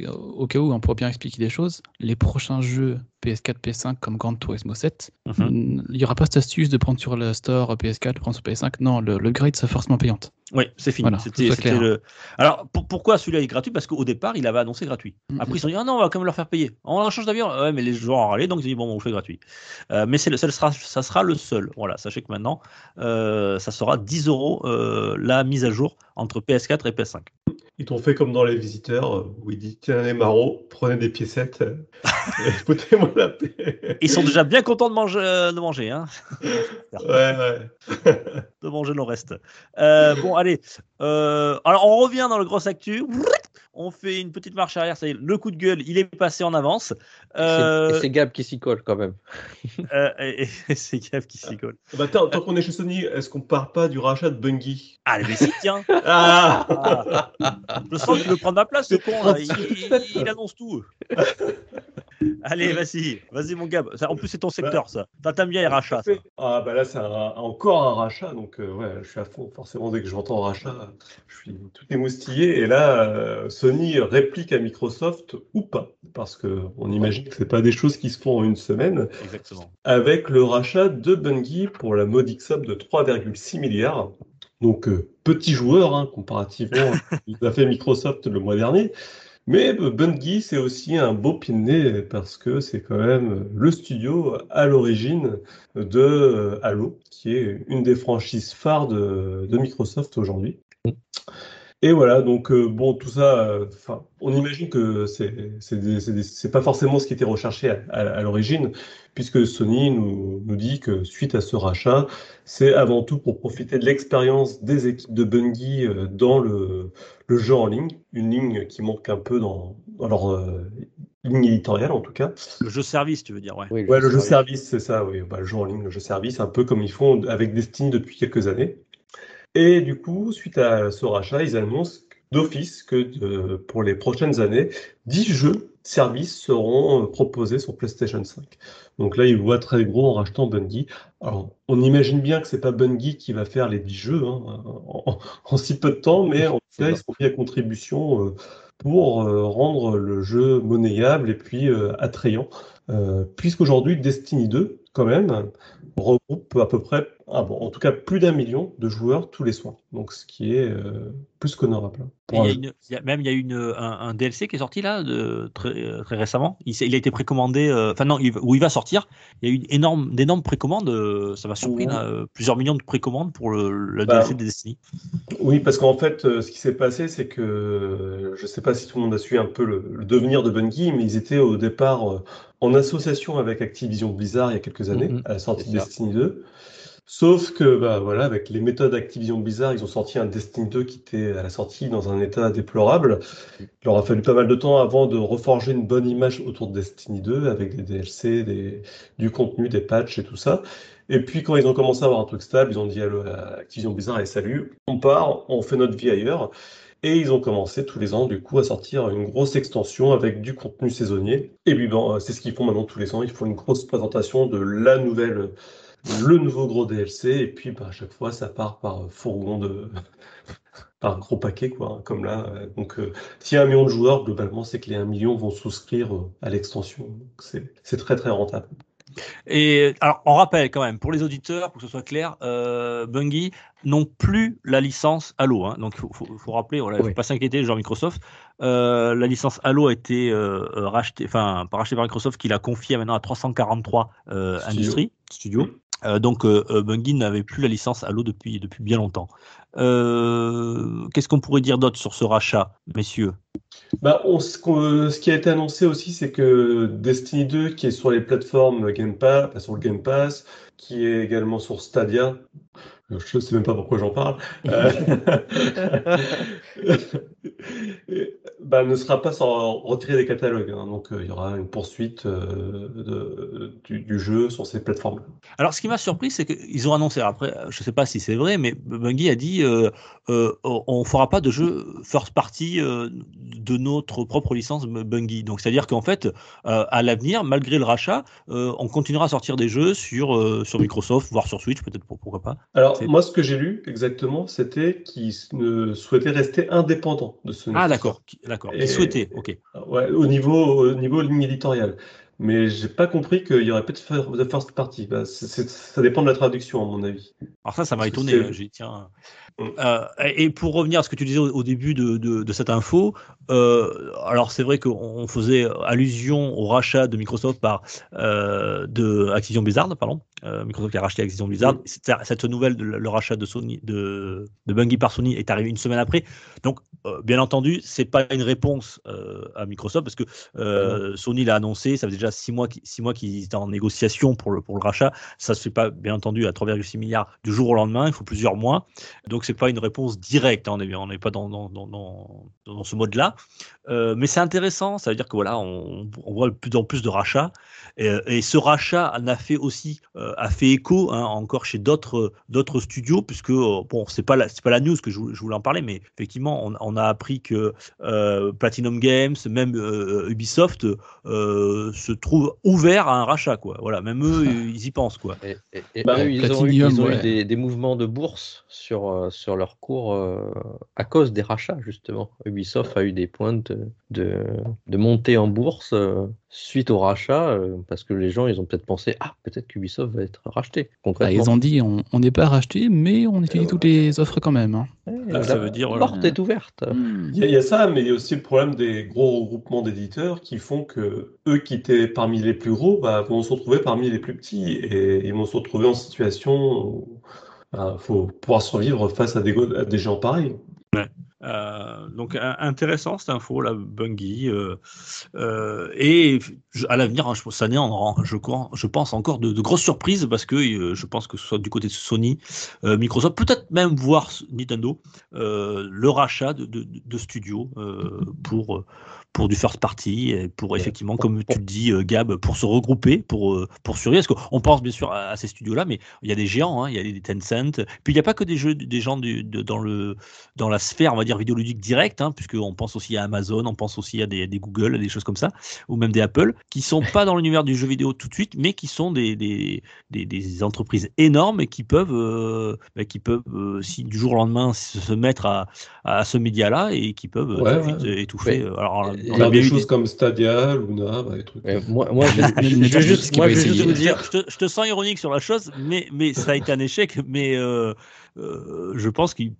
Speaker 3: cas où, hein, pour bien expliquer les choses, les prochains jeux P S quatre, P S cinq comme Gran Turismo sept,
Speaker 2: Mhm.
Speaker 3: il n'y aura pas cette astuce de prendre sur le store P S quatre, de prendre sur P S cinq. Non, le, le grade, c'est forcément payante.
Speaker 2: Oui, c'est fini.
Speaker 3: Voilà, que
Speaker 2: C'était,
Speaker 3: ce soit
Speaker 2: c'était
Speaker 3: clair.
Speaker 2: le... Alors, pour- pourquoi celui-là est gratuit? Parce qu'au départ, il avait annoncé gratuit. Après,
Speaker 3: Mhm.
Speaker 2: ils se sont dit, ah non, on va quand même leur faire payer. On change d'avion. Ouais, mais les joueurs ont râlé, donc ils ont dit, bon, on le fait gratuit. Euh, mais c'est le, ça, sera, ça sera le seul. Voilà, sachez que maintenant, euh, ça sera dix euros euh, la mise à jour entre P S quatre et P S cinq.
Speaker 5: Ils t'ont fait comme dans Les Visiteurs, euh, où il dit tiens les marauds, prenez des piécettes euh, et foutez-moi la paix.
Speaker 2: Ils sont déjà bien contents de manger, euh, de manger, hein.
Speaker 5: Ouais, ouais.
Speaker 2: De manger le reste. Euh, bon, allez. Euh, alors, on revient dans le gros actu. On fait une petite marche arrière. Ça y est, le coup de gueule, il est passé en avance. Euh,
Speaker 4: C'est- Et c'est Gab qui s'y colle quand même.
Speaker 2: euh, et, et c'est Kev qui s'y colle.
Speaker 5: Bah, tant, tant qu'on est chez Sony, est-ce qu'on part pas du rachat de Bungie?
Speaker 2: Allez, mais si, tiens.
Speaker 5: Ah,
Speaker 2: Ah, je sens qu'il veut prendre ma place, ce con là. Il, il- il annonce tout. Allez, vas-y, vas-y mon Gab. Ça, en plus, c'est ton secteur, ça. Toi, t'aimes bien les rachats. Ça.
Speaker 5: Ah bah là c'est un- encore un rachat, donc euh, ouais, je suis à fond. Forcément, dès que j'entends rachat, je suis tout émoustillé. Et là, euh, Sony réplique à Microsoft ou pas, parce que on imagine que c'est pas des choses qui se font en une semaine.
Speaker 2: Exactement.
Speaker 5: Avec le rachat de Bungie pour la modique somme de trois virgule six milliards. Donc euh, petit joueur hein, comparativement à ce qu'a fait Microsoft le mois dernier. Mais euh, Bungie, c'est aussi un beau pied de nez parce que c'est quand même le studio à l'origine de euh, Halo, qui est une des franchises phares de, de Microsoft aujourd'hui. Et voilà, donc euh, bon, tout ça, enfin, on imagine que c'est c'est des- c'est des- c'est pas forcément ce qui était recherché à, à- à l'origine, puisque Sony nous, nous dit que suite à ce rachat, c'est avant tout pour profiter de l'expérience des équipes de Bungie euh, dans le, le jeu en ligne, une ligne qui manque un peu dans, dans leur euh, ligne éditoriale en tout cas.
Speaker 2: Le jeu service, tu veux dire, ouais.
Speaker 4: Oui,
Speaker 5: Ouais, le jeu
Speaker 4: service.
Speaker 5: service, c'est ça, oui, bah, le jeu en ligne, le jeu service, un peu comme ils font avec Destiny depuis quelques années. Et du coup, suite à ce rachat, ils annoncent d'office que de- pour les prochaines années, dix jeux services seront euh, proposés sur PlayStation cinq. Donc là, ils voient très gros en rachetant Bungie. Alors, on imagine bien que c'est pas Bungie qui va faire les dix jeux hein, en, en si peu de temps, mais en tout
Speaker 4: C'est
Speaker 5: cas,
Speaker 4: vrai.
Speaker 5: ils sont mis à contribution euh, pour euh, rendre le jeu monnayable et puis euh, attrayant. Euh, puisqu'aujourd'hui, Destiny deux, quand même, regroupe à peu près, ah bon, en tout cas plus d'un million de joueurs tous les soirs. Donc ce qui est euh, plus qu'honorable. hein,
Speaker 2: Et
Speaker 5: pour
Speaker 2: il y
Speaker 5: un
Speaker 2: a
Speaker 5: jeu.
Speaker 2: une, il y a- même il y a une, un, un D L C qui est sorti là de, très, euh, très récemment. Il, s'est- il a été précommandé, euh, enfin non, il, où il va sortir. Il y a eu une énorme, d'énormes précommandes. euh, ça m'a surpris là, euh, plusieurs millions de précommandes pour le, le
Speaker 5: Bah,
Speaker 2: D L C de Destiny.
Speaker 5: Oui, parce qu'en fait, euh, ce qui s'est passé, c'est que euh, je ne sais pas si tout le monde a suivi un peu le, le devenir de Bungie, mais ils étaient au départ euh, en association avec Activision Blizzard il y a quelques années,
Speaker 4: Mhm,
Speaker 5: à la sortie
Speaker 4: c'est
Speaker 5: de
Speaker 4: ça.
Speaker 5: Destiny deux. Sauf que, bah, voilà, avec les méthodes Activision Blizzard, ils ont sorti un Destiny deux qui était à la sortie dans un état déplorable. Il leur a fallu pas mal de temps avant de reforger une bonne image autour de Destiny deux avec des D L C, des, du contenu, des patchs et tout ça. Et puis quand ils ont commencé à avoir un truc stable, ils ont dit à à Activision Blizzard, et salut, on part, on fait notre vie ailleurs. Et ils ont commencé tous les ans, du coup, à sortir une grosse extension avec du contenu saisonnier. Et puis, bon, c'est ce qu'ils font maintenant tous les ans. Ils font une grosse présentation de la nouvelle, le nouveau gros D L C. Et puis, bah, à chaque fois, ça part par fourgon de, par gros paquet, quoi, hein, comme là. Euh, Donc, euh, s'il y a un million de joueurs, globalement, c'est que les un million vont souscrire euh, à l'extension. Donc, c'est c'est très, très rentable.
Speaker 2: Et alors, on rappelle quand même, pour les auditeurs, pour que ce soit clair, euh, Bungie n'ont plus la licence Halo. Hein. Donc, il faut, faut, faut rappeler, il ne faut
Speaker 4: Oui.
Speaker 2: pas s'inquiéter, genre Microsoft. Euh, la licence Halo a été euh, rachetée, enfin, pas rachetée par Microsoft, qui l'a confiée maintenant à trois cent quarante-trois euh,
Speaker 5: Studio.
Speaker 2: Industries, Studios. Euh, donc, euh, euh, Bungie n'avait plus la licence Halo depuis, depuis bien longtemps. Euh, Qu'est-ce qu'on pourrait dire d'autre sur ce rachat, messieurs?
Speaker 5: Bah, on- ce, qu'on- ce qui a été annoncé aussi, c'est que Destiny deux, qui est sur les plateformes Game Pass, enfin, sur le Game Pass, qui est également sur Stadia, euh, je ne sais même pas pourquoi j'en parle, euh, bah, ne sera pas sans retirer des catalogues. hein. Donc, euh, il y aura une poursuite euh, de- du, du jeu sur ces plateformes.
Speaker 2: Alors, ce qui m'a surpris, c'est qu'ils ont annoncé, après, je ne sais pas si c'est vrai, mais Bungie a dit euh, euh, on ne fera pas de jeu first party euh, de notre propre licence Bungie. Donc, c'est-à-dire qu'en fait, euh, à l'avenir, malgré le rachat, euh, on continuera à sortir des jeux sur, euh, sur Microsoft, voire sur Switch, peut-être, pourquoi pas.
Speaker 5: Alors,
Speaker 2: C'est-
Speaker 5: moi, ce que j'ai lu exactement, c'était qu'ils ne souhaitaient rester indépendants. président de Sony.
Speaker 2: Ah d'accord, qui, d'accord, qui
Speaker 5: Et-
Speaker 2: souhaitait, ok.
Speaker 5: Ouais, au niveau, au niveau ligne éditoriale. Mais j'ai pas compris qu'il y aurait pas de fir- de first party. Bah, c'est- c'est- ça dépend de la traduction, à mon avis.
Speaker 2: Alors ça, ça m'a
Speaker 5: Parce que
Speaker 2: étonné.
Speaker 5: c'est-
Speaker 2: hein, J'ai dit, tiens.
Speaker 5: Mm.
Speaker 2: Euh, et pour revenir à ce que tu disais au, au début de, de, de cette info, euh, alors c'est vrai qu'on faisait allusion au rachat de Microsoft par euh, de Activision Blizzard, pardon. Euh, Microsoft a racheté Activision Blizzard.
Speaker 5: Mm.
Speaker 2: Cette, cette nouvelle de le rachat de Sony, de, de Bungie par Sony est arrivée une semaine après. Donc, euh, bien entendu, c'est pas une réponse euh, à Microsoft parce que euh, Sony l'a annoncé. Ça fait déjà six mois, six mois qu'ils étaient en négociation pour le pour le rachat. Ça se fait pas, bien entendu, à trois virgule six milliards du jour au lendemain. Il faut plusieurs mois. Donc, c'est pas une réponse directe. Hein, on n'est on n'est pas dans dans, dans, dans, dans ce mode-là. Euh, mais c'est intéressant. Ça veut dire que voilà, on, on voit de plus en plus de rachats. Et, et ce rachat en a fait aussi, euh, a fait écho hein, encore chez d'autres d'autres studios, puisque euh, bon, c'est pas la c'est pas la news que je, je voulais en parler, mais effectivement, on, on a appris que euh, Platinum Games, même euh, Ubisoft, euh, se trouve ouvert à un rachat, quoi. Voilà, même eux, ils y pensent, quoi.
Speaker 4: Et, et- et
Speaker 5: Bah,
Speaker 4: eux, ils ont eu,
Speaker 3: Platinum,
Speaker 4: ils ont eu
Speaker 3: ouais.
Speaker 4: des, des mouvements de bourse sur, euh, sur leur cours euh, à cause des rachats, justement. Ubisoft a eu des points de, de, de montée en bourse euh, suite au rachat, euh, parce que les gens, ils ont peut-être pensé, ah, peut-être qu'Ubisoft va être racheté,
Speaker 3: Ah,
Speaker 4: concrètement.
Speaker 3: ils ont dit on on n'est pas racheté, mais on étudie
Speaker 5: Euh,
Speaker 3: toutes les offres quand même. hein.
Speaker 4: Ouais,
Speaker 2: Ah, ça
Speaker 4: la
Speaker 2: veut dire,
Speaker 4: porte
Speaker 3: voilà.
Speaker 4: est ouverte.
Speaker 3: Hmm.
Speaker 5: Il y, a, il y a ça, mais il y a aussi le problème des gros regroupements d'éditeurs qui font que eux qui étaient parmi les plus gros bah, vont se retrouver parmi les plus petits et ils vont se retrouver en situation où il faut pouvoir survivre face à des, go- à des gens pareils.
Speaker 2: Euh, donc un- intéressant cette info là, Bungie. Euh, euh, et je- à l'avenir, hein, je pense, cette année, on aura, je, crois- je pense encore de, de grosses surprises parce que euh, je pense que ce soit du côté de Sony, euh, Microsoft, peut-être même voir Nintendo, euh, le rachat de, de, de studios euh, pour pour du first party et pour effectivement,
Speaker 4: Pour-
Speaker 2: comme
Speaker 4: pour-
Speaker 2: tu le dis, euh, Gab, pour se regrouper, pour euh, pour survivre. Parce qu'on pense bien sûr à, à ces studios-là, mais il y a des géants, hein, il y a des Tencent. Puis il n'y a pas que des jeux, des gens du, de, dans le dans la sphère, on va dire, vidéoludique directe, hein, puisqu'on pense aussi à Amazon, on pense aussi à des, des Google, des choses comme ça, ou même des Apple, qui sont pas dans l'univers du jeu vidéo tout de suite, mais qui sont des, des, des, des entreprises énormes et qui peuvent, euh, bah, qui peuvent euh, si du jour au lendemain, se, se mettre à, à ce média-là et qui peuvent euh,
Speaker 5: Ouais,
Speaker 2: tout de suite
Speaker 5: ouais.
Speaker 2: euh, étouffer.
Speaker 4: Mais-
Speaker 2: euh, alors,
Speaker 4: Et-
Speaker 2: on
Speaker 5: Faire
Speaker 2: a bien
Speaker 5: des
Speaker 2: eu
Speaker 5: choses
Speaker 2: des-
Speaker 5: comme Stadia, Luna, bah, des trucs.
Speaker 4: Ouais, moi, moi, je,
Speaker 3: Ne-
Speaker 4: je-
Speaker 3: ne
Speaker 4: je
Speaker 3: dis pas
Speaker 4: veux juste,
Speaker 3: ce qu'il
Speaker 4: moi,
Speaker 3: va
Speaker 4: je veux juste
Speaker 3: essayer.
Speaker 4: vous dire,
Speaker 2: je, te, je te sens ironique sur la chose, mais, mais ça a été un échec. Mais euh, euh, je pense que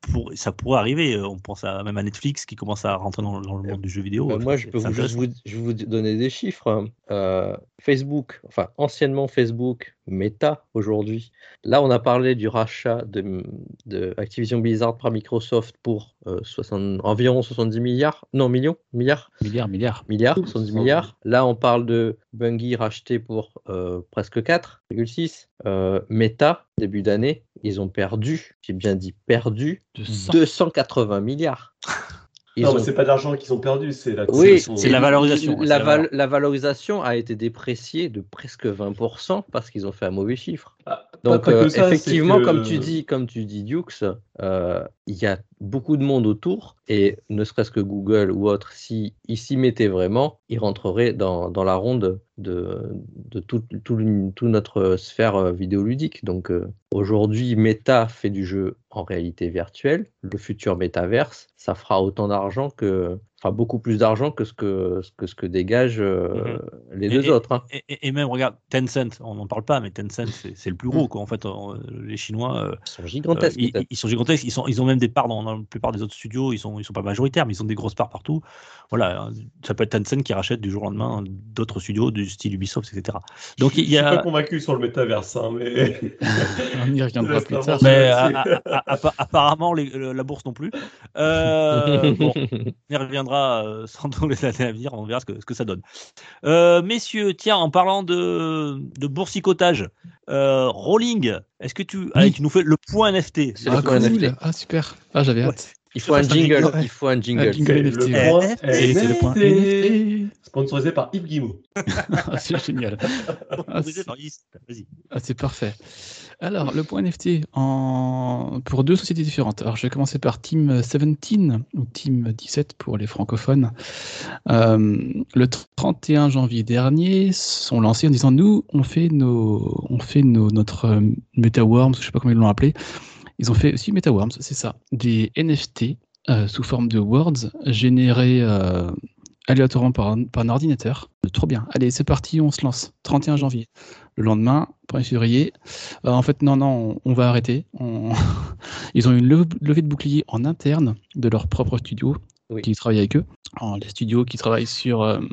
Speaker 2: ça pourrait arriver. On pense à, même à Netflix qui commence à rentrer dans, dans le monde du jeu vidéo.
Speaker 4: bah,
Speaker 2: Enfin,
Speaker 4: moi, je
Speaker 2: c'est-
Speaker 4: peux
Speaker 2: c'est
Speaker 4: vous, juste
Speaker 2: intéressant.
Speaker 4: vous, je vais vous donner des chiffres. Euh, Facebook, enfin anciennement Facebook, Meta aujourd'hui. Là, on a parlé du rachat de, de Activision Blizzard par Microsoft pour euh, soixante, environ soixante-dix milliards. Non, millions, milliards,
Speaker 3: Milliards, milliards.
Speaker 4: milliards, soixante-dix milliards. Là, on parle de Bungie racheté pour euh, presque quatre virgule six. Euh, Meta, début d'année, ils ont perdu, j'ai bien dit perdu,
Speaker 3: deux cents.
Speaker 4: deux cent quatre-vingts milliards. Ils
Speaker 5: Non,
Speaker 4: ont
Speaker 5: mais c'est pas de l'argent qu'ils ont perdu, c'est la
Speaker 4: Oui,
Speaker 5: son-
Speaker 2: c'est la valorisation,
Speaker 4: La,
Speaker 2: c'est la
Speaker 4: val-
Speaker 2: valeur.
Speaker 4: la valorisation a été dépréciée de presque vingt pour cent parce qu'ils ont fait un mauvais chiffre.
Speaker 5: Ah, pas-
Speaker 4: Donc
Speaker 5: pas que
Speaker 4: euh,
Speaker 5: ça, c'est
Speaker 4: effectivement,
Speaker 5: que-
Speaker 4: comme tu dis, comme tu dis, Dukes, euh, il y a beaucoup de monde autour et ne serait-ce que Google ou autre, si ils s'y mettaient vraiment, ils rentreraient dans, dans la ronde de, de tout, tout, tout notre sphère euh, vidéoludique. Donc euh, aujourd'hui, Meta fait du jeu en réalité virtuelle. Le futur métaverse, ça fera autant d'argent que, enfin beaucoup plus d'argent que ce que ce que, ce que dégagent euh, les deux
Speaker 2: Et-
Speaker 4: autres. hein.
Speaker 2: Et, et- et même, regarde, Tencent, on n'en parle pas, mais Tencent, c'est c'est le plus gros. Quoi. En fait, euh, les Chinois, euh,
Speaker 4: Ils sont
Speaker 2: euh,
Speaker 4: gigantesques.
Speaker 2: ils,
Speaker 4: peut-être.
Speaker 2: ils sont gigantesques. Ils, sont, ils ont même des parts dans, dans la plupart des autres studios. Ils sont, ils sont pas majoritaires, mais ils ont des grosses parts partout. Voilà, ça peut être Tencent qui rachète du jour au lendemain d'autres studios du style Ubisoft, et cetera. Donc
Speaker 5: je,
Speaker 2: il y
Speaker 5: je suis pas
Speaker 2: a.
Speaker 5: convaincu sur le métaverse, hein, mais
Speaker 3: On y reviendra
Speaker 5: Laisse
Speaker 3: plus
Speaker 5: la
Speaker 3: tard.
Speaker 5: branche.
Speaker 2: Mais
Speaker 5: là-dessus.
Speaker 2: a- a- a- appa- apparemment, les- le- la bourse non plus. Euh, bon, on y reviendra euh, sans doute les années à venir. On verra ce que, ce que ça donne. Euh, messieurs, tiens, en parlant de, de boursicotage, euh, Rolling, est-ce que tu, allez, tu nous fais le point N F T?
Speaker 4: C'est
Speaker 3: Ah,
Speaker 4: le point
Speaker 3: cool.
Speaker 4: N F T.
Speaker 3: Ah, super. Ah, j'avais hâte.
Speaker 4: Il faut un
Speaker 2: Ça, ça
Speaker 4: jingle.
Speaker 3: ouais.
Speaker 4: Il faut un
Speaker 3: Un
Speaker 4: jingle.
Speaker 3: jingle
Speaker 5: C'est
Speaker 3: N F T,
Speaker 5: le
Speaker 3: ouais.
Speaker 5: point
Speaker 3: Et c'est le point
Speaker 5: N F T,
Speaker 3: N F T.
Speaker 5: sponsorisé par Yves Guillemot.
Speaker 3: Ah, c'est génial. Ah,
Speaker 2: Autorisé
Speaker 3: c'est-
Speaker 2: par Is. Vas-y.
Speaker 3: Ah, c'est parfait. Alors, le point N F T en... pour deux sociétés différentes. Alors, je vais commencer par Team dix-sept, ou Team dix-sept pour les francophones. Euh, le trente et un janvier dernier, sont lancés en disant nous, on fait nos, on fait nos, notre euh, MetaWorms, je sais pas comment ils l'ont appelé. Ils ont fait aussi MetaWorms, c'est ça, des N F T euh, sous forme de words générés euh, aléatoirement par, un- par un ordinateur. Euh, Trop bien. Allez, c'est parti, on se lance. trente et un janvier. Le lendemain, premier février. euh, en fait, non, non, on, on va arrêter. On- Ils ont eu une leve- levée de bouclier en interne de leur propre studio
Speaker 4: Oui.
Speaker 3: qui travaillent avec eux. Alors, les studios qui travaillent sur, euh,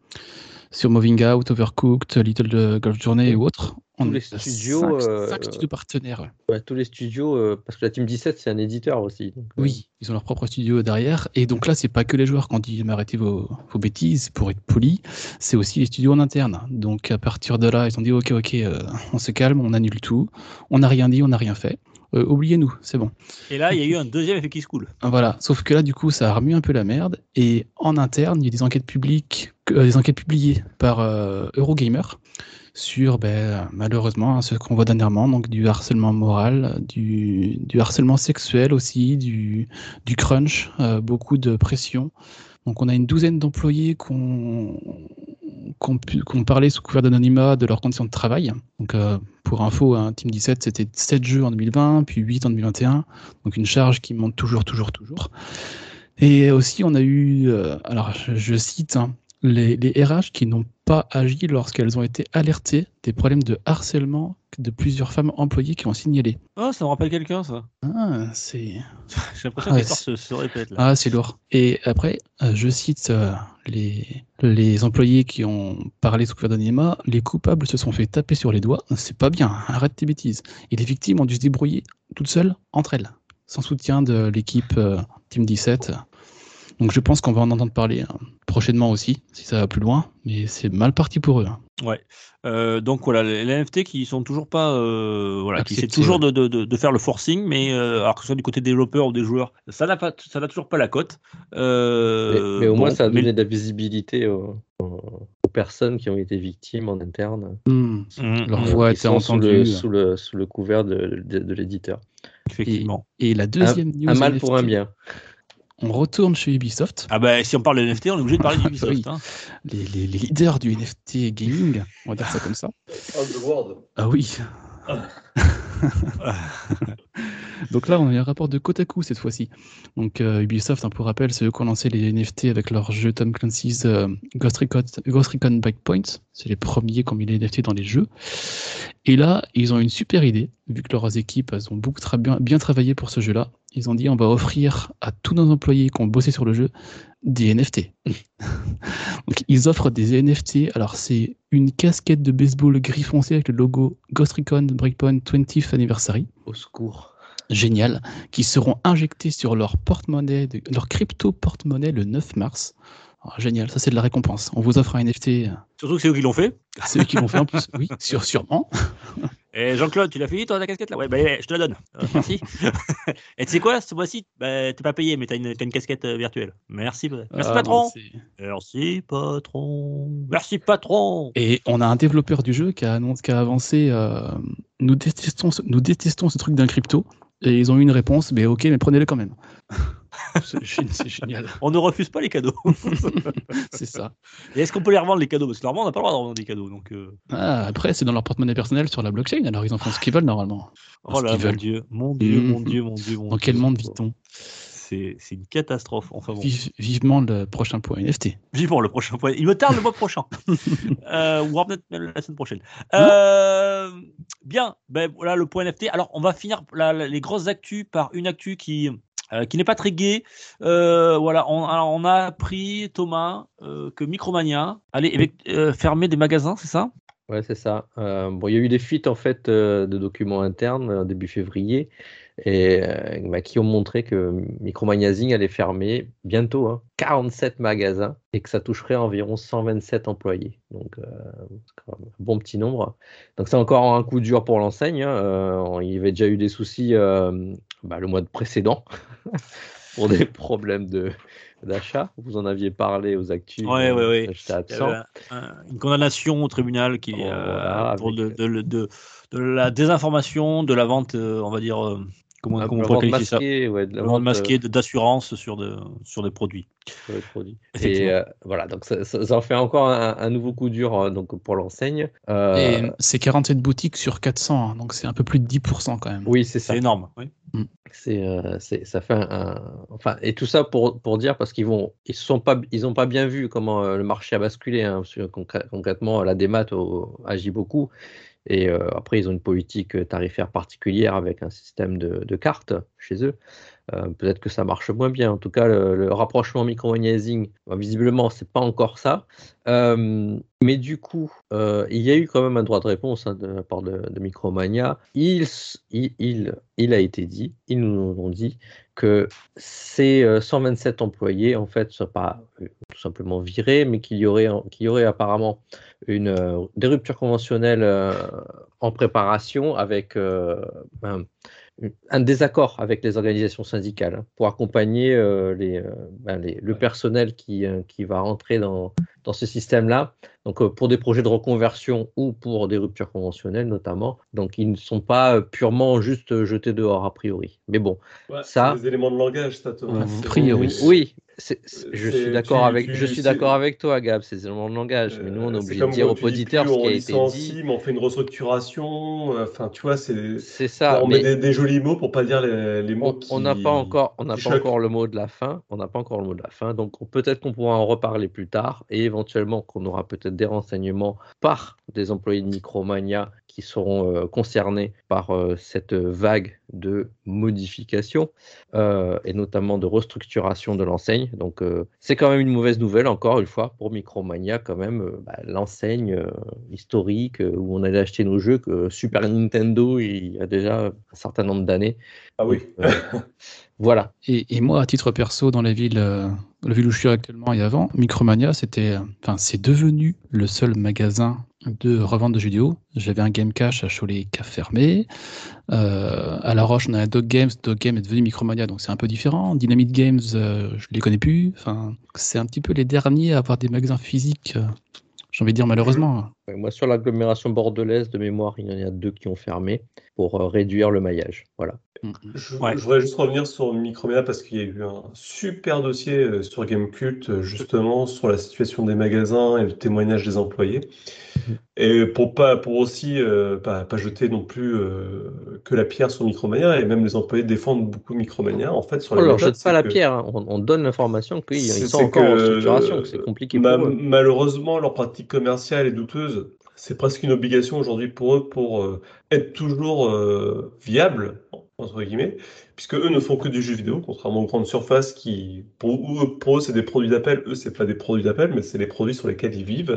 Speaker 3: sur Moving Out, Overcooked, Little euh, Golf Journey et
Speaker 4: Tous
Speaker 3: autres. On
Speaker 4: les
Speaker 3: est à
Speaker 4: studios,
Speaker 3: cinq,
Speaker 4: euh,
Speaker 3: cinq studios partenaires. ouais.
Speaker 4: Ouais, tous les studios, euh, parce que la Team dix-sept, c'est un éditeur aussi. donc, euh,
Speaker 3: Oui, ils ont leur propre studio derrière. Et donc là, c'est pas que les joueurs qui ont dit mais arrêtez vos, vos bêtises, pour être poli, c'est aussi les studios en interne. Donc à partir de là, ils ont dit ok, ok, euh, on se calme, on annule tout, on n'a rien dit, on n'a rien fait. Euh, oubliez-nous, c'est bon.
Speaker 2: Et là, il y a eu un deuxième effet qui se coule.
Speaker 3: Voilà, sauf que là, du coup, ça a remué un peu la merde. Et en interne, il y a des enquêtes publiques, euh, des enquêtes publiées par euh, Eurogamer sur, ben, malheureusement, ce qu'on voit dernièrement, donc du harcèlement moral, du, du harcèlement sexuel aussi, du, du crunch, euh, beaucoup de pression. Donc on a une douzaine d'employés qu'on qu'on pu- qu'on parlait sous couvert d'anonymat de leurs conditions de travail. Donc euh, pour info, hein, Team dix-sept, c'était sept jeux en deux mille vingt, puis huit en deux mille vingt et un. Donc une charge qui monte toujours, toujours, toujours. Et aussi, on a eu, euh, alors je, je cite, hein, les, les R H qui n'ont pas agi lorsqu'elles ont été alertées des problèmes de harcèlement de plusieurs femmes employées qui ont signalé.
Speaker 2: Oh, ça me rappelle quelqu'un, ça.
Speaker 3: Ah, c'est...
Speaker 2: J'ai l'impression
Speaker 3: Ah,
Speaker 2: que
Speaker 3: ouais,
Speaker 2: l'histoire se, se répète là.
Speaker 3: Ah, c'est lourd. Et après, euh, je cite euh, les, les employés qui ont parlé sous couvert d'anonymat, les coupables se sont fait taper sur les doigts. C'est pas bien, arrête tes bêtises. Et les victimes ont dû se débrouiller toutes seules entre elles, sans soutien de l'équipe euh, Team dix-sept. Donc je pense qu'on va en entendre parler hein, prochainement aussi, si ça va plus loin, mais c'est mal parti pour eux. hein.
Speaker 2: Ouais. Euh, donc voilà, les, les N F T qui sont toujours pas, euh, voilà, qui essaient
Speaker 3: Accepté,
Speaker 2: toujours
Speaker 3: ouais.
Speaker 2: de, de, de, de faire le forcing, mais euh, alors que ce soit du côté des développeurs ou des joueurs, ça n'a pas, ça n'a toujours pas la cote. Euh,
Speaker 4: mais, mais au moins,
Speaker 2: bon,
Speaker 4: ça a
Speaker 2: mais-
Speaker 4: donné de la visibilité aux, aux- aux personnes qui ont été victimes en interne.
Speaker 3: Hmm.
Speaker 2: Mhm,
Speaker 3: Leur
Speaker 2: mhm,
Speaker 3: voix a
Speaker 4: qui
Speaker 3: été
Speaker 4: sont sous
Speaker 3: entendue.
Speaker 4: le, sous, le, sous le couvert de, de, de l'éditeur.
Speaker 2: effectivement.
Speaker 3: Et la deuxième
Speaker 4: Un,
Speaker 3: news
Speaker 4: un mal
Speaker 3: N F T,
Speaker 4: pour un bien.
Speaker 3: on retourne chez Ubisoft.
Speaker 2: Ah bah si on parle de N F T, on est obligé de parler d'Ubisoft.
Speaker 3: Oui.
Speaker 2: hein.
Speaker 3: Les, les- les leaders du N F T gaming, on va dire ça comme ça. Ah oui. Donc là, on a un rapport de Kotaku cette fois-ci. Donc euh, Ubisoft, hein, pour rappel, c'est eux qui ont lancé les N F T avec leur jeu Tom Clancy's euh, Ghost Recon, Ghost Recon Breakpoint. C'est les premiers qui ont mis les N F T dans les jeux. Et là, ils ont une super idée, vu que leurs équipes elles ont beaucoup tra- bien, bien travaillé pour ce jeu-là. Ils ont dit on va offrir à tous nos employés qui ont bossé sur le jeu des N F T. Donc ils offrent des N F T. Alors c'est une casquette de baseball gris foncé avec le logo Ghost Recon Breakpoint twentieth Anniversary.
Speaker 4: Au secours.
Speaker 3: Génial, qui seront injectés sur leur porte-monnaie, de- leur crypto porte-monnaie le neuf mars. Alors, génial, ça c'est de la récompense. On vous offre un N F T, euh,
Speaker 2: Surtout que c'est eux qui l'ont fait.
Speaker 3: c'est eux qui l'ont fait en plus, oui, sûr, sûrement.
Speaker 2: Et Jean-Claude, tu l'as fini toi la casquette là? Ouais, bah, ouais, je te la donne. Euh, merci. Et tu sais quoi, ce mois-ci, bah, t'es pas payé, mais t'as une, t'as une casquette euh, virtuelle. Merci, merci
Speaker 3: Ah,
Speaker 2: patron.
Speaker 3: bah, c'est-
Speaker 2: Merci patron. Merci patron.
Speaker 3: Et on a un développeur du jeu qui a, annoncé, qui a avancé euh, nous, détestons ce, nous détestons ce truc d'un crypto. Et ils ont eu une réponse, mais ok, mais prenez-le quand même. c'est, gé- c'est génial,
Speaker 2: On ne refuse pas les cadeaux.
Speaker 3: c'est ça.
Speaker 2: Et est-ce qu'on peut les revendre les cadeaux? Parce que normalement, on n'a pas le droit de revendre des cadeaux. Donc, euh,
Speaker 3: Ah, après, c'est dans leur porte-monnaie personnel sur la blockchain, alors ils en font ce qu'ils veulent normalement.
Speaker 2: oh
Speaker 3: Ce
Speaker 2: là,
Speaker 3: qu'ils
Speaker 2: mon
Speaker 3: veulent.
Speaker 2: Dieu, mon Dieu, mon
Speaker 3: Mmh.
Speaker 2: Dieu, mon Dieu, mon
Speaker 3: Dans
Speaker 2: Dieu.
Speaker 3: quel monde vit-on?
Speaker 2: C'est, c'est une catastrophe. Enfin bon.
Speaker 3: Vive- Vivement le prochain point N F T.
Speaker 2: Vivons le prochain point. Il me tarde le mois prochain. euh, ou peut-être même la semaine prochaine. Euh, bien, ben voilà le point N F T. Alors, on va finir la- la- les grosses actus par une actu qui, euh, qui n'est pas très gaie. Euh, voilà, on, alors, on a appris, Thomas, euh, que Micromania allait évec- euh, fermer des magasins, c'est ça?
Speaker 4: Ouais, c'est ça. Euh, bon, il y a eu des fuites en fait euh, de documents internes euh, début février et euh, bah, qui ont montré que Micromagazine allait fermer bientôt hein, quarante-sept magasins et que ça toucherait environ cent vingt-sept employés. Donc, euh, c'est quand même un bon petit nombre. Donc, c'est encore un coup dur pour l'enseigne. hein. Euh, il y avait déjà eu des soucis euh, bah, le mois précédent pour des problèmes de d'achat. Vous en aviez parlé aux actus.
Speaker 2: Ouais,
Speaker 4: euh,
Speaker 2: ouais, ouais.
Speaker 4: J'étais
Speaker 2: Il y
Speaker 4: absent.
Speaker 2: avait un- un- une condamnation au tribunal qui,
Speaker 4: Oh,
Speaker 2: euh,
Speaker 4: voilà,
Speaker 2: pour
Speaker 4: avec,
Speaker 2: de,
Speaker 4: euh,
Speaker 2: de, de, de la désinformation, de la vente, euh, on va dire, euh, comment,
Speaker 4: La-
Speaker 2: comment on
Speaker 4: la
Speaker 2: pourrait
Speaker 4: vente
Speaker 2: qualifier ça?
Speaker 4: masquée, ouais, de la
Speaker 2: La vente
Speaker 4: vente,
Speaker 2: masquée
Speaker 4: euh,
Speaker 2: de- d'assurance sur, de, sur des produits.
Speaker 4: sur les produits. Et
Speaker 2: Effectivement.
Speaker 4: euh, voilà, donc ça, ça- ça en fait encore un, un nouveau coup dur euh, donc pour l'enseigne. Euh,
Speaker 3: Et c'est quarante-sept boutiques sur quatre cents, hein, donc c'est un peu plus de dix pour cent quand même.
Speaker 4: oui, c'est ça.
Speaker 2: C'est énorme. Oui.
Speaker 3: Mm.
Speaker 4: C'est, euh, c'est, ça fait un, un- enfin, et tout ça pour, pour dire parce qu'ils vont, ils sont pas, ils ont pas bien vu comment euh, le marché a basculé. Hein, parce que concrè- concrètement, la démat au- agit beaucoup. Et euh, après, ils ont une politique tarifaire particulière avec un système de, de cartes chez eux. Euh, peut-être que ça marche moins bien. En tout cas, le, le rapprochement Micromania-Zing, bah, visiblement, c'est pas encore ça. Euh, mais du coup, euh, il y a eu quand même un droit de réponse hein, de la part de, de Micromania. Il, s- il, il, il a été dit, ils nous ont dit que ces euh, cent vingt-sept employés, en fait, ne soient pas euh, tout simplement virés, mais qu'il y aurait, qu'il y aurait apparemment une, euh, des ruptures conventionnelles euh, en préparation avec euh, un, un désaccord avec les organisations syndicales hein, pour accompagner euh, les, euh, ben, les- le personnel qui, euh, qui va rentrer dans, dans ce système-là. Donc euh, pour des projets de reconversion ou pour des ruptures conventionnelles notamment. Donc ils ne sont pas euh, purement juste euh, jetés dehors a priori. Mais bon,
Speaker 5: Ouais, c'est
Speaker 4: ça,
Speaker 5: des éléments de langage, ça, Thomas.
Speaker 3: A
Speaker 5: C'est-
Speaker 3: priori.
Speaker 4: oui, c'est- c'est- je
Speaker 5: c'est-
Speaker 4: suis d'accord
Speaker 5: tu,
Speaker 4: avec, je
Speaker 5: tu,
Speaker 4: suis
Speaker 5: c'est-
Speaker 4: d'accord avec toi, Gab, c'est éléments de langage. Mais nous, on est
Speaker 5: Euh, c'est
Speaker 4: obligé de
Speaker 5: comme
Speaker 4: dire
Speaker 5: quand
Speaker 4: aux
Speaker 5: tu dis plus
Speaker 4: auditeurs ce qui
Speaker 5: on
Speaker 4: a été dit.
Speaker 5: licencie, mais on fait une restructuration. euh, Enfin, tu vois, c'est,
Speaker 4: C'est
Speaker 5: tu vois,
Speaker 4: ça.
Speaker 5: on met
Speaker 4: Mais
Speaker 5: des, des jolis mots pour pas dire les, les mots
Speaker 4: on on n'a pas
Speaker 5: qui,
Speaker 4: encore, on n'a
Speaker 5: qui
Speaker 4: pas encore
Speaker 5: choquent.
Speaker 4: le mot de la fin. On n'a pas encore le mot de la fin. Donc on- peut-être qu'on pourra en reparler plus tard et éventuellement qu'on aura peut-être des renseignements par des employés de Micromania qui seront euh, concernés par euh, cette vague de modifications euh, et notamment de restructuration de l'enseigne. Donc euh, c'est quand même une mauvaise nouvelle encore une fois pour Micromania quand même euh, bah, l'enseigne euh, historique euh, où on allait acheter nos jeux que Super Nintendo il y a déjà un certain nombre d'années.
Speaker 5: Ah oui.
Speaker 4: Donc, euh, voilà.
Speaker 3: Et, et moi, à titre perso, dans la ville, euh, la ville où je suis actuellement et avant, Micromania, c'était, euh, enfin, c'est devenu le seul magasin de revente de jeux vidéo. J'avais un Game Cash à Cholet qui a fermé. Euh, à La Roche, on a un Dog Games. Dog Games est devenu Micromania, donc c'est un peu différent. Dynamite Games, euh, je les connais plus. Enfin, c'est un petit peu les derniers à avoir des magasins physiques. euh, J'ai envie de dire malheureusement.
Speaker 4: Ouais, moi, sur l'agglomération bordelaise, de mémoire, il y en a deux qui ont fermé pour euh, réduire le maillage. Voilà.
Speaker 3: Mm.
Speaker 5: Je,
Speaker 2: Ouais.
Speaker 5: je voudrais juste revenir sur Micromania parce qu'il y a eu un super dossier euh, sur Gamecult euh, justement sur la situation des magasins et le témoignage des employés.
Speaker 4: Mhm.
Speaker 5: Et pour pas pour aussi euh, pas, pas jeter non plus euh, que la pierre sur Micromania et même les employés défendent beaucoup Micromania en fait sur
Speaker 4: On
Speaker 5: la
Speaker 4: leur
Speaker 5: méthode,
Speaker 4: jette pas
Speaker 5: c'est
Speaker 4: la
Speaker 5: que
Speaker 4: pierre, hein. On, on donne l'information qu'ils
Speaker 5: c'est
Speaker 4: ils sont
Speaker 5: c'est
Speaker 4: encore en restructuration,
Speaker 5: que
Speaker 4: que c'est compliqué
Speaker 5: ma-
Speaker 4: pour eux.
Speaker 5: malheureusement leur pratique commerciale est douteuse. C'est presque une obligation aujourd'hui pour eux pour euh, être toujours euh, viables entre guillemets, puisque eux ne font que du jeu vidéo, contrairement aux grandes surfaces qui pour eux, pour eux c'est des produits d'appel. Eux c'est pas des produits d'appel, mais c'est les produits sur lesquels ils vivent.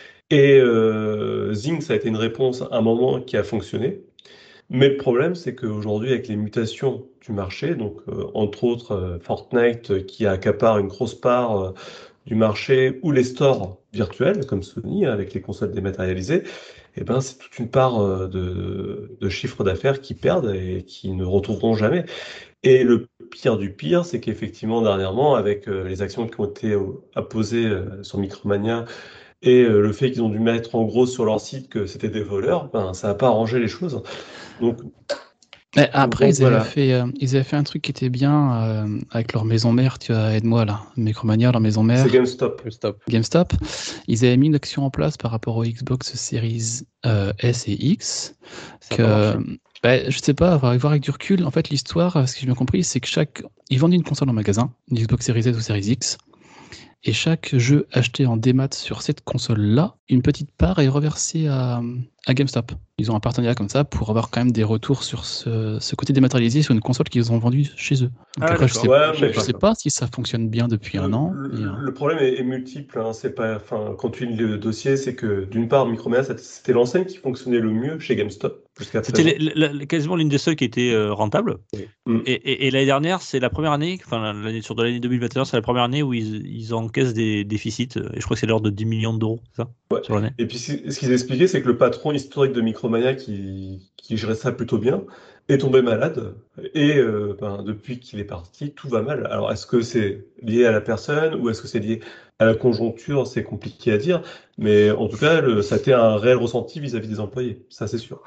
Speaker 5: Et euh, Zing, ça a été une réponse à un moment qui a fonctionné. Mais le problème, c'est qu'aujourd'hui, avec les mutations du marché, donc euh, entre autres euh, Fortnite euh, qui accapare une grosse part euh, du marché, ou les stores virtuels comme Sony hein, avec les consoles dématérialisées, eh ben, c'est toute une part euh, de, de chiffre d'affaires qui perdent et qui ne retrouveront jamais. Et le pire du pire, c'est qu'effectivement, dernièrement, avec euh, les actions qui ont été euh, apposées euh, sur Micromania et euh, le fait qu'ils ont dû mettre en gros sur leur site que c'était des voleurs, ben, ça n'a pas arrangé les choses. Donc,
Speaker 3: Mais après,
Speaker 5: donc
Speaker 3: ils avaient
Speaker 5: voilà.
Speaker 3: fait, euh, ils avaient fait un truc qui était bien euh, avec leur maison mère. Tu vois, aide-moi là, Micromania, leur maison mère.
Speaker 5: C'est GameStop.
Speaker 4: Stop.
Speaker 3: GameStop, ils avaient mis une action en place par rapport aux Xbox Series euh, S et X.
Speaker 4: Ça a
Speaker 3: Que,
Speaker 4: pas marché.
Speaker 3: bah, je sais pas, voir avec du recul, en fait, l'histoire, ce que j'ai bien compris, c'est que chaque. Ils vendaient une console en magasin, une Xbox Series S ou Series X, et chaque jeu acheté en démat sur cette console-là, une petite part est reversée à, à GameStop. Ils ont un partenariat comme ça pour avoir quand même des retours sur ce, ce côté dématérialisé sur une console qu'ils ont vendue chez eux. Donc
Speaker 2: Ah,
Speaker 3: après, je sais,
Speaker 2: d'accord.
Speaker 5: Ouais,
Speaker 3: je,
Speaker 5: mais
Speaker 3: je sais pas si ça fonctionne bien depuis
Speaker 5: le,
Speaker 3: un an.
Speaker 5: le-
Speaker 3: mais, euh,
Speaker 5: le problème est, est multiple. Hein. C'est pas, enfin, quand tu lis le dossier, c'est que d'une part, Micromania, c'était- c'était l'enseigne qui fonctionnait le mieux chez GameStop jusqu'à
Speaker 2: C'était
Speaker 5: présent.
Speaker 2: les- la- la- quasiment l'une des seules qui était euh, rentable.
Speaker 5: Mm.
Speaker 2: Et, et- et l'année dernière, c'est la première année, enfin l'année sur de l'année deux mille vingt et un, c'est la première année où ils, ils encaissent des déficits. euh, Et je crois que c'est l'ordre de dix millions d'euros, c'est ça,
Speaker 5: Ouais.
Speaker 2: sur l'année.
Speaker 5: Et puis, ce ce qu'ils expliquaient, c'est que le patron historique de Micromania, qui, qui gérait ça plutôt bien, est tombé malade. Et euh, ben, depuis qu'il est parti, tout va mal. Alors, est-ce que c'est lié à la personne ou est-ce que c'est lié à la conjoncture? C'est compliqué à dire. Mais en tout cas, le- ça a été un réel ressenti vis-à-vis des employés. Ça, c'est sûr.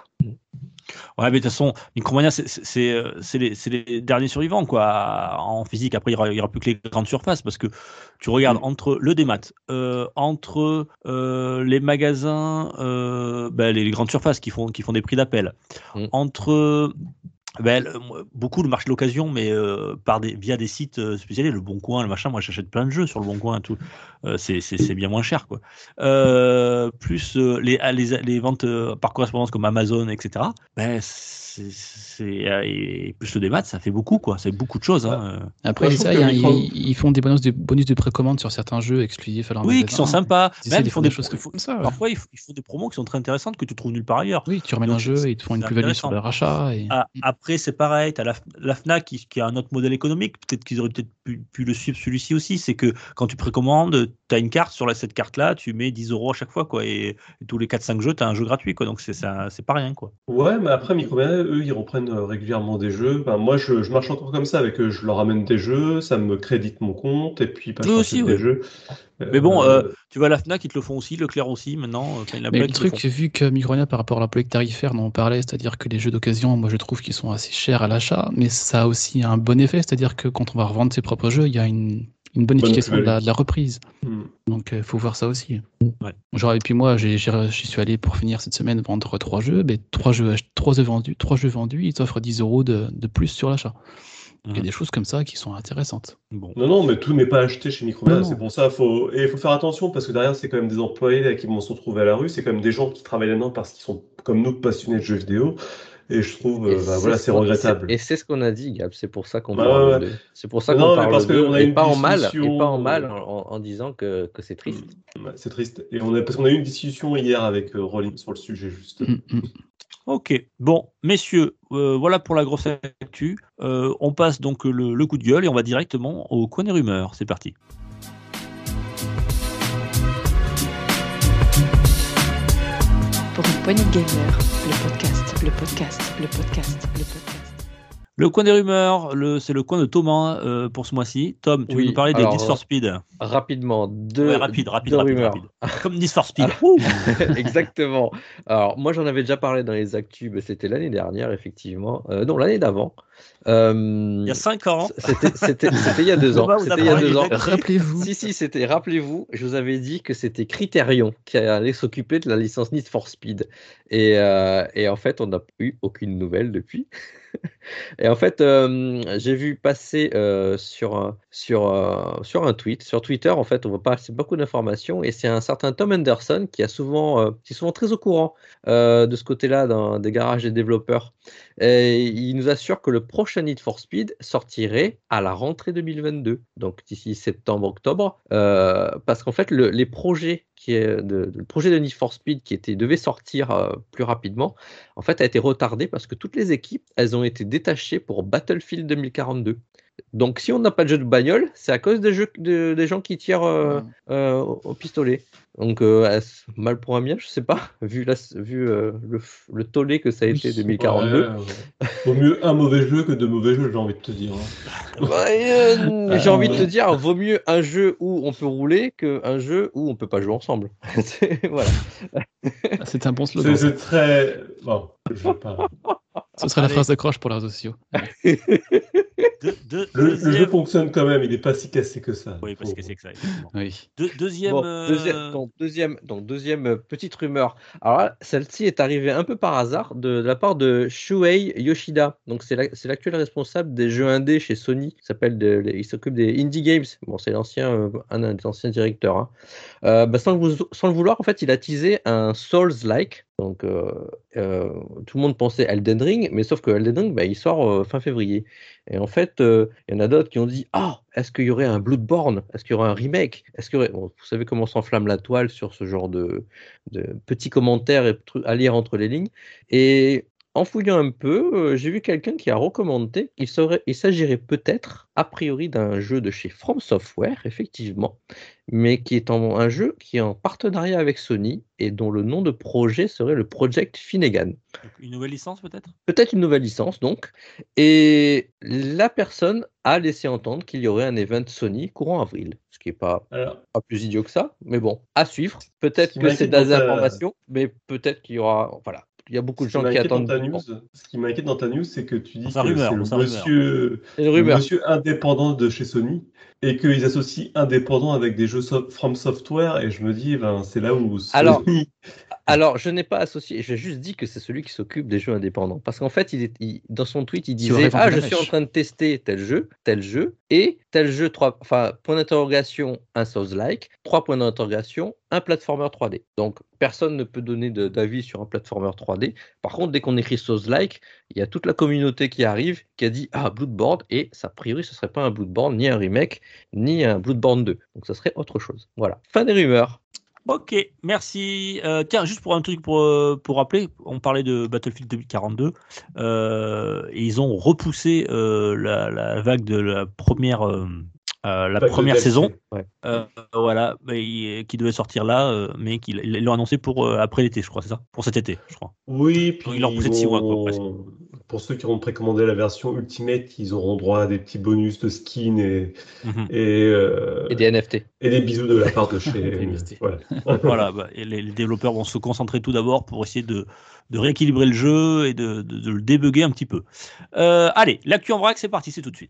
Speaker 2: Ouais, mais de toute façon, Micromania, c'est c'est- c'est, euh, c'est les, c'est les derniers survivants, quoi. En physique, après, il n'y aura, il y aura plus que les grandes surfaces, parce que tu regardes
Speaker 5: Mm.
Speaker 2: entre le démat, euh, entre euh, les magasins, euh, ben, les, les grandes surfaces qui font, qui font des prix d'appel,
Speaker 4: Mm.
Speaker 2: entre Ben, le- moi, beaucoup de marché de l'occasion, mais euh, par des, via des sites euh, spécialisés, le Bon Coin, le machin. Moi, j'achète plein de jeux sur le Bon Coin, et tout. Euh, c'est, c'est, c'est bien moins cher, quoi. Euh, plus euh, les, ah, les, les ventes euh, par correspondance comme Amazon, et cetera. Ben, c'est, c'est, euh, et plus le démat, ça fait beaucoup, quoi. C'est beaucoup de choses. Hein. euh.
Speaker 3: Après,
Speaker 5: Moi, je
Speaker 3: c'est
Speaker 5: trouve
Speaker 3: ça,
Speaker 5: que
Speaker 3: il y a-
Speaker 5: Micro-
Speaker 3: ils, ils font des bonus de, bonus de précommande sur certains jeux exclusifs à leur
Speaker 2: Oui,
Speaker 3: magasin.
Speaker 2: qui sont sympas.
Speaker 3: Ils essaient
Speaker 2: Même,
Speaker 3: de
Speaker 2: ils font
Speaker 3: faire
Speaker 2: des
Speaker 3: des choses
Speaker 2: ils font-
Speaker 3: comme ça. ouais.
Speaker 2: Parfois, ils, f- ils font des promos qui sont très intéressantes que tu trouves nulle part ailleurs.
Speaker 3: Oui, tu remets
Speaker 2: Donc,
Speaker 3: un
Speaker 2: c'est-
Speaker 3: jeu
Speaker 2: c'est-
Speaker 3: et ils te font une
Speaker 2: c'est
Speaker 3: plus-value sur
Speaker 2: intéressant.
Speaker 3: le rachat. Et...
Speaker 2: Ah, après, c'est pareil, tu as la, la FNAC qui, qui a un autre modèle économique. Peut-être qu'ils auraient peut-être pu, pu le suivre celui-ci aussi. C'est que quand tu précommandes, tu as une carte sur la, cette carte-là, tu mets dix euros à chaque fois. Quoi, et, et tous les quatre cinq jeux, tu as un jeu gratuit. Quoi, donc, c'est, ça, c'est pas rien. Quoi.
Speaker 5: Ouais, mais après, Micromania, eux, ils reprennent euh, régulièrement des jeux. Ben, moi, je, je marche encore comme ça avec eux. Je leur amène des jeux, ça me crédite mon compte, et puis ben,
Speaker 2: Eux
Speaker 5: je
Speaker 2: aussi,
Speaker 5: rachète des
Speaker 2: ouais.
Speaker 5: jeux.
Speaker 2: Mais bon, euh,
Speaker 5: Euh,
Speaker 2: tu vois, la FNAC, ils te le font aussi, Leclerc aussi, maintenant. Enfin, la
Speaker 3: Mais
Speaker 2: Black,
Speaker 3: le
Speaker 2: ils le
Speaker 3: truc,
Speaker 2: font.
Speaker 3: vu que Micromania, par rapport à la politique tarifaire dont on parlait, c'est-à-dire que les jeux d'occasion, moi je trouve qu'ils sont assez chers à l'achat, mais ça a aussi un bon effet, c'est-à-dire que quand on va revendre ses propres jeux, il y a une, une bonification de la,
Speaker 5: plus-value.
Speaker 3: de la reprise.
Speaker 5: hmm.
Speaker 3: Donc il faut voir ça aussi.
Speaker 2: Ouais.
Speaker 3: Genre, et puis moi, j'ai, j'ai- j'y suis allé pour finir cette semaine vendre trois jeux, mais trois jeux, ach- trois jeux vendus, trois jeux vendus, ils t'offrent dix euros de, de plus sur l'achat. Il y a
Speaker 2: Mhm.
Speaker 3: des choses comme ça qui sont intéressantes.
Speaker 2: Bon.
Speaker 5: Non, non, mais tout n'est pas acheté chez Micromania.
Speaker 3: Non,
Speaker 5: C'est
Speaker 3: non.
Speaker 5: pour ça, faut... et il faut faire attention parce que derrière, c'est quand même des employés là, qui vont se retrouver à la rue. C'est quand même des gens qui travaillent là-dedans parce qu'ils sont comme nous passionnés de jeux vidéo. Et je trouve,
Speaker 4: Et
Speaker 5: euh, bah,
Speaker 4: c'est
Speaker 5: voilà,
Speaker 4: ce
Speaker 5: c'est
Speaker 4: qu'on-
Speaker 5: regrettable.
Speaker 4: c'est- et c'est ce qu'on a dit, Gab. C'est pour ça qu'on
Speaker 5: Ouais,
Speaker 4: parle
Speaker 5: ouais, ouais.
Speaker 4: d'eux. C'est pour ça
Speaker 5: Mais
Speaker 4: qu'on
Speaker 5: non, mais
Speaker 4: parle
Speaker 5: parce qu'on
Speaker 4: d'eux,
Speaker 5: a
Speaker 4: et
Speaker 5: une
Speaker 4: pas en mal, et
Speaker 5: discussion.
Speaker 4: pas en mal en, en disant que, que c'est triste.
Speaker 5: Ouais, c'est triste. Et on a, parce qu'on a eu une discussion hier avec euh, Rolling sur le sujet, justement.
Speaker 3: Mm, mm.
Speaker 2: Ok, bon, messieurs, euh, voilà pour la grosse actu. Euh, on passe donc le, le coup de gueule et on va directement au coin des rumeurs. C'est parti.
Speaker 1: Pour une poignée de gamers, le podcast, le podcast, le podcast, le podcast.
Speaker 2: Le coin des rumeurs, le, c'est le coin de Thomas euh, pour ce mois-ci. Tom, tu veux
Speaker 4: Oui,
Speaker 2: nous parler des
Speaker 4: alors,
Speaker 2: Need for Speed?
Speaker 4: Rapidement, deux,
Speaker 2: Ouais, rapide, rapide,
Speaker 4: deux
Speaker 2: rapide,
Speaker 4: rumeurs.
Speaker 2: rapide. Comme Need for Speed.
Speaker 4: Ah.
Speaker 2: Ouh.
Speaker 4: Exactement. Alors, moi, j'en avais déjà parlé dans les actus, mais c'était l'année dernière, effectivement. Euh, non, l'année d'avant. Euh,
Speaker 2: Il y a cinq ans.
Speaker 4: C'était, c'était, c'était il y a deux ans.
Speaker 2: Thomas, vous
Speaker 4: C'était il y a
Speaker 2: avez
Speaker 4: deux ans.
Speaker 2: parlé
Speaker 3: Rappelez-vous.
Speaker 4: Si, si, c'était, rappelez-vous, je vous avais dit que c'était Criterion qui allait s'occuper de la licence Need for Speed. Et, euh, et en fait, on n'a eu aucune nouvelle depuis. Et en fait, euh, j'ai vu passer euh, sur, un- sur, euh, sur un tweet, sur Twitter, en fait, on voit passer beaucoup d'informations, et c'est un certain Tom Henderson qui, a souvent, euh, qui est souvent très au courant euh, de ce côté-là dans des garages des développeurs. Et il nous assure que le prochain Need for Speed sortirait à la rentrée deux mille vingt-deux, donc d'ici septembre-octobre, euh, parce qu'en fait, le, les projets qui est de, de- le projet de Need for Speed qui était, devait sortir euh, plus rapidement, en fait, a été retardé parce que toutes les équipes, elles ont été détachées pour Battlefield deux mille quarante-deux. Donc, si on n'a pas de jeu de bagnole, c'est à cause des, jeux, de- des gens qui tirent euh,
Speaker 3: Mm.
Speaker 4: euh, au, au pistolet. Donc, euh, est-ce mal pour un bien, je sais pas, vu, la, vu euh, le, f- le tollé que ça a
Speaker 3: Oui.
Speaker 4: été deux mille quarante-deux.
Speaker 5: Ouais, ouais. Vaut mieux un mauvais jeu que deux mauvais jeux, j'ai envie de te dire. hein.
Speaker 4: Ouais, euh, j'ai
Speaker 5: Ah,
Speaker 4: envie de te
Speaker 5: ouais.
Speaker 4: dire, vaut mieux un jeu où on peut rouler qu'un jeu où on peut pas jouer ensemble. C'est- voilà.
Speaker 3: Ah, C'est un bon
Speaker 5: C'est
Speaker 3: slogan. ça.
Speaker 5: c'est très. Bon, je vais pas.
Speaker 3: Ce serait la
Speaker 2: Allez.
Speaker 3: phrase d'accroche pour les réseaux sociaux.
Speaker 2: De- de-
Speaker 5: Le, le
Speaker 2: deuxième...
Speaker 5: jeu fonctionne quand même, il n'est pas si cassé que ça.
Speaker 2: Oui, parce
Speaker 5: Faut-
Speaker 2: que c'est que ça, effectivement.
Speaker 3: Oui.
Speaker 2: De- deuxième.
Speaker 4: Bon,
Speaker 2: euh,
Speaker 4: deuxième, donc, deuxième, donc, deuxième euh, petite rumeur. Alors là, celle-ci est arrivée un peu par hasard de, de la part de Shuei Yoshida. Donc c'est la- c'est l'actuel responsable des jeux indés chez Sony. Il s'appelle de- il s'occupe des Indie Games. Bon, c'est l'ancien, euh, un des anciens directeurs. hein. Euh, bah, sans, le vou- sans le vouloir, en fait, il a teasé un Souls-like. Donc euh, euh, tout le monde pensait Elden Ring, mais sauf que Elden Ring, bah, il sort euh, fin février. Et en fait, euh, il y en a d'autres qui ont dit ah, est-ce qu'il y aurait un Bloodborne? Est-ce qu'il y aurait un remake? Est-ce qu'il y aurait... Bon, vous savez comment s'enflamme la toile sur ce genre de, de petits commentaires et tru- à lire entre les lignes. Et en fouillant un peu, euh, j'ai vu quelqu'un qui a recommandé qu'il serait, il s'agirait peut-être, a priori, d'un jeu de chez From Software, effectivement, mais qui est en, un jeu qui est en partenariat avec Sony et dont le nom de projet serait le Project Finnegan.
Speaker 2: Une nouvelle licence, peut-être?
Speaker 4: Peut-être une nouvelle licence, donc. Et la personne a laissé entendre qu'il y aurait un event Sony courant avril, ce qui n'est pas,
Speaker 5: Alors,
Speaker 4: pas plus idiot que ça, mais bon, à suivre. Peut-être
Speaker 5: qui
Speaker 4: que c'est
Speaker 5: m'inquiète dans
Speaker 4: des
Speaker 5: ta-
Speaker 4: informations, mais peut-être qu'il y aura... Voilà. Il y a beaucoup de
Speaker 5: ce qui
Speaker 4: gens qui
Speaker 5: m'inquiète dans
Speaker 4: attendent.
Speaker 5: ta news, ce qui m'inquiète dans ta news, c'est que tu dis
Speaker 2: Sa
Speaker 5: que
Speaker 2: rumeur,
Speaker 5: c'est le
Speaker 2: sa rumeur.
Speaker 5: monsieur,
Speaker 4: C'est une
Speaker 5: le
Speaker 4: rumeur.
Speaker 5: monsieur indépendant de chez Sony. et qu'ils associent indépendant avec des jeux so- From Software, et je me dis, ben, c'est là où
Speaker 4: Alors,
Speaker 5: Sony...
Speaker 4: Alors, je n'ai pas associé, j'ai juste dit que c'est celui qui s'occupe des jeux indépendants. Parce qu'en fait, il est, il- dans son tweet, il
Speaker 3: Tu aurais
Speaker 4: disait
Speaker 3: vendu
Speaker 4: Ah,
Speaker 3: la
Speaker 4: je suis en
Speaker 3: mèche.
Speaker 4: train de tester tel jeu, tel jeu, et tel jeu, trois, enfin, point d'interrogation, un Souls-like, trois points d'interrogation, un platformer trois D. Donc, personne ne peut donner de- d'avis sur un platformer trois D. Par contre, dès qu'on écrit Souls-like, il y a toute la communauté qui arrive, qui a dit Ah, Bloodborne, et ça, a priori, ce ne serait pas un Bloodborne, ni un remake, ni un Bloodborne deux. Donc, ça serait autre chose. Voilà. Fin des rumeurs.
Speaker 2: Ok, merci. Euh, tiens, juste pour un truc pour, euh, pour rappeler, on parlait de Battlefield deux mille quarante-deux, euh, et ils ont repoussé euh, la, la vague de la première, euh, euh, la
Speaker 5: Vague de
Speaker 2: première
Speaker 5: D L C.
Speaker 2: saison,
Speaker 4: Ouais.
Speaker 2: euh, voilà, mais, qui devait sortir là, euh, mais qu'ils ils l'ont annoncé pour euh, après l'été, je crois, c'est ça? Pour cet été, je crois.
Speaker 5: Oui,
Speaker 2: Donc, ils l'ont
Speaker 5: puis
Speaker 2: repoussé de six mois, quoi, presque.
Speaker 5: bon, pour ceux qui auront précommandé la version Ultimate, ils auront droit à des petits bonus de skins et,
Speaker 2: Mhm.
Speaker 5: et, euh,
Speaker 4: Et des N F T.
Speaker 5: et des bisous de la part de
Speaker 3: Des
Speaker 5: chez...
Speaker 3: N F T.
Speaker 5: Voilà.
Speaker 2: Voilà, bah, et les, les développeurs vont se concentrer tout d'abord pour essayer de, de rééquilibrer le jeu et de, de- de le débugger un petit peu. Euh, allez, l'actu en vrac, c'est parti, c'est tout de suite.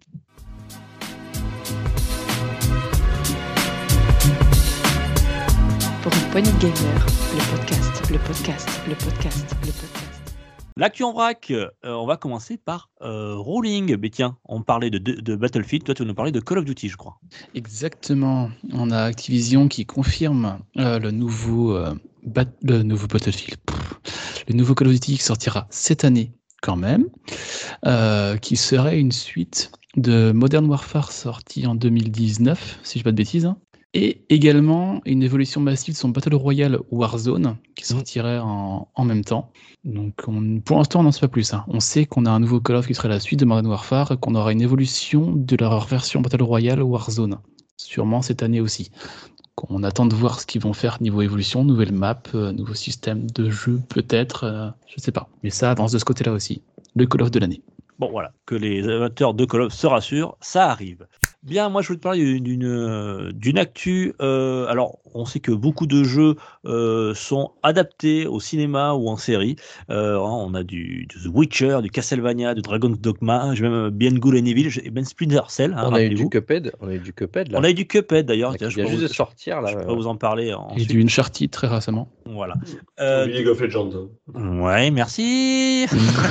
Speaker 1: Pour une poignée de gamers, le podcast, le podcast, le podcast, le podcast.
Speaker 2: L'actu en vrac, euh, on va commencer par euh, Rolling. Mais tiens, on parlait de, de, de Battlefield, toi tu vas nous parler de Call of Duty, je crois.
Speaker 3: Exactement. On a Activision qui confirme euh, le nouveau euh, Bat- le nouveau Battlefield, Pff, le nouveau Call of Duty qui sortira cette année quand même, euh, qui serait une suite de Modern Warfare sorti en deux mille dix-neuf, si je ne dis pas de bêtises, hein. Et également une évolution massive de son Battle Royale Warzone qui sortirait en, en même temps. Donc on- pour l'instant on n'en sait pas plus, hein. On sait qu'on a un nouveau Call of qui serait la suite de Modern Warfare et qu'on aura une évolution de leur version Battle Royale Warzone, sûrement cette année aussi. Donc, on attend de voir ce qu'ils vont faire niveau évolution, nouvelle map, euh, nouveau système de jeu peut-être, euh, je sais pas. Mais ça avance de ce côté-là aussi, le Call of de l'année.
Speaker 2: Bon, voilà, que les amateurs de Call of se rassurent, ça arrive. Bien, moi je voulais te parler d'une euh, d'une actu. Euh, alors, on sait que beaucoup de jeux euh, sont adaptés au cinéma ou en série. Euh, on a du, du The Witcher, du Castlevania, du Dragon's Dogma, j'ai même Beyond Good and Evil, et même Splinter Cell, hein,
Speaker 4: On a eu du
Speaker 2: rappelez-vous.
Speaker 4: Cuphead, on a eu du Cuphead là.
Speaker 2: On a eu du Cuphead d'ailleurs,
Speaker 4: Qui
Speaker 2: tiens, je
Speaker 4: vient
Speaker 2: peux
Speaker 4: juste
Speaker 2: vous,
Speaker 4: de sortir là.
Speaker 2: je peux vous en parler
Speaker 3: Et
Speaker 2: ensuite.
Speaker 3: du Uncharted très récemment.
Speaker 2: Voilà. Euh,
Speaker 5: League of Legends.
Speaker 2: Ouais, merci.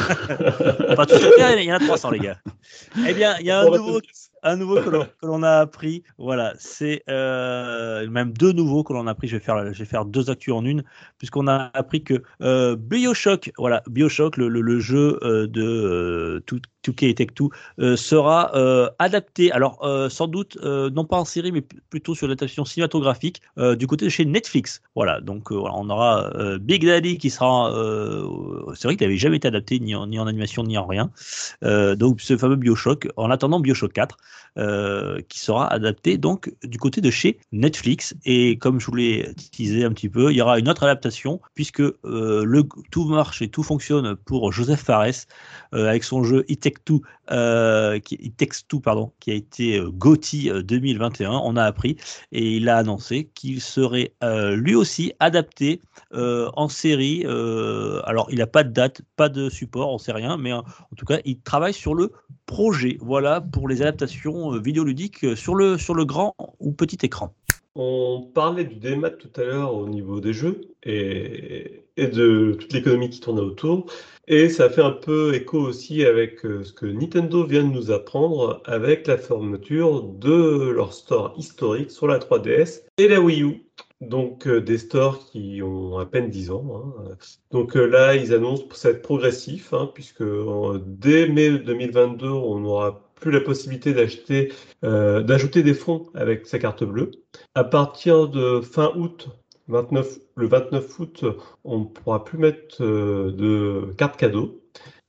Speaker 2: Pas tout à fait, il y en a trois cents, les gars. Eh bien, il y a un nouveau, un nouveau que l'on, que l'on a appris. Voilà, c'est euh, même deux nouveaux que l'on a appris. Je vais faire, je vais faire deux actus en une, puisqu'on a appris que euh, BioShock, voilà, BioShock, le, le, le jeu euh, de euh, two K et Take-Two, euh, sera euh, adapté. Alors, euh, sans doute, euh, non pas en série, mais p- plutôt sur l'adaptation cinématographique euh, du côté de chez Netflix. Voilà, donc euh, voilà, on aura euh, Big Daddy qui sera. Euh, c'est vrai qu'il n'avait jamais été adapté ni en, ni en animation ni en rien. Euh, donc ce fameux BioShock, en attendant BioShock quatre, euh, qui sera adapté donc du côté de chez Netflix. Et comme je vous l'ai teasé un petit peu, il y aura une autre adaptation puisque euh, le, tout marche et tout fonctionne pour Joseph Fares euh, avec son jeu It Takes Two, euh, qui, It Takes Two pardon, qui a été euh, G O T Y deux mille vingt et un. On a appris et il a annoncé qu'il serait euh, lui aussi adapté euh, en série. Euh, alors il n'a pas de date, pas de support, on sait rien, mais en tout cas il travaille sur le projet. Voilà pour les adaptations euh, vidéoludiques euh, sur le, sur le grand ou petit écran.
Speaker 5: On parlait du démat tout à l'heure au niveau des jeux et, et de toute l'économie qui tournait autour. Et ça fait un peu écho aussi avec euh, ce que Nintendo vient de nous apprendre avec la fermeture de leur store historique sur la trois D S et la Wii U. Donc euh, des stores qui ont à peine dix ans, hein. Donc euh, là, ils annoncent que ça va être progressif, hein, puisque euh, dès mai deux mille vingt-deux, on n'aura plus la possibilité d'acheter, euh, d'ajouter des fonds avec sa carte bleue. À partir de fin août, vingt-neuf, le vingt-neuf août, on ne pourra plus mettre euh, de carte cadeau.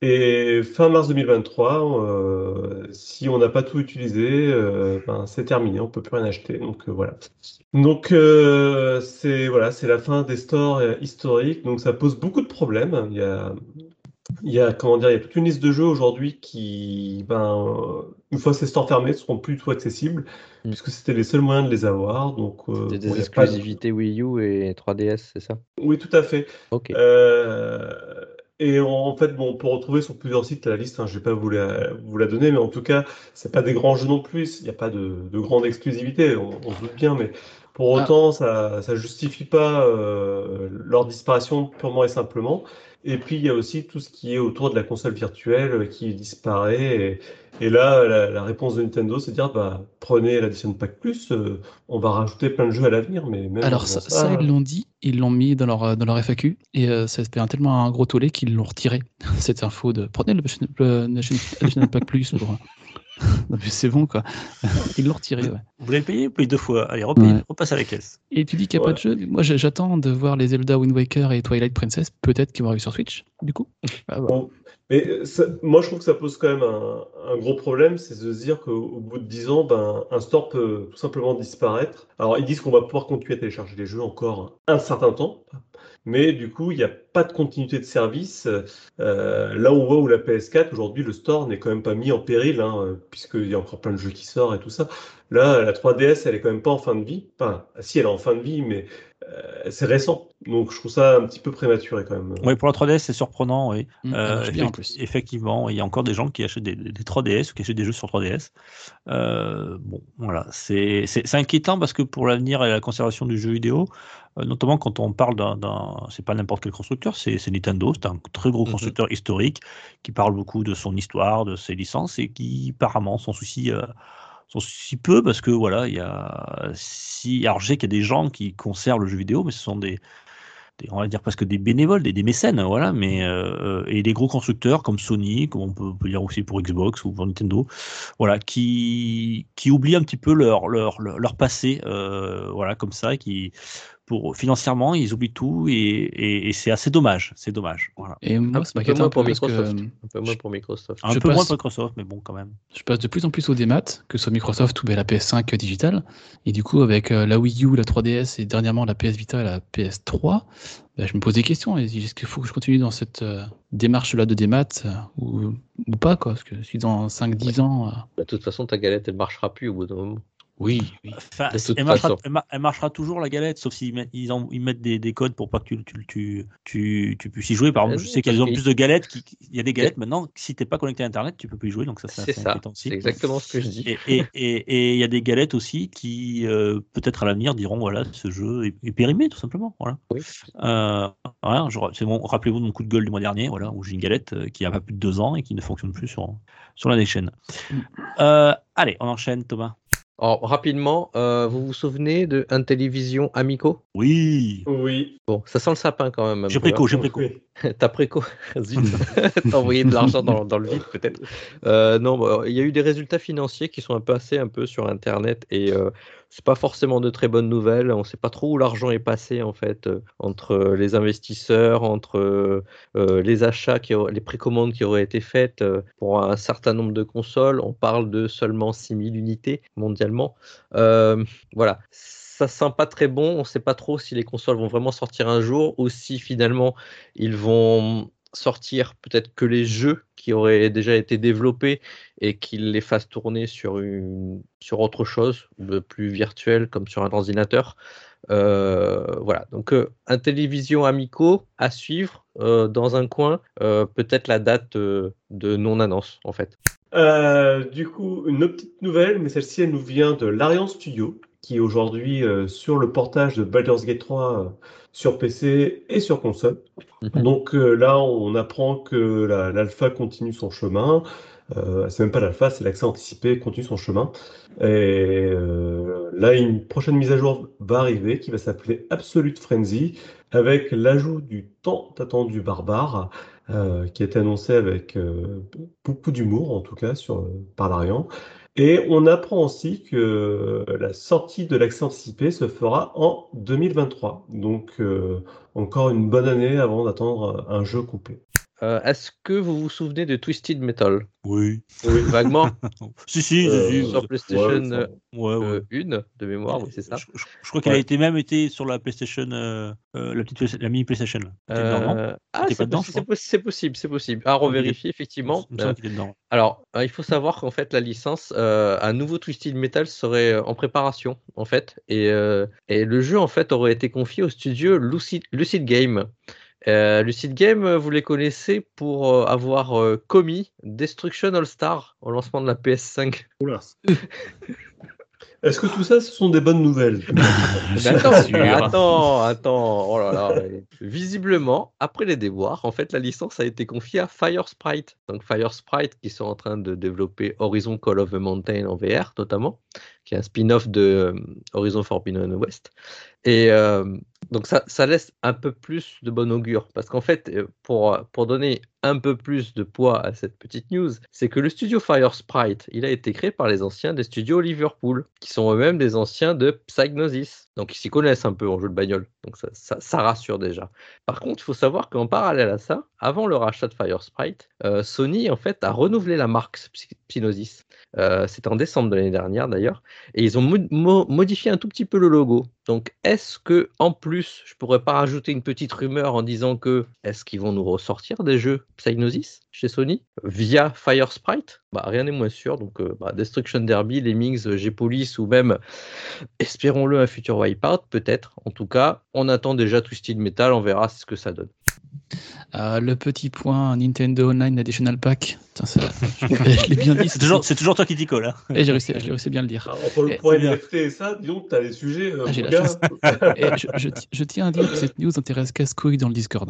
Speaker 5: Et fin mars deux mille vingt-trois, euh, si on n'a pas tout utilisé, euh, ben, c'est terminé, on ne peut plus rien acheter. Donc euh, voilà. Donc euh, c'est voilà, c'est la fin des stores euh, historiques. Donc ça pose beaucoup de problèmes. Il y a il y a, comment dire, il y a toute une liste de jeux aujourd'hui qui, ben, euh, une fois ces stores fermés, seront plus du tout accessibles,
Speaker 4: Mm.
Speaker 5: puisque c'était les seuls moyens de les avoir. Donc, euh,
Speaker 4: C'est
Speaker 5: bon,
Speaker 4: des
Speaker 5: il y a pas de-
Speaker 4: exclusivités Wii U et trois D S, c'est ça?
Speaker 5: Oui, tout à fait.
Speaker 4: Ok.
Speaker 5: Euh, Et en fait, bon, on peut retrouver sur plusieurs sites la liste, hein, je vais pas vous la, vous la donner, mais en tout cas, c'est pas des grands jeux non plus, il n'y a pas de, de grande exclusivité, on, on se doute bien, mais pour
Speaker 3: Ah,
Speaker 5: autant, ça ça justifie pas euh, leur disparition purement et simplement. Et puis, il y a aussi tout ce qui est autour de la console virtuelle euh, qui disparaît. Et, et là, la, la réponse de Nintendo, c'est de dire, bah, prenez l'Edition Pack Plus, euh, on va rajouter plein de jeux à l'avenir, mais même en
Speaker 3: alors
Speaker 5: faisant
Speaker 3: ça, ça, ils
Speaker 5: ça,
Speaker 3: l'ont dit, ils l'ont mis dans leur, euh, dans leur F A Q, et euh, ça fait un, tellement un gros tollé qu'ils l'ont retiré, cette info de prenez le, le National National Pack Plus pour... Non, mais c'est bon, quoi. Ils l'ont retiré, ouais.
Speaker 2: Vous l'avez payé, vous payez deux fois. Allez, repayez,
Speaker 3: Ouais.
Speaker 2: repasse à la caisse.
Speaker 3: Et tu dis qu'il n'y a pas
Speaker 5: ouais.
Speaker 3: de jeu. Moi, j'ai- j'attends de voir les Zelda Wind Waker et Twilight Princess, peut-être qu'ils vont arriver sur Switch, du coup. Ah, voilà.
Speaker 5: Bon, mais ça- moi, je trouve que ça pose quand même un, un gros problème, c'est de se dire qu'au au bout de dix ans, ben, un store peut tout simplement disparaître. Alors, ils disent qu'on va pouvoir continuer à télécharger les jeux encore un certain temps, mais du coup, il n'y a pas de continuité de service. Euh, là, on voit où la P S quatre, aujourd'hui, le store n'est quand même pas mis en péril, hein, euh, puisqu'il y a encore plein de jeux qui sortent et tout ça. Là, la trois D S, elle est quand même pas en fin de vie. Enfin, si, elle est en fin de vie, mais euh, c'est récent. Donc, je trouve ça un petit peu prématuré quand même.
Speaker 2: Oui, pour la trois D S, c'est surprenant, oui.
Speaker 3: Mm, elle
Speaker 2: Euh,
Speaker 3: marche bien en
Speaker 2: effecti-
Speaker 3: plus.
Speaker 2: effectivement, il y a encore des gens qui achètent des, des trois D S ou qui achètent des jeux sur trois D S. Euh, bon, voilà, c'est c'est- c'est inquiétant parce que pour l'avenir et la conservation du jeu vidéo, euh, notamment quand on parle d'un, d'un- c'est pas n'importe quel constructeur, c'est c'est Nintendo, c'est un très gros
Speaker 4: Mhm.
Speaker 2: constructeur historique qui parle beaucoup de son histoire, de ses licences et qui apparemment s'en soucie, euh, s'en soucie peu parce que voilà, il y a si, alors je sais qu'il y a des gens qui conservent le jeu vidéo, mais ce sont des des- on va dire presque des bénévoles, des, des mécènes, voilà, mais euh, et des gros constructeurs comme Sony, comme on peut, on peut dire aussi pour Xbox ou pour Nintendo, voilà, qui qui oublient un petit peu leur leur leur, leur passé, euh, voilà, comme ça, et qui pour financièrement ils oublient tout et, et, et c'est assez dommage, c'est dommage, voilà.
Speaker 3: Et
Speaker 4: Un,
Speaker 3: moi, ça
Speaker 4: un peu
Speaker 3: m'inquiète
Speaker 4: moins
Speaker 3: un peu
Speaker 4: pour
Speaker 3: parce que
Speaker 4: Microsoft.
Speaker 3: euh,
Speaker 4: Un peu moins
Speaker 3: je,
Speaker 4: pour Microsoft.
Speaker 2: Un
Speaker 3: je
Speaker 2: peu moins
Speaker 3: passe,
Speaker 2: pour Microsoft, mais bon, quand même.
Speaker 3: je passe de plus en plus au démat, que ce soit Microsoft ou ben, la P S cinq digitale. Et du coup, avec euh, la Wii U, la trois D S et dernièrement la P S Vita et la P S trois, ben, je me pose des questions. Et est-ce qu'il faut que je continue dans cette euh, démarche-là de démat euh, ou, ou pas, quoi? Parce que si dans cinq dix ans. euh,
Speaker 4: Bah, de toute façon, ta galette, elle marchera plus au bout d'un moment.
Speaker 3: Oui, oui.
Speaker 2: Enfin,
Speaker 4: De toute
Speaker 2: elle marchera,
Speaker 4: façon.
Speaker 2: elle, mar- elle marchera toujours la galette, sauf s'ils mettent, ils, en- ils mettent des, des codes pour pas que tu, tu, tu, tu, tu puisses y jouer. Par
Speaker 4: Euh,
Speaker 2: exemple, je
Speaker 4: non,
Speaker 2: sais qu'il y
Speaker 4: parce
Speaker 2: a de
Speaker 4: que
Speaker 2: plus de galettes. Qui, qui- il y a des
Speaker 4: y a-
Speaker 2: galettes maintenant, si t'es pas connecté à Internet, tu peux plus y jouer, donc ça c'est
Speaker 4: c'est
Speaker 2: assez
Speaker 4: ça.
Speaker 2: inquiétant
Speaker 4: C'est
Speaker 2: aussi.
Speaker 4: exactement ce que je dis.
Speaker 2: Et et- et- et il y a des galettes aussi qui, euh, peut-être à l'avenir, diront voilà, ce jeu est, est périmé, tout simplement. Voilà.
Speaker 4: Oui.
Speaker 2: Euh, voilà, je- c'est mon, rappelez-vous de mon coup de gueule du mois dernier, voilà, où j'ai une galette euh, qui a pas plus de deux ans et qui ne fonctionne plus sur, sur la Nation.
Speaker 3: Mm.
Speaker 2: Euh, allez, on enchaîne, Thomas.
Speaker 4: Alors, rapidement, euh, vous vous souvenez de Intellivision Amico?
Speaker 2: Oui,
Speaker 5: Oui.
Speaker 4: Bon, ça sent le sapin quand même un
Speaker 2: j'ai
Speaker 4: peu,
Speaker 2: préco,
Speaker 4: hein.
Speaker 2: j'ai préco.
Speaker 5: Oui.
Speaker 4: T'as préco. Zut. T'as envoyé de l'argent dans, dans le vide peut-être. Euh, non, bah, il y a eu des résultats financiers qui sont un peu passés un peu sur Internet et euh, c'est pas forcément de très bonnes nouvelles. On sait pas trop où l'argent est passé en fait euh, entre euh, les investisseurs, entre euh, euh, les achats, qui auraient- les précommandes qui auraient été faites euh, pour un certain nombre de consoles. On parle de seulement six mille unités mondialement. Euh, voilà. Ça sent pas très bon. On sait pas trop si les consoles vont vraiment sortir un jour ou si finalement ils vont sortir peut-être que les jeux qui auraient déjà été développés et qu'ils les fassent tourner sur, une, sur autre chose, de plus virtuel, comme sur un ordinateur. Euh, voilà, donc euh, Intellivision Amico à suivre euh, dans un coin, euh, peut-être la date euh, de non-annonce en fait.
Speaker 5: Euh, du coup, une petite nouvelle, mais celle-ci, elle nous vient de Larian Studio, qui est aujourd'hui euh, sur le portage de Baldur's Gate trois euh, sur P C et sur console.
Speaker 4: Mhm.
Speaker 5: Donc euh, là, on apprend que la- l'alpha continue son chemin. Euh, c'est même pas l'alpha, c'est l'accès anticipé continue son chemin. Et euh, là, une prochaine mise à jour va arriver qui va s'appeler Absolute Frenzy, avec l'ajout du tant attendu barbare, euh, qui a été annoncé avec euh, beaucoup d'humour, en tout cas, sur, par Larian. Et on apprend aussi que la sortie de l'accès anticipé se fera en deux mille vingt-trois. Donc, euh, encore une bonne année avant d'attendre un jeu complet.
Speaker 4: Euh, est-ce que vous vous souvenez de Twisted Metal?
Speaker 2: Oui.
Speaker 5: Oui.
Speaker 4: Vaguement.
Speaker 2: Si, si,
Speaker 5: Euh,
Speaker 2: si, si.
Speaker 4: Sur PlayStation
Speaker 5: ouais, ça-
Speaker 2: Ouais, ouais.
Speaker 4: un de mémoire, oui, c'est ça.
Speaker 2: Je, je- je crois qu'elle a
Speaker 5: Ouais.
Speaker 2: été même été sur la PlayStation, euh, euh, la petite, Play- la mini PlayStation. là. Elle était dedans, non
Speaker 4: Euh, ah,
Speaker 2: était
Speaker 4: c'est
Speaker 2: pas dedans,
Speaker 4: possi-
Speaker 2: je
Speaker 4: c'est
Speaker 2: crois.
Speaker 4: possi- c'est possible, c'est possible. À
Speaker 2: qu'il est-
Speaker 4: revérifier, effectivement.
Speaker 2: Il me
Speaker 4: Euh,
Speaker 2: semble qu'il était dedans.
Speaker 4: alors, euh, il faut savoir qu'en fait, la licence, euh, un nouveau Twisted Metal serait euh, en préparation, en fait. Et, euh, et le jeu, en fait, aurait été confié au studio Lucid, Lucid Game. Euh, Lucid Game, vous les connaissez pour euh, avoir euh, commis Destruction All Star au lancement de la P S cinq.
Speaker 5: Oula. Est-ce que tout ça, ce sont des bonnes nouvelles?
Speaker 4: Mais attends, mais attends, attends, oh là là. Visiblement, après les déboires, en fait, la licence a été confiée à Firesprite. Donc Firesprite, qui sont en train de développer Horizon Call of the Mountain en V R, notamment, qui est un spin-off de euh, Horizon Forbidden West. Et euh, donc ça, ça laisse un peu plus de bon augure, parce qu'en fait, pour, pour donner un peu plus de poids à cette petite news, c'est que le studio Firesprite, il a été créé par les anciens des studios Liverpool, qui sont eux-mêmes des anciens de Psygnosis. Donc ils s'y connaissent un peu en jeu de bagnole, donc ça, ça, ça rassure déjà. Par contre, il faut savoir qu'en parallèle à ça, avant le rachat de Firesprite, euh, Sony en fait a renouvelé la marque Psygnosis. Euh, C'était en décembre de l'année dernière d'ailleurs, et ils ont mo- mo- modifié un tout petit peu le logo. Donc est-ce que en plus, je pourrais pas rajouter une petite rumeur en disant que est-ce qu'ils vont nous ressortir des jeux Psygnosis chez Sony via Firesprite? Bah rien n'est moins sûr. Donc euh, bah, Destruction Derby, Lemmings, G-Police ou même, espérons-le, un futur Wipeout peut-être. En tout cas, on attend déjà Twisted Metal, on verra ce que ça donne.
Speaker 3: Euh, le petit point Nintendo Online Additional Pack. Putain, ça, je, je l'ai bien dit.
Speaker 2: C'est toujours, c'est toujours toi qui t'y colle. Hein.
Speaker 3: Et j'ai réussi, j'ai réussi à bien le dire.
Speaker 5: Alors, entre le
Speaker 3: Et-
Speaker 5: point N F T et ça, disons que t'as les sujets, euh,
Speaker 3: Ah, j'ai
Speaker 5: mon
Speaker 3: la
Speaker 5: gars.
Speaker 3: chance. Et je, je, je tiens à dire que cette news intéresse Cascouille dans le Discord.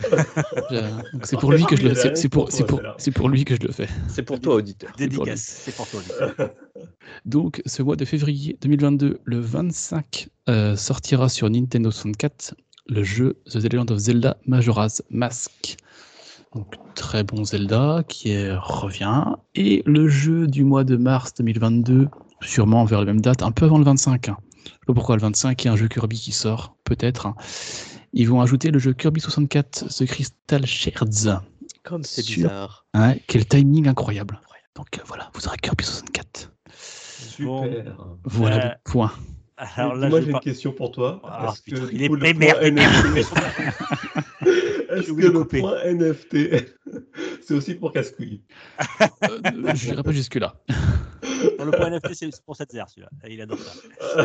Speaker 3: Je- donc c'est pour lui que je le, c'est, c'est pour, c'est pour, c'est pour lui que je le fais.
Speaker 4: C'est pour toi, auditeur.
Speaker 2: Dédicace, c'est pour toi. Olivier.
Speaker 3: Donc, ce mois de février deux mille vingt-deux, le vingt-cinq, euh, sortira sur Nintendo soixante-quatre le jeu The Legend of Zelda Majora's Mask. Donc, très bon Zelda qui est, revient. Et le jeu du mois de mars deux mille vingt-deux, sûrement vers la même date, un peu avant le vingt-cinq. Hein. Je sais pas pourquoi le vingt-cinq, il y a un jeu Kirby qui sort, peut-être. Hein. Ils vont ajouter le jeu Kirby soixante-quatre, The Crystal Shards.
Speaker 4: Comme c'est
Speaker 3: Sur-
Speaker 4: bizarre.
Speaker 3: Hein, quel timing incroyable. Donc euh, voilà, vous aurez Kirby soixante-quatre.
Speaker 5: Super.
Speaker 3: Voilà
Speaker 2: Euh,
Speaker 3: le point.
Speaker 2: Alors là,
Speaker 5: Moi,
Speaker 2: je
Speaker 5: j'ai
Speaker 2: pas-
Speaker 5: une question pour toi.
Speaker 2: Ah,
Speaker 5: Est-ce
Speaker 2: putain,
Speaker 5: que,
Speaker 2: il
Speaker 5: du
Speaker 2: est
Speaker 5: coup, le
Speaker 2: mais
Speaker 5: point
Speaker 2: merde,
Speaker 5: N F T,
Speaker 2: J'ai
Speaker 5: est-ce que
Speaker 2: oublié de
Speaker 5: le
Speaker 2: couper.
Speaker 5: point N F T, c'est aussi pour casse-couille?
Speaker 3: Euh, je n'irai pas jusque-là.
Speaker 2: Dans le point N F T, c'est c'est pour cette zère, celui-là. Il adore ça.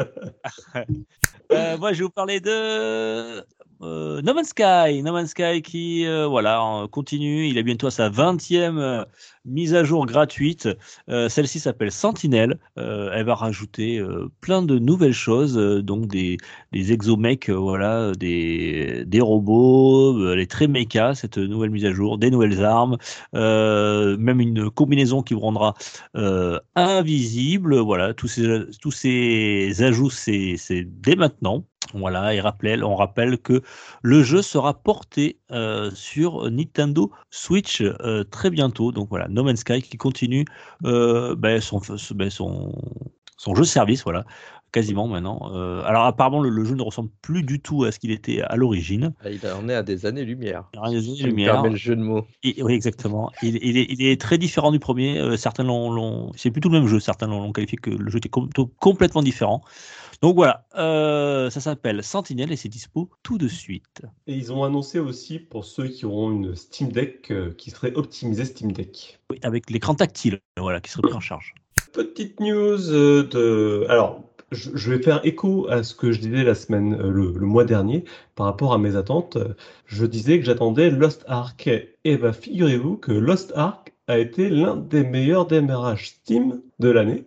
Speaker 2: Euh, moi, je vais vous parler de euh, No Man's Sky. No Man's Sky qui, euh, voilà, en- continue. Il a bientôt sa vingtième euh, mise à jour gratuite. Euh, celle-ci s'appelle Sentinel. Euh, elle va rajouter euh, plein de nouvelles choses, euh, donc des, des exomecs, euh, voilà, des, des robots. Euh, elle est très méca, cette nouvelle mise à jour, des nouvelles armes, euh, même une combinaison qui vous rendra euh, invisible. Voilà, tous ces, tous ces ajouts, c'est c'est dès maintenant. Voilà, et rappel, on rappelle que le jeu sera porté euh, sur Nintendo Switch euh, très bientôt. Donc voilà, No Man's Sky qui continue euh, ben, son, ben, son, son jeu de service, voilà, quasiment maintenant. Euh, alors apparemment, le, le jeu ne ressemble plus du tout à ce qu'il était à l'origine.
Speaker 4: Ah, il en est à des années-lumière.
Speaker 2: Il y a rien de
Speaker 4: Ça me
Speaker 2: lumière.
Speaker 4: permet le jeu de mots.
Speaker 2: Et- oui, exactement. Il, il est, il est très différent du premier. Euh, certains l'ont, l'ont- c'est plutôt le même jeu. Certains l'ont, l'ont qualifié que le jeu était com- complètement différent. Donc voilà, euh, ça s'appelle Sentinel et c'est dispo tout de suite.
Speaker 5: Et ils ont annoncé aussi pour ceux qui auront une Steam Deck euh, qui serait optimisée Steam Deck.
Speaker 2: Oui, avec l'écran tactile, voilà, qui serait pris en charge.
Speaker 5: Petite news euh, de. Alors, je, je vais faire écho à ce que je disais la semaine, euh, le, le mois dernier, par rapport à mes attentes. Je disais que j'attendais Lost Ark. Et bah, figurez-vous que Lost Ark a été l'un des meilleurs démarrages Steam de l'année.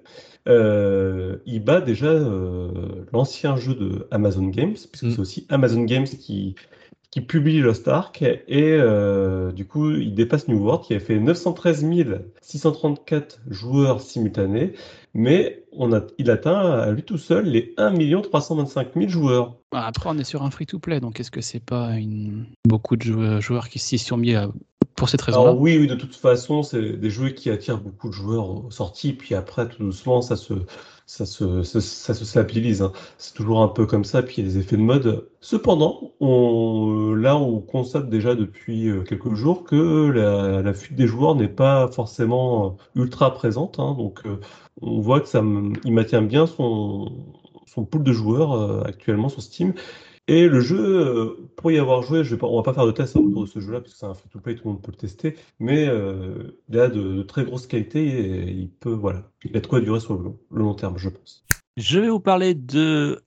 Speaker 5: Euh, il bat déjà euh, l'ancien jeu de Amazon Games, puisque
Speaker 3: Mm.
Speaker 5: c'est aussi Amazon Games qui, qui publie Lost Ark, et euh, du coup, il dépasse New World, qui a fait neuf cent treize mille six cent trente-quatre joueurs simultanés, mais on a, il atteint à lui tout seul les un million trois cent vingt-cinq mille joueurs.
Speaker 3: Bah, Après, on est sur un free-to-play, donc est-ce que c'est pas une... beaucoup de jou- joueurs qui s'y sont mis à... pour cette raison-là?
Speaker 5: Alors oui, oui, de toute façon, c'est des jeux qui attirent beaucoup de joueurs aux sorties, puis après, tout doucement, ça se, ça se, ça, ça se stabilise, hein. C'est toujours un peu comme ça, puis il y a des effets de mode. Cependant, on, là, on constate déjà depuis euh, quelques jours que la, la fuite des joueurs n'est pas forcément ultra présente, hein. Donc, euh, on voit que ça, m- il maintient bien son, son pool de joueurs euh, actuellement sur Steam. Et le jeu, euh, pour y avoir joué, je vais pas, on va pas faire de test autour de ce jeu-là, parce que c'est un free-to-play, tout le monde peut le tester, mais euh, il a de, de très grosses qualités et il peut, voilà, il a de quoi durer sur le long, le long terme, je pense.
Speaker 2: Je vais vous parler de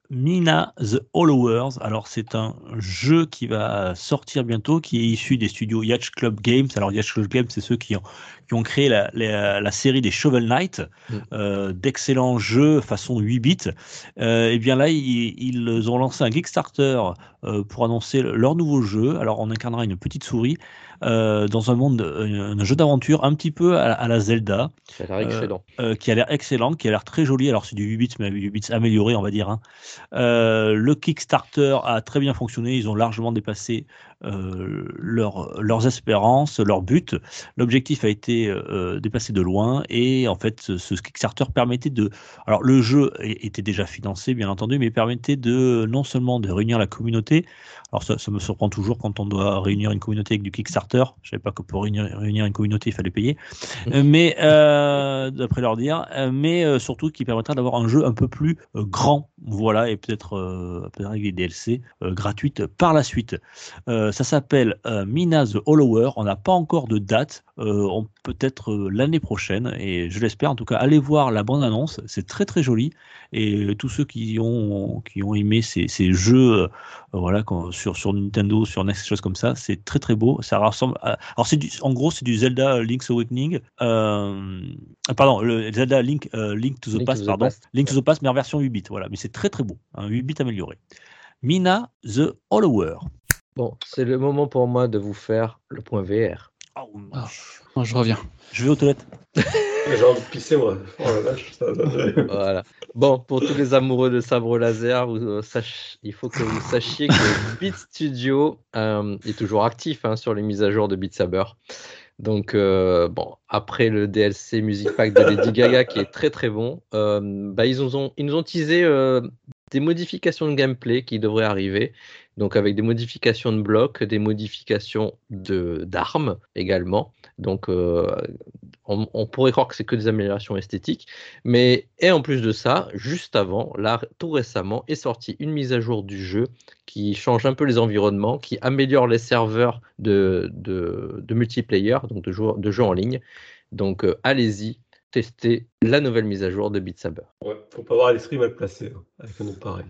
Speaker 2: Mina the Hollowers. Alors, c'est un jeu qui va sortir bientôt, qui est issu des studios Yacht Club Games. Alors, Yacht Club Games, c'est ceux qui ont, qui ont créé la, la, la série des Shovel Knight, mm. euh, d'excellents jeux façon huit bits. Euh, et bien là, ils, ils ont lancé un Kickstarter euh, pour annoncer leur nouveau jeu. Alors, on incarnera une petite souris euh, dans un monde, un, un jeu d'aventure un petit peu à, à la Zelda.
Speaker 4: Ça a l'air excellent.
Speaker 2: Euh, euh, qui a l'air excellent, qui a l'air très joli. Alors, c'est du huit bits, mais du huit bits amélioré, on va dire. Hein. Euh, le Kickstarter a très bien fonctionné. Ils ont largement dépassé euh, leur, leurs espérances, leur but. L'objectif a été euh, dépassé de loin. Et en fait, ce, ce Kickstarter permettait de... Alors, le jeu était déjà financé, bien entendu, mais permettait de non seulement de réunir la communauté. Alors, ça, ça me surprend toujours quand on doit réunir une communauté avec du Kickstarter. Je ne savais pas que pour réunir, réunir une communauté, il fallait payer. Euh, mais, euh, d'après leur dire, euh, mais euh, surtout qui permettra d'avoir un jeu un peu plus euh, grand. Voilà, et peut-être euh, peut avec des D L C euh, gratuites par la suite. Euh, ça s'appelle euh, Mina the Hollower. On n'a pas encore de date. Euh, on peut-être euh, l'année prochaine, et je l'espère. En tout cas, allez voir la bande-annonce. C'est très très joli. Et tous ceux qui ont qui ont aimé ces, ces jeux, euh, voilà, quand, sur sur Nintendo, sur N E S, des choses comme ça, c'est très très beau. Ça ressemble. À, alors c'est du, en gros, c'est du Zelda Link's Awakening. Euh, pardon, le Zelda Link euh, Link to the
Speaker 4: Link
Speaker 2: Past,
Speaker 4: to the
Speaker 2: pardon,
Speaker 4: Past.
Speaker 2: Link to the Past, mais en version huit bits. Voilà, mais c'est très très beau, un huit bits amélioré. Mina the Hollower.
Speaker 4: Bon, c'est le moment pour moi de vous faire le point V R.
Speaker 2: Oh,
Speaker 3: Ah, moi, je reviens.
Speaker 2: Je vais aux toilettes.
Speaker 5: J'ai envie de pisser, moi. Oh la vache, ça donne.
Speaker 4: Voilà. Bon, pour tous les amoureux de sabre laser, vous, euh, sach... il faut que vous sachiez que Beat Studio euh, est toujours actif hein, sur les mises à jour de Beat Saber. Donc, euh, bon, après le D L C Music Pack de Lady Gaga qui est très très bon, euh, bah, ils, nous ont, ils nous ont teasé euh, des modifications de gameplay qui devraient arriver. Donc, avec des modifications de blocs, des modifications de, d'armes également. Donc, euh, on, on pourrait croire que c'est que des améliorations esthétiques. Mais, et en plus de ça, juste avant, là, tout récemment, est sortie une mise à jour du jeu qui change un peu les environnements, qui améliore les serveurs de, de, de multiplayer, donc de jeux, de jeux en ligne. Donc, euh, allez-y, testez la nouvelle mise à jour de Beat Saber.
Speaker 5: Ouais, faut pas avoir l'esprit mal placé hein, avec un nom pareil.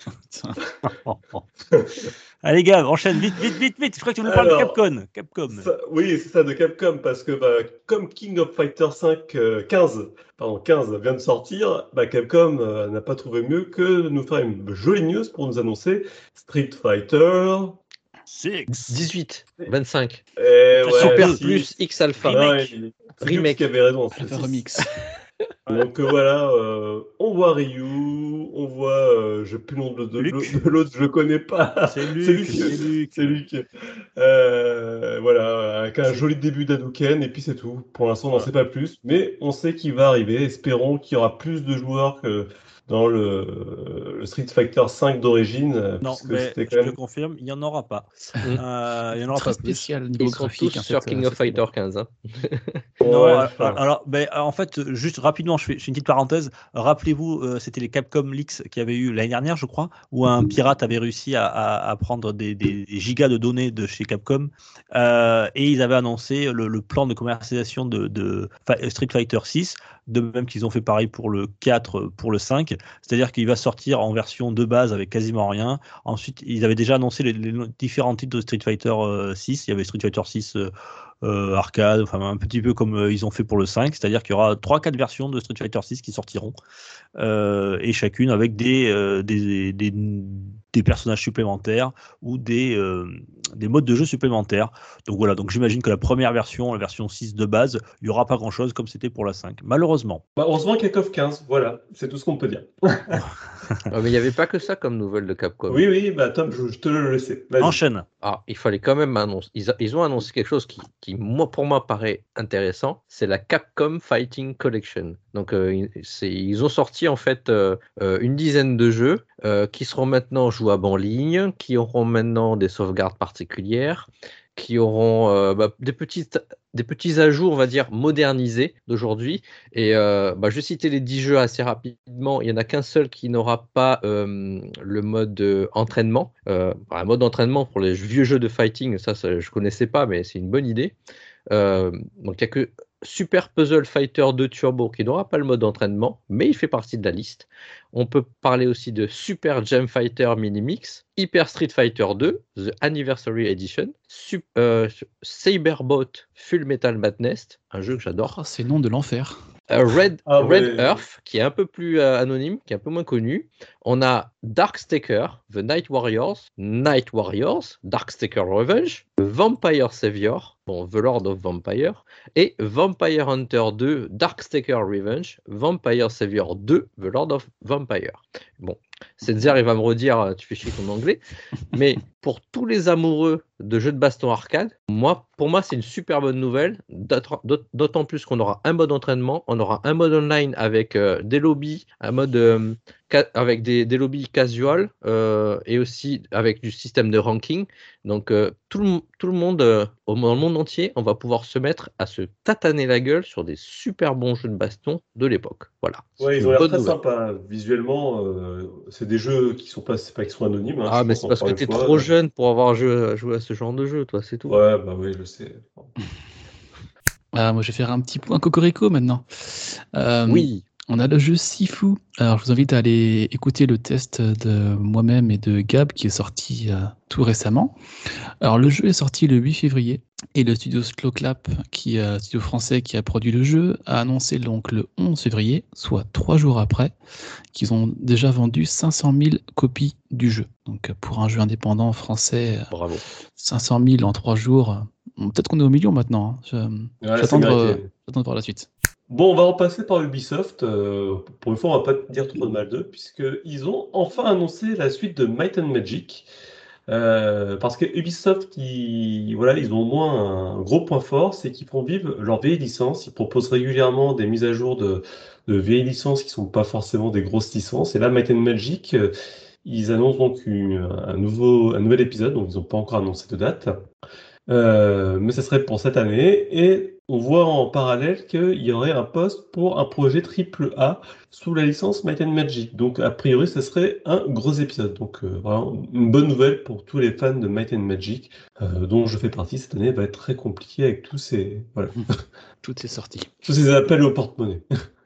Speaker 2: Allez, Gab, enchaîne vite, vite, vite, vite. Je crois que tu nous parles
Speaker 5: Alors,
Speaker 2: de Capcom. Capcom.
Speaker 5: Ça, oui, c'est ça, de Capcom, parce que bah, comme King of Fighters cinq, euh, quinze, pardon, quinze vient de sortir, bah, Capcom euh, n'a pas trouvé mieux que de nous faire une jolie news pour nous annoncer Street Fighter
Speaker 2: six.
Speaker 4: dix-huit, vingt-cinq.
Speaker 5: Et ouais,
Speaker 4: Super
Speaker 5: si.
Speaker 4: plus X Alpha.
Speaker 5: Non,
Speaker 2: Remake.
Speaker 5: il- c'est Lux
Speaker 4: Remake.
Speaker 5: qui avait raison. c'est
Speaker 3: Alpha
Speaker 5: six.
Speaker 3: Remix.
Speaker 5: Donc euh, voilà, euh, on voit Ryu, on voit, euh, j'ai plus le nom de, de,
Speaker 2: Luc.
Speaker 5: de l'autre, je le connais pas.
Speaker 2: C'est Luc,
Speaker 5: c'est
Speaker 2: c'est Luc.
Speaker 5: C'est Luc. Euh, voilà, avec un joli début d'Hadouken, et puis c'est tout. Pour l'instant, on n'en
Speaker 2: Voilà.
Speaker 5: sait pas plus, mais on sait qu'il va arriver. Espérons qu'il y aura plus de joueurs que dans le, le Street Fighter cinq d'origine.
Speaker 2: Non,
Speaker 5: puisque
Speaker 2: mais
Speaker 5: c'était
Speaker 2: je
Speaker 5: quand
Speaker 2: te
Speaker 5: même...
Speaker 2: confirme, il n'y en aura pas.
Speaker 4: Mm.
Speaker 2: Euh, il n'y en aura
Speaker 3: Très
Speaker 2: pas plus.
Speaker 3: spécial niveau
Speaker 4: Ils sont
Speaker 3: graphique.
Speaker 4: tous
Speaker 3: hein,
Speaker 4: sur
Speaker 3: cette-
Speaker 4: King of
Speaker 3: cette-
Speaker 4: Fighter quinze. Hein.
Speaker 2: Non,
Speaker 5: Ouais,
Speaker 2: alors,
Speaker 5: enfin,
Speaker 2: alors, ben, en fait, juste rapidement, je fais, je fais une petite parenthèse. Rappelez-vous, euh, c'était les Capcom Leaks qui avaient eu l'année dernière, je crois, où un pirate avait réussi à, à- à prendre des, des- des gigas de données de chez Capcom, euh, et ils avaient annoncé le, le plan de commercialisation de, de Fi- Street Fighter six, de même qu'ils ont fait pareil pour le quatre, pour le cinq, c'est-à-dire qu'il va sortir en version de base avec quasiment rien. Ensuite, ils avaient déjà annoncé les, les différents titres de Street Fighter euh, six. Il y avait Street Fighter six euh, euh, arcade, enfin un petit peu comme euh, ils ont fait pour le cinq, c'est-à-dire qu'il y aura trois quatre versions de Street Fighter six qui sortiront, euh, et chacune avec des, euh, des, des, des personnages supplémentaires ou des, euh, des modes de jeu supplémentaires. Donc voilà, donc j'imagine que la première version, la version six de base, il n'y aura pas grand-chose comme c'était pour la cinq, malheureusement.
Speaker 5: bah, heureusement qu'il y a K O F quinze, voilà, c'est tout ce qu'on peut dire.
Speaker 4: Ah, mais il n'y avait pas que ça comme nouvelle de Capcom.
Speaker 5: Oui, oui, bah Tom, je, je te le laisse. Vas-y.
Speaker 2: Enchaîne.
Speaker 4: Ah, il fallait quand même annoncer. Ils, a- ils ont annoncé quelque chose qui, qui, moi, pour moi, paraît intéressant. C'est la Capcom Fighting Collection. Donc, euh, ils- c'est- ils ont sorti en fait euh, euh, une dizaine de jeux euh, qui seront maintenant jouables en ligne, qui auront maintenant des sauvegardes particulières, qui auront euh, bah, des petites, des petits ajouts, on va dire, modernisés d'aujourd'hui. Et euh, bah, je vais citer les dix jeux assez rapidement. Il n'y en a qu'un seul qui n'aura pas euh, le mode euh, entraînement. Euh, un mode d'entraînement pour les vieux jeux de fighting, ça, ça je ne connaissais pas, mais c'est une bonne idée. Euh, donc il n'y a que Super Puzzle Fighter deux Turbo qui n'aura pas le mode entraînement, mais il fait partie de la liste. On peut parler aussi de Super Gem Fighter Mini Mix, Hyper Street Fighter deux, The Anniversary Edition, Sup- euh, Saberbot Full Metal Madness, un jeu que j'adore.
Speaker 3: Oh, c'est le nom de l'enfer.
Speaker 4: Euh, Red,
Speaker 5: Ah
Speaker 4: Red
Speaker 5: ouais.
Speaker 4: Earth, qui est un peu plus euh, anonyme, qui est un peu moins connu. On a Darkstaker, The Night Warriors, Night Warriors, Darkstaker Revenge, Vampire Savior, bon, The Lord of Vampire, et Vampire Hunter deux, Darkstaker Revenge, Vampire Savior deux, The Lord of Vampire. Bon, Setzer, il va me redire, tu fais chier ton anglais, mais pour tous les amoureux de jeux de baston arcade, moi, pour moi, c'est une super bonne nouvelle, d'autant d'autant plus qu'on aura un mode entraînement, on aura un mode online avec euh, des lobbies, un mode euh, ca- avec des, des lobbies casual euh, et aussi avec du système de ranking. Donc euh, tout, le, tout le monde, euh, au- dans le monde entier, on va pouvoir se mettre à se tataner la gueule sur des super bons jeux de baston de l'époque. Voilà. C'est
Speaker 5: Ouais,
Speaker 4: une
Speaker 5: ils ont l'air
Speaker 4: bonne
Speaker 5: très
Speaker 4: nouvelle.
Speaker 5: sympas. Visuellement, euh, c'est des jeux qui sont pas, c'est pas qu'ils sont anonymes, hein,
Speaker 4: Ah,
Speaker 5: je
Speaker 4: mais
Speaker 5: pense
Speaker 4: c'est parce
Speaker 5: encore
Speaker 4: que
Speaker 5: une
Speaker 4: t'es
Speaker 5: fois.
Speaker 4: trop jeune pour avoir joué, joué à ce genre de jeu, toi, c'est tout.
Speaker 5: Ouais, bah oui, je sais.
Speaker 3: Ah, moi, je vais faire un petit point cocorico maintenant. Euh,
Speaker 4: Oui.
Speaker 3: On a le jeu Sifu. Alors, je vous invite à aller écouter le test de moi-même et de Gab qui est sorti euh, tout récemment. Alors, le jeu est sorti le huit février et le studio Slowclap, qui est studio français qui a produit le jeu, a annoncé donc le onze février, soit trois jours après, qu'ils ont déjà vendu cinq cent mille copies du jeu. Donc, pour un jeu indépendant français,
Speaker 4: Bravo.
Speaker 3: cinq cent mille en trois jours, bon, peut-être qu'on est au million maintenant. Hein. Je-
Speaker 5: Ouais,
Speaker 3: J'attends
Speaker 5: c'est
Speaker 3: de,
Speaker 5: mérité.
Speaker 3: j'attends de voir la suite.
Speaker 5: Bon, on va repasser par Ubisoft. Euh, pour une fois, on va pas dire trop de mal d'eux, puisqu'ils ont enfin annoncé la suite de Might and Magic. Euh, parce que Ubisoft, ils, voilà, ils ont au moins un gros point fort, c'est qu'ils font vivre leurs vieilles licences. Ils proposent régulièrement des mises à jour de, de vieilles licences qui sont pas forcément des grosses licences. Et là, Might and Magic, euh, ils annoncent donc une- un nouveau, un nouvel épisode, donc ils n'ont pas encore annoncé de date. Euh, mais ça serait pour cette année. Et on voit en parallèle qu'il y aurait un poste pour un projet triple A sous la licence Might and Magic. Donc, a priori, ce serait un gros épisode. Donc, euh, vraiment, une bonne nouvelle pour tous les fans de Might and Magic, euh, dont je fais partie. Cette année va être très compliquée avec tous ces, voilà,
Speaker 3: Toutes ces sorties.
Speaker 5: tous ces appels au porte-monnaie.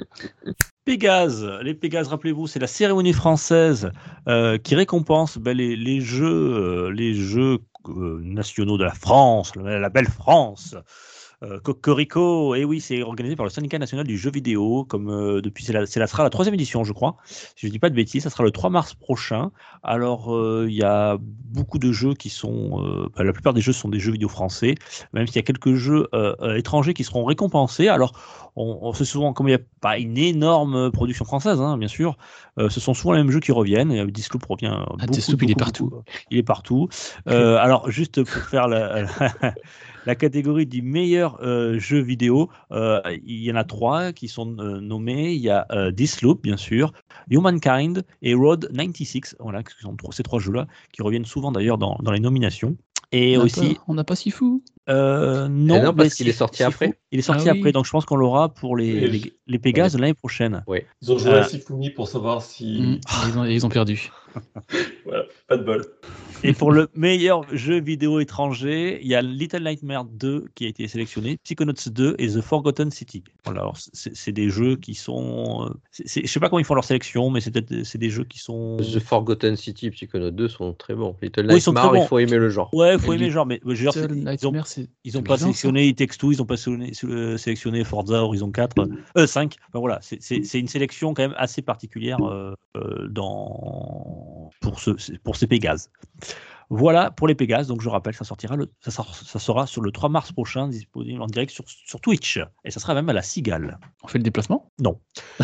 Speaker 2: Pégase, les Pégases, rappelez-vous, c'est la cérémonie française euh, qui récompense ben, les, les jeux, euh, les jeux euh, nationaux de la France, la, la belle France. Euh, Cocorico, et oui, c'est organisé par le syndicat national du jeu vidéo, comme euh, depuis, c'est la, c'est la, sera la troisième édition, je crois. Si je ne dis pas de bêtises, ça sera le trois mars prochain. Alors, il euh, y a beaucoup de jeux qui sont, euh, ben, la plupart des jeux sont des jeux vidéo français, même s'il y a quelques jeux euh, euh, étrangers qui seront récompensés. Alors, on, on sait souvent, comme il n'y a pas une énorme production française, hein, bien sûr, euh, ce sont souvent les mêmes jeux qui reviennent. Et Deathloop revient
Speaker 3: Ah,
Speaker 2: beaucoup,
Speaker 3: Deathloop,
Speaker 2: beaucoup,
Speaker 3: il est
Speaker 2: beaucoup,
Speaker 3: partout.
Speaker 2: beaucoup. Il est partout. Euh, alors, juste pour faire la, la, la catégorie du meilleur euh, jeu vidéo, euh, il y en a trois qui sont euh, nommés. Il y a euh, Deathloop, bien sûr, Humankind et Road quatre-vingt-seize. Voilà, ce sont trois, ces trois jeux-là qui reviennent souvent d'ailleurs dans, dans les nominations. Et
Speaker 3: On n'a
Speaker 2: aussi,
Speaker 3: pas, on n'a pas Sifu.
Speaker 2: euh,
Speaker 4: Et
Speaker 2: non,
Speaker 4: non,
Speaker 2: mais
Speaker 4: parce qu'il est
Speaker 2: si-
Speaker 4: sorti
Speaker 2: si
Speaker 4: après.
Speaker 2: fou. Il est sorti
Speaker 3: Ah oui.
Speaker 2: après, donc je pense qu'on l'aura pour les,
Speaker 5: Oui.
Speaker 2: les, les Pégases de l'année prochaine.
Speaker 4: Oui.
Speaker 5: Ils ont joué
Speaker 2: Euh.
Speaker 5: à Sifumi pour savoir si.
Speaker 3: Mm. Ils, ont, ils ont perdu.
Speaker 5: Voilà, pas de bol.
Speaker 2: Et pour le meilleur jeu vidéo étranger, il y a Little Nightmares deux qui a été sélectionné, Psychonauts deux et The Forgotten City. Voilà, alors c'est, c'est des jeux qui sont... C'est, c'est, je sais pas comment ils font leur sélection, mais c'est, peut-être, c'est des jeux qui sont...
Speaker 4: The Forgotten City et Psychonauts deux sont très bons. Little
Speaker 2: Oui, ils sont
Speaker 4: Nightmares,
Speaker 2: très bons.
Speaker 4: il faut aimer le genre.
Speaker 2: Ouais, il faut
Speaker 3: Et
Speaker 2: aimer le genre, mais je veux dire,
Speaker 3: Little
Speaker 2: c'est- ils ont,
Speaker 3: Nightmares, c'est
Speaker 2: ils ont
Speaker 3: c'est
Speaker 2: pas
Speaker 3: bizarre,
Speaker 2: sélectionné It Takes Two, ils ont pas sélectionné, euh, sélectionné Forza Horizon quatre, euh, cinq. Enfin, voilà, c'est, c'est, c'est une sélection quand même assez particulière euh, euh, dans... pour, ce, pour ces Pégases. Voilà pour les Pégases, donc je rappelle, ça sortira le, ça, sort- ça sera sur le trois mars prochain, disponible en direct sur, sur Twitch, et ça sera même à la Cigale.
Speaker 3: On fait le déplacement.
Speaker 2: Non.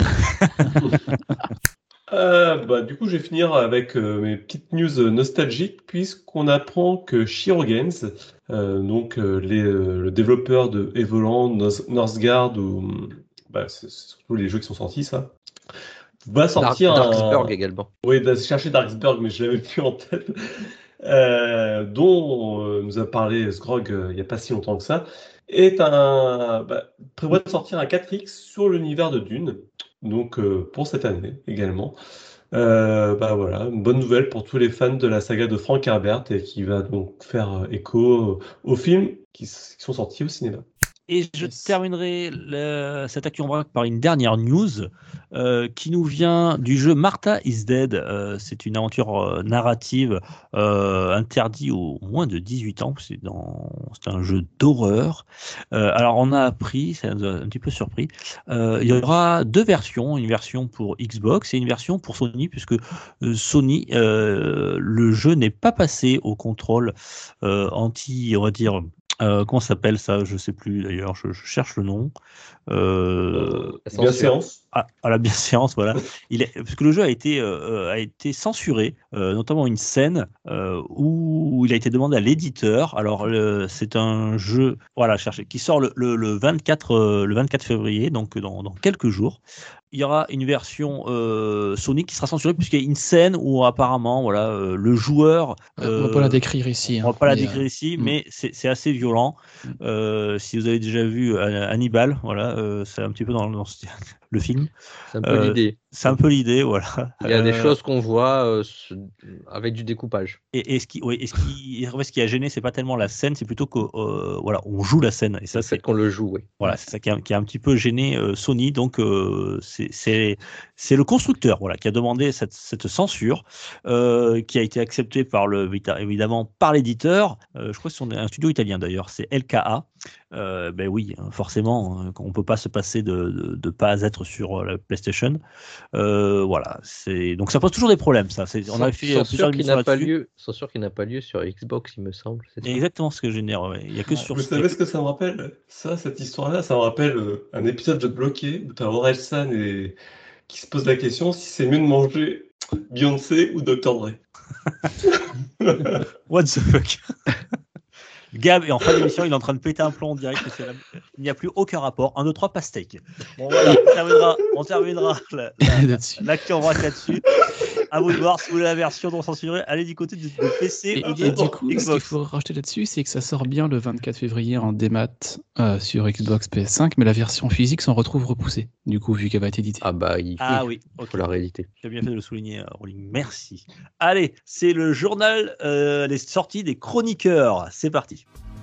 Speaker 5: Euh, bah, du coup, je vais finir avec euh, mes petites news euh, nostalgiques, puisqu'on apprend que Shiro Games, euh, donc euh, les, euh, le développeur de Evoland, Nos- Northgard, ou bah, c'est c'est surtout les jeux qui sont sortis, ça, va
Speaker 4: Dark,
Speaker 5: sortir
Speaker 4: Darksburg
Speaker 5: un.
Speaker 4: également.
Speaker 5: Oui, d'aller chercher Darksburg, mais je l'avais plus en tête. Euh, dont euh, nous a parlé Sgrog euh, il n'y a pas si longtemps que ça, est un, bah, prévoit de sortir un quatre X sur l'univers de Dune, donc euh, pour cette année également. Euh, bah voilà, une bonne nouvelle pour tous les fans de la saga de Frank Herbert et qui va donc faire euh, écho aux films qui, s- qui sont sortis au cinéma.
Speaker 2: Et je
Speaker 3: Yes.
Speaker 2: terminerai le, cette actu en vrac par une dernière news euh, qui nous vient du jeu Martha is Dead. Euh, c'est une aventure euh, narrative euh, interdite aux moins de dix-huit ans. C'est, dans, c'est un jeu d'horreur. Euh, alors on a appris, ça nous a un petit peu surpris, euh, il y aura deux versions, une version pour Xbox et une version pour Sony, puisque euh, Sony, euh, le jeu n'est pas passé au contrôle euh, anti, on va dire, Euh, comment ça s'appelle ça? Je sais plus d'ailleurs, je, je cherche le nom. Euh,
Speaker 4: La censure.
Speaker 5: Bienséance.
Speaker 2: à, à la bienséance, voilà. Il est, parce que le jeu a été, euh, a été censuré, euh, notamment une scène euh, où il a été demandé à l'éditeur. Alors, le, c'est un jeu, voilà, cherchez, qui sort le, le, le, vingt-quatre, euh, le vingt-quatre février, donc dans, dans quelques jours. Il y aura une version euh, Sony qui sera censurée puisqu'il y a une scène où apparemment, voilà, euh, le joueur.
Speaker 3: Euh, on va pas la décrire ici.
Speaker 2: On va
Speaker 3: hein,
Speaker 2: pas la
Speaker 3: mais,
Speaker 2: décrire
Speaker 3: euh,
Speaker 2: ici,
Speaker 3: mm.
Speaker 2: mais c'est, c'est assez violent.
Speaker 3: Mm.
Speaker 2: Euh, si vous avez déjà vu Hannibal, voilà, euh, c'est un petit peu dans, dans ce- le film.
Speaker 4: C'est un peu
Speaker 2: Euh,
Speaker 4: l'idée.
Speaker 2: C'est un peu l'idée, voilà.
Speaker 4: Il y a des
Speaker 2: Euh,
Speaker 4: choses qu'on voit euh, ce- avec du découpage.
Speaker 2: Et, et ce qui, oui, et ce qui, en fait, ce qui a gêné, c'est pas tellement la scène, c'est plutôt que, euh, voilà, on joue la scène. Et ça,
Speaker 4: Le
Speaker 2: c'est
Speaker 4: fait qu'on le joue, oui.
Speaker 2: voilà, c'est ça qui a, qui a un petit peu gêné euh, Sony. Donc, euh, c'est, c'est, c'est le constructeur, voilà, qui a demandé cette, cette censure, euh, qui a été acceptée par le, évidemment, par l'éditeur. Euh, je crois que c'est un studio italien d'ailleurs, c'est L K A. Euh, ben oui, forcément, hein, on peut pas se passer de, de, de pas être sur la PlayStation. Euh, voilà, c'est donc ça pose toujours des problèmes. Ça, c'est, on a fait
Speaker 4: Censure
Speaker 2: plusieurs
Speaker 4: qui
Speaker 2: émissions
Speaker 4: n'a pas
Speaker 2: là-dessus.
Speaker 4: lieu, censure qui n'a pas lieu sur Xbox, il me semble. C'est ça.
Speaker 2: Exactement ce que je génère. Ouais. Il y a que
Speaker 3: Ouais.
Speaker 2: sur.
Speaker 5: Vous savez ce que ça me rappelle? Ça, cette histoire-là, ça me rappelle euh, un épisode de Bloqué où t'as Orelsan et... qui se pose la question si c'est mieux de manger Beyoncé ou docteur Dre.
Speaker 2: What the fuck? Gab, et en fin d'émission, il est en train de péter un plomb en direct. C'est la... Il n'y a plus aucun rapport. un, deux, trois, pas steak. Bon, voilà, on terminera, on terminera la, la,
Speaker 3: Là-dessus.
Speaker 2: l'actu en vrac là-dessus. À vous de voir si vous voulez la version non censurée. Allez du côté du, du P C
Speaker 3: Et,
Speaker 2: ou de
Speaker 3: et du coup, ce qu'il
Speaker 2: Xbox.
Speaker 3: faut rajouter là-dessus, c'est que ça sort bien le vingt-quatre février en démat euh, sur Xbox P S cinq, mais la version physique s'en retrouve repoussée, du coup, vu qu'elle va être éditée.
Speaker 4: Ah bah, il faut,
Speaker 2: Ah oui, ok.
Speaker 4: faut la rééditer.
Speaker 2: Tu as bien fait de le souligner, Rolling. Merci. Allez, c'est le journal euh, des sorties des chroniqueurs. C'est parti.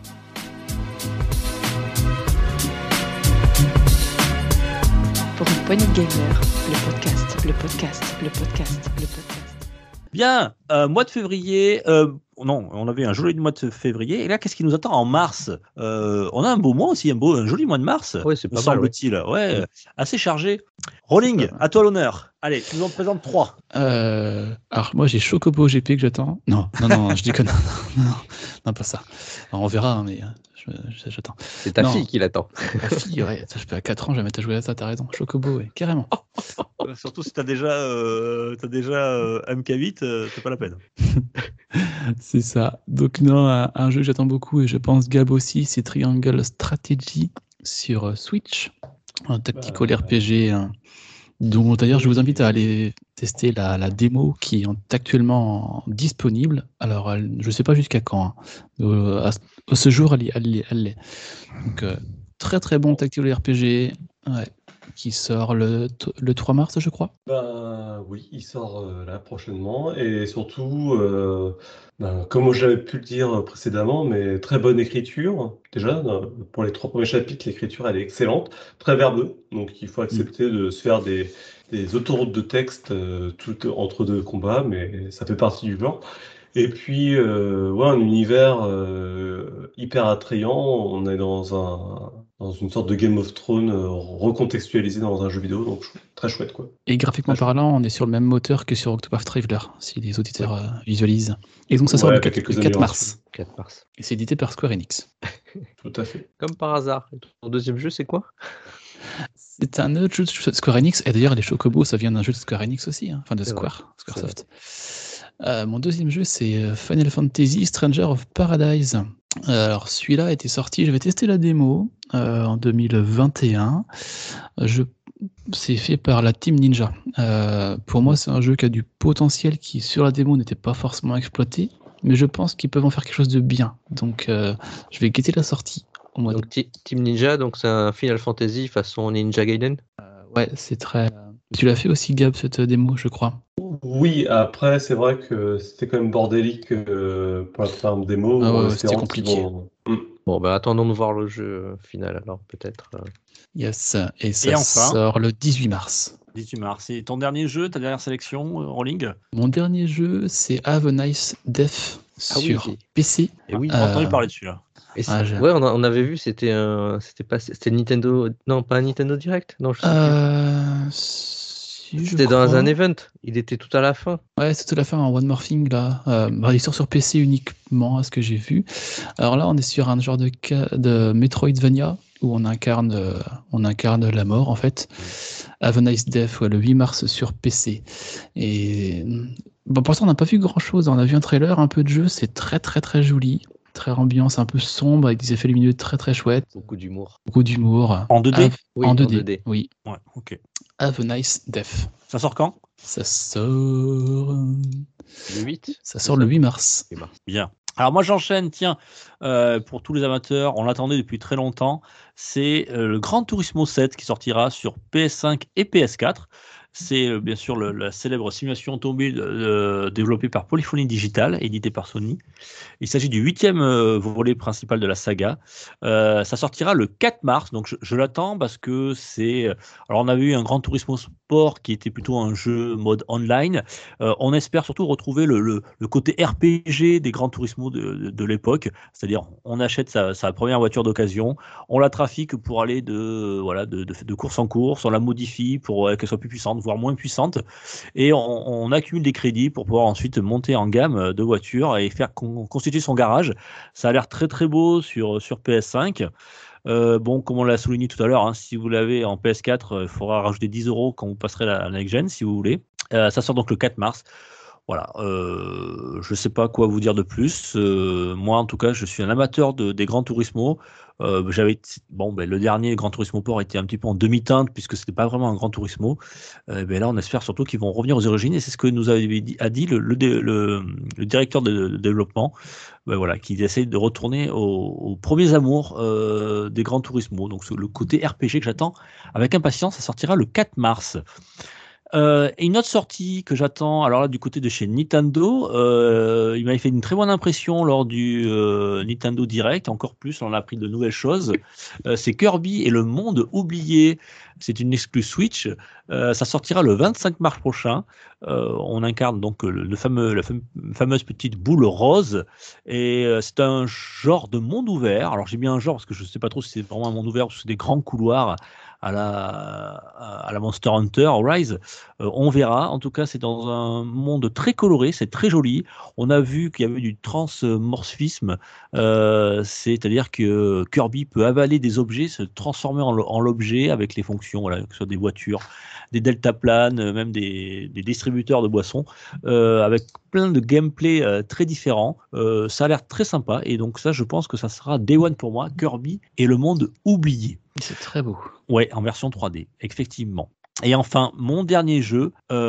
Speaker 1: Pour une poignée de gamers, le podcast, le podcast, le podcast, le podcast.
Speaker 2: Bien, euh, mois de février. Euh, non, on avait un joli mois de février. Et là, qu'est-ce qui nous attend en mars? euh, On a un beau mois aussi, un, beau, un joli mois de mars.
Speaker 4: Oui, c'est
Speaker 2: me
Speaker 4: pas mal. Ouais.
Speaker 2: semble-t-il. Ouais, euh, assez chargé. Rolling, à toi l'honneur. Allez, tu nous en présentes trois.
Speaker 3: Euh, alors, moi, j'ai Chocobo G P que j'attends. Non, non, non, je déconne. Non, non, non, pas ça. Alors, on verra, hein, mais euh, je, je- j'attends.
Speaker 4: C'est ta
Speaker 3: Non.
Speaker 4: fille qui l'attend.
Speaker 3: Ma fille, ouais, ça, je peux à quatre ans, je vais mettre à jouer à ça, t'as raison. Chocobo, ouais, carrément.
Speaker 2: Euh, surtout si t'as déjà, euh, t'as déjà euh, M K huit, euh, c'est pas la peine.
Speaker 3: C'est ça. Donc, non, un, un jeu que j'attends beaucoup, et je pense Gab aussi, c'est Triangle Strategy sur euh, Switch. Un tactical
Speaker 5: Bah,
Speaker 3: R P G, hein, dont d'ailleurs je vous invite à aller tester la, la démo qui est actuellement disponible. Alors, elle- je ne sais pas jusqu'à quand. Hein. Euh, à, ce- à ce jour, elle y- elle y- elle l'est. Donc, euh, très très bon tactical R P G, ouais, qui sort le, t- le trois mars, je crois.
Speaker 5: Ben oui, il sort euh, là prochainement et surtout, euh, ben, comme j'avais pu le dire précédemment, mais très bonne écriture. Déjà, euh, pour les trois premiers chapitres, l'écriture elle est excellente, très verbeux, donc il faut accepter de se faire des, des autoroutes de texte euh, tout entre deux combats, mais ça fait partie du genre. Et puis, euh, ouais, un univers euh, hyper attrayant. On est dans un, dans une sorte de Game of Thrones euh, recontextualisé dans un jeu vidéo, donc chou- très chouette, quoi.
Speaker 3: Et graphiquement
Speaker 5: Ah, je-
Speaker 3: parlant, on est sur le même moteur que sur Octopath Traveler, si les auditeurs euh, visualisent. Et donc ça sort
Speaker 5: Ouais,
Speaker 3: le
Speaker 5: avec
Speaker 3: quatre,
Speaker 5: quelques
Speaker 3: le quatre
Speaker 5: améliorations.
Speaker 3: mars.
Speaker 4: quatre mars.
Speaker 3: Et c'est édité par Square Enix.
Speaker 5: Tout à fait.
Speaker 4: Comme par hasard. Et ton deuxième jeu, c'est quoi?
Speaker 3: C'est un autre jeu de Square Enix, et d'ailleurs les Chocobos, ça vient d'un jeu de Square Enix aussi, hein, enfin de
Speaker 4: C'est vrai,
Speaker 3: Square,
Speaker 4: c'est
Speaker 3: Squaresoft. Euh, mon deuxième jeu, c'est euh, Final Fantasy Stranger of Paradise. Euh, alors celui-là était sorti, j'avais testé la démo euh, en deux mille vingt et un. Je... C'est fait par la Team Ninja. Euh, pour moi, c'est un jeu qui a du potentiel qui, sur la démo, n'était pas forcément exploité, mais je pense qu'ils peuvent en faire quelque chose de bien. Donc, euh, je vais guetter la sortie au mois
Speaker 4: Donc Ti- Team Ninja, donc c'est un Final Fantasy façon Ninja Gaiden.
Speaker 3: Ouais, c'est très. Tu l'as fait aussi, Gab, cette démo, je crois.
Speaker 5: Oui, après, c'est vrai que c'était quand même bordélique euh, pour la première démo,
Speaker 3: Ah ouais,
Speaker 5: en
Speaker 3: ouais, c'était
Speaker 5: espérant qu'ils
Speaker 3: compliqué.
Speaker 5: vont... Hmm.
Speaker 4: Bon, bah attendons de voir le jeu final alors, peut-être. euh.
Speaker 3: Yes, et ça
Speaker 2: Et enfin
Speaker 3: sort le dix-huit mars.
Speaker 2: dix-huit mars. Et ton dernier jeu, ta dernière sélection, euh, Rolling?
Speaker 3: Mon dernier jeu, c'est Have a Nice Death
Speaker 4: Ah oui,
Speaker 3: sur
Speaker 4: j'ai-
Speaker 3: P C.
Speaker 4: Et oui.
Speaker 2: J'ai entendu
Speaker 3: Euh,
Speaker 2: parler de celui-là.
Speaker 4: Et c'est-
Speaker 3: ah, j'ai-
Speaker 4: ouais, on, a- on avait vu, c'était un, c'était pas, c'était Nintendo, non, pas un Nintendo Direct, non, je sais plus.
Speaker 3: Euh, si, je
Speaker 4: C'était dans
Speaker 3: crois.
Speaker 4: un event. Il était tout à la fin.
Speaker 3: Ouais, c'était la fin en One More Thing là. Euh, bah, il sort sur P C uniquement, à ce que j'ai vu. Alors là, on est sur un genre de, ca- de Metroidvania où on incarne, euh, on incarne la mort en fait. Have a Nice Death, ouais, le huit mars sur P C. Et bon, pour l'instant, on n'a pas vu grand chose. On a vu un trailer, un peu de jeu. C'est très très très joli. Très ambiance un peu sombre avec des effets lumineux très très chouettes.
Speaker 4: Beaucoup d'humour.
Speaker 3: Beaucoup d'humour.
Speaker 2: En deux D?
Speaker 3: Have-
Speaker 4: Oui,
Speaker 3: en
Speaker 4: en
Speaker 3: deux D.
Speaker 4: deux D.
Speaker 3: Oui.
Speaker 2: Ouais, ok.
Speaker 3: Have a Nice Death.
Speaker 2: Ça sort quand?
Speaker 3: Ça sort.
Speaker 4: Le huit.
Speaker 3: Ça sort le huit mars.
Speaker 4: huit mars.
Speaker 2: Bien. Alors moi j'enchaîne, tiens, euh, pour tous les amateurs, on l'attendait depuis très longtemps, c'est euh, le Gran Turismo sept qui sortira sur P S cinq et P S quatre. C'est euh, bien sûr le- la célèbre simulation automobile euh, développée par Polyphony Digital, édité par Sony. Il s'agit du huitième euh, volet principal de la saga. Euh, ça sortira le quatre mars, donc je, je l'attends parce que c'est... Alors on avait eu un Gran Turismo Sport qui était plutôt un jeu mode online. Euh, on espère surtout retrouver le, le- le côté R P G des Gran Turismo de, de- de l'époque, c'est-à-dire on achète sa, sa première voiture d'occasion, on la trafique pour aller de, voilà, de, de, de course en course, on la modifie pour euh, qu'elle soit plus puissante, voire moins puissante, et on, on accumule des crédits pour pouvoir ensuite monter en gamme de voitures et faire con- constituer son garage. Ça a l'air très très beau sur, sur P S cinq. Euh, bon, comme on l'a souligné tout à l'heure, hein, si vous l'avez en P S quatre, il faudra rajouter dix euros quand vous passerez la, la next gen, si vous voulez. Euh, ça sort donc le quatre mars. Voilà, euh, je ne sais pas quoi vous dire de plus. Euh, moi, en tout cas, je suis un amateur de, des Gran Turismo. Euh, j'avais bon, ben, le dernier Gran Turismo Sport était un petit peu en demi-teinte puisque c'était pas vraiment un Gran Turismo. Euh, ben là, on espère surtout qu'ils vont revenir aux origines et c'est ce que nous avait dit, a dit le, le, dé- le- le directeur de, de développement. Ben voilà, qu'ils essayent de retourner aux, aux premiers amours euh, des Gran Turismo. Donc le côté R P G que j'attends avec impatience, ça sortira le quatre mars. Euh, et une autre sortie que j'attends, alors là du côté de chez Nintendo, euh, il m'avait fait une très bonne impression lors du euh, Nintendo Direct, encore plus, on a appris de nouvelles choses. Euh, c'est Kirby et le monde oublié, c'est une exclue Switch, euh, ça sortira le vingt-cinq mars prochain. Euh, on incarne donc le, le fameux, la fam- fameuse petite boule rose, et euh, c'est un genre de monde ouvert. Alors j'ai bien un genre parce que je ne sais pas trop si c'est vraiment un monde ouvert, parce que c'est des grands couloirs à la, à la Monster Hunter Rise. Euh, on verra. En tout cas, c'est dans un monde très coloré, c'est très joli. On a vu qu'il y avait du transmorphisme, euh, c'est-à-dire que Kirby peut avaler des objets, se transformer en, en l'objet avec les fonctions, voilà, que ce soit des voitures, des deltaplanes, euh, même des, des distributeurs de boissons, euh, avec plein de gameplay euh, très différents. Euh, ça a l'air très sympa et donc ça, je pense que ça sera Day One pour moi, Kirby et le monde oublié.
Speaker 3: C'est très beau.
Speaker 2: Ouais, en version trois D, effectivement. Et enfin, mon dernier jeu,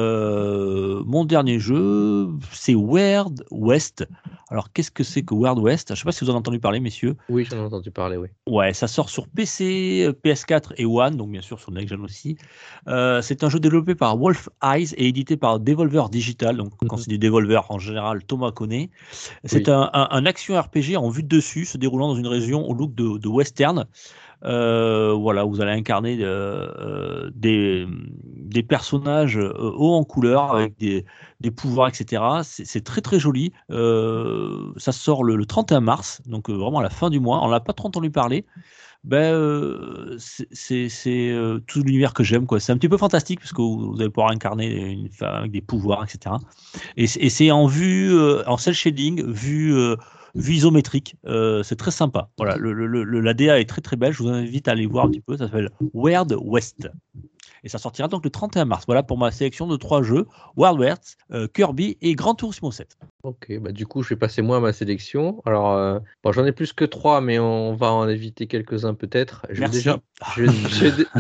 Speaker 2: euh, mon dernier jeu, c'est Weird West. Alors, qu'est-ce que c'est que Weird West? Je ne sais pas si vous en avez entendu parler, messieurs.
Speaker 4: Oui, j'en ai entendu parler, oui.
Speaker 2: Ouais, ça sort sur P C, P S quatre et One, donc bien sûr sur Next Gen aussi. Euh, c'est un jeu développé par Wolf Eyes et édité par Devolver Digital. Donc, quand
Speaker 4: Mhm.
Speaker 2: c'est du Devolver, en général, Thomas connaît. C'est
Speaker 4: Oui.
Speaker 2: un, un- un action R P G en vue de dessus, se déroulant dans une région au look de, de western. Euh, voilà, vous allez incarner euh, euh, des, des personnages euh, hauts en couleur avec des, des pouvoirs, et cetera. C'est c'est très très joli. Euh, ça sort le, le trente et un mars, donc euh, vraiment à la fin du mois. On n'a pas trop entendu parler. Ben, euh, c'est c'est- c'est, euh, tout l'univers que j'aime, quoi. C'est un petit peu fantastique parce que vous, vous allez pouvoir incarner une femme avec des pouvoirs, et cetera. Et, c'est- et c'est en vue, euh, en cel shading, vue, euh, vue isométrique. Euh, c'est très sympa. Voilà, le, le- le- la D A est très très belle. Je vous invite à aller voir un petit peu. Ça s'appelle Weird West. Et ça sortira donc le trente et un mars. Voilà pour ma sélection de trois jeux, Wild West, euh, Kirby et Gran Turismo sept.
Speaker 4: Ok, bah du coup, je vais passer moi à ma sélection. Alors, euh, bon, j'en ai plus que trois, mais on va en éviter quelques-uns peut-être. Je vais
Speaker 2: Merci.
Speaker 4: déjà, je vais, je vais dé-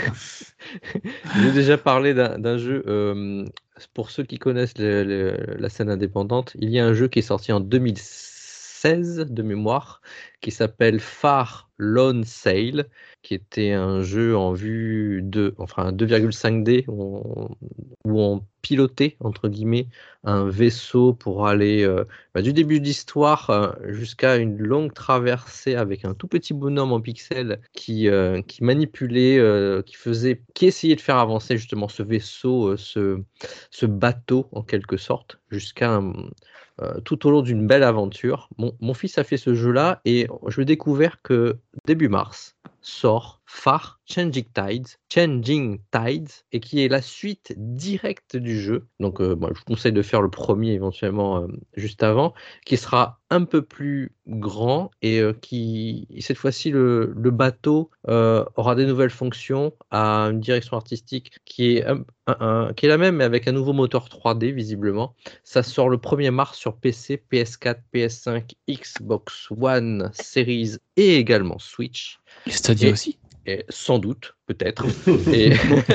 Speaker 4: je vais déjà parler d'un d'un jeu. Euh, pour ceux qui connaissent le- le- la scène indépendante, il y a un jeu qui est sorti en deux mille seize de mémoire, qui s'appelle Far Lone Sail, qui était un jeu en vue de, enfin un deux virgule cinq D où on, où on pilotait entre guillemets un vaisseau pour aller euh, bah, du début de l'histoire euh, jusqu'à une longue traversée avec un tout petit bonhomme en pixels qui euh, qui manipulait, euh, qui faisait, qui essayait de faire avancer justement ce vaisseau, euh, ce ce bateau en quelque sorte jusqu'à un, euh, tout au long d'une belle aventure. Mon, mon fils a fait ce jeu-là et je découvert que début mars sort Far Changing Tides, Changing Tides, et qui est la suite directe du jeu. Donc, euh, bah, je vous conseille de faire le premier éventuellement euh, juste avant, qui sera un peu plus grand et euh, qui, cette fois-ci, le, le bateau euh, aura des nouvelles fonctions, à une direction artistique qui est, un, un, un, qui est la même, mais avec un nouveau moteur trois D visiblement. Ça sort le premier mars sur P C, P S quatre, P S cinq, Xbox One, Series et également Switch.
Speaker 3: Et Stadia
Speaker 4: et,
Speaker 3: aussi
Speaker 4: et sans doute, peut-être. et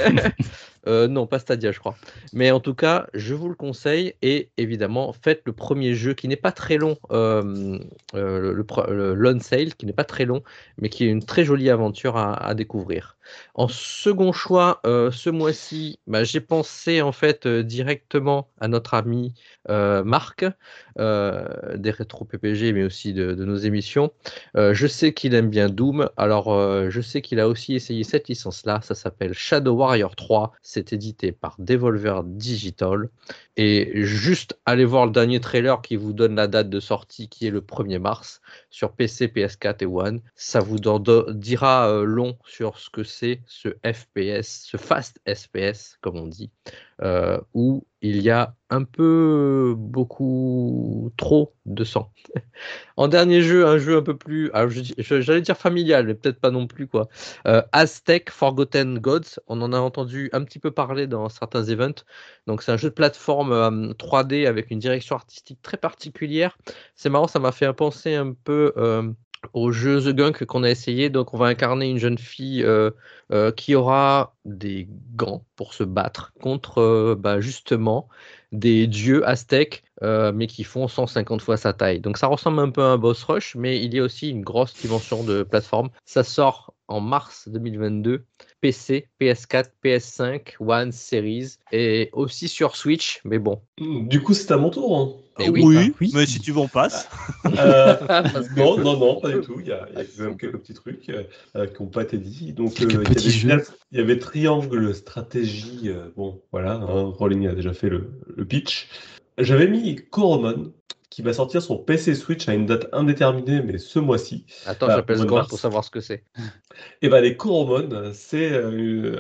Speaker 4: euh, non, pas Stadia, je crois. Mais en tout cas, je vous le conseille. Et évidemment, faites le premier jeu qui n'est pas très long, euh, euh, le, le, le Lone Sail, qui n'est pas très long, mais qui est une très jolie aventure à, à découvrir. En second choix, euh, ce mois-ci, bah, j'ai pensé en fait euh, directement à notre ami euh, Marc, euh, des Rétro P P G, mais aussi de, de nos émissions. Euh, je sais qu'il aime bien Doom, alors euh, je sais qu'il a aussi essayé cette licence-là, ça s'appelle Shadow Warrior trois, c'est édité par Devolver Digital, et juste allez voir le dernier trailer qui vous donne la date de sortie qui est le premier mars, sur P C, P S quatre et One, ça vous dira euh, long sur ce que c'est ce F P S, ce fast S P S comme on dit, euh, où il y a un peu beaucoup trop de sang. En dernier jeu, un jeu un peu plus, alors je, je, j'allais dire familial, mais peut-être pas non plus quoi. Euh, Aztec Forgotten Gods, on en a entendu un petit peu parler dans certains events. Donc c'est un jeu de plateforme euh, trois D avec une direction artistique très particulière. C'est marrant, ça m'a fait penser un peu euh, au jeu The Gunk qu'on a essayé. Donc on va incarner une jeune fille euh, euh, qui aura des gants pour se battre contre euh, bah, justement des dieux aztèques, euh, mais qui font cent cinquante fois sa taille. Donc ça ressemble un peu à un boss rush, mais il y a aussi une grosse dimension de plateforme. Ça sort en mars deux mille vingt-deux, P C, P S quatre, P S cinq, One, Series, et aussi sur Switch, mais bon.
Speaker 5: Du coup, c'est à mon tour. Hein.
Speaker 2: Et oui, oui, oui, mais si tu veux, on passe.
Speaker 5: Euh, non, non, non, pas du tout. Il y a, il y a quand même quelques petits trucs euh, qui n'ont pas été dits. Donc, euh, il, y avait, il y avait Triangle Stratégie. Euh, bon, voilà, hein, Rolling a déjà fait le, le pitch. J'avais mis Coromon, qui va sortir sur P C Switch à une date indéterminée, mais ce mois-ci.
Speaker 4: Attends, bah, j'appelle seconde pour savoir ce que c'est.
Speaker 5: Et ben les Coromon, c'est euh,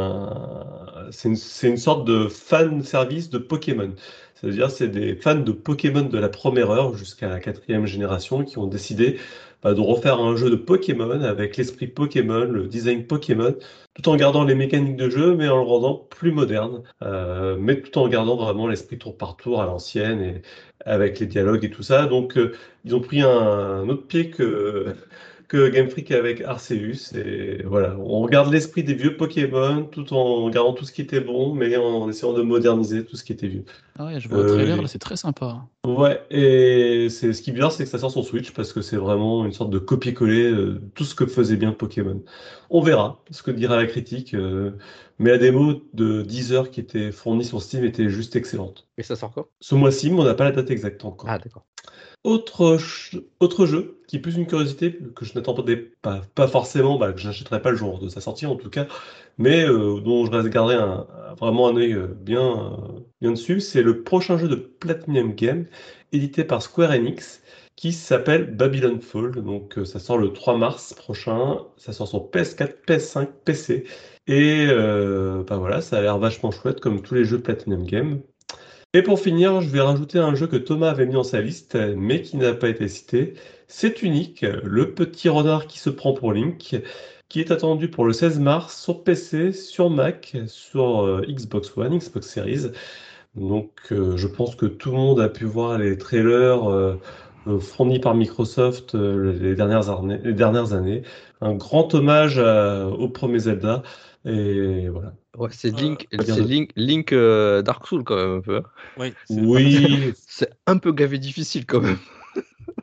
Speaker 5: un, c'est une, c'est une sorte de fan service de Pokémon. C'est-à-dire, c'est des fans de Pokémon de la première heure jusqu'à la quatrième génération qui ont décidé bah, de refaire un jeu de Pokémon avec l'esprit Pokémon, le design Pokémon, tout en gardant les mécaniques de jeu, mais en le rendant plus moderne, euh, mais tout en gardant vraiment l'esprit tour par tour à l'ancienne et avec les dialogues et tout ça. Donc, euh, ils ont pris un, un autre pied que que Game Freak avec Arceus. Et voilà, on regarde l'esprit des vieux Pokémon tout en gardant tout ce qui était bon, mais en essayant de moderniser tout ce qui était vieux.
Speaker 3: Ah ouais, je vois le trailer, euh, là, c'est très sympa.
Speaker 5: Ouais, et c'est, ce qui est bien, c'est que ça sort sur Switch parce que c'est vraiment une sorte de copier-coller euh, tout ce que faisait bien Pokémon. On verra ce que dira la critique, euh, mais la démo de dix heures qui était fournie sur Steam était juste excellente.
Speaker 4: Et ça sort quoi?
Speaker 5: Ce mois-ci, mais on n'a pas la date exacte encore.
Speaker 4: Ah, d'accord.
Speaker 5: Autre, autre jeu qui est plus une curiosité que je n'attendais pas, pas forcément, bah, que je n'achèterai pas le jour de sa sortie en tout cas, mais euh, dont je regarderai un, vraiment un œil bien, euh, bien dessus, c'est le prochain jeu de Platinum Games édité par Square Enix qui s'appelle Babylon Fall. Donc euh, ça sort le trois mars prochain, ça sort sur P S quatre, P S cinq, P C et euh, bah voilà, ça a l'air vachement chouette comme tous les jeux de Platinum Games. Et pour finir, je vais rajouter un jeu que Thomas avait mis dans sa liste, mais qui n'a pas été cité. C'est Unique, le petit renard qui se prend pour Link, qui est attendu pour le seize mars sur P C, sur Mac, sur euh, Xbox One, Xbox Series. Donc euh, je pense que tout le monde a pu voir les trailers euh, euh, fournis par Microsoft euh, les, dernières années, les dernières années. Un grand hommage à, au premier Zelda. Et voilà.
Speaker 4: Ouais, c'est Link, euh, c'est Link, Link euh, Dark Souls quand même un peu.
Speaker 2: Oui.
Speaker 5: Oui.
Speaker 4: C'est un peu gavé difficile quand même.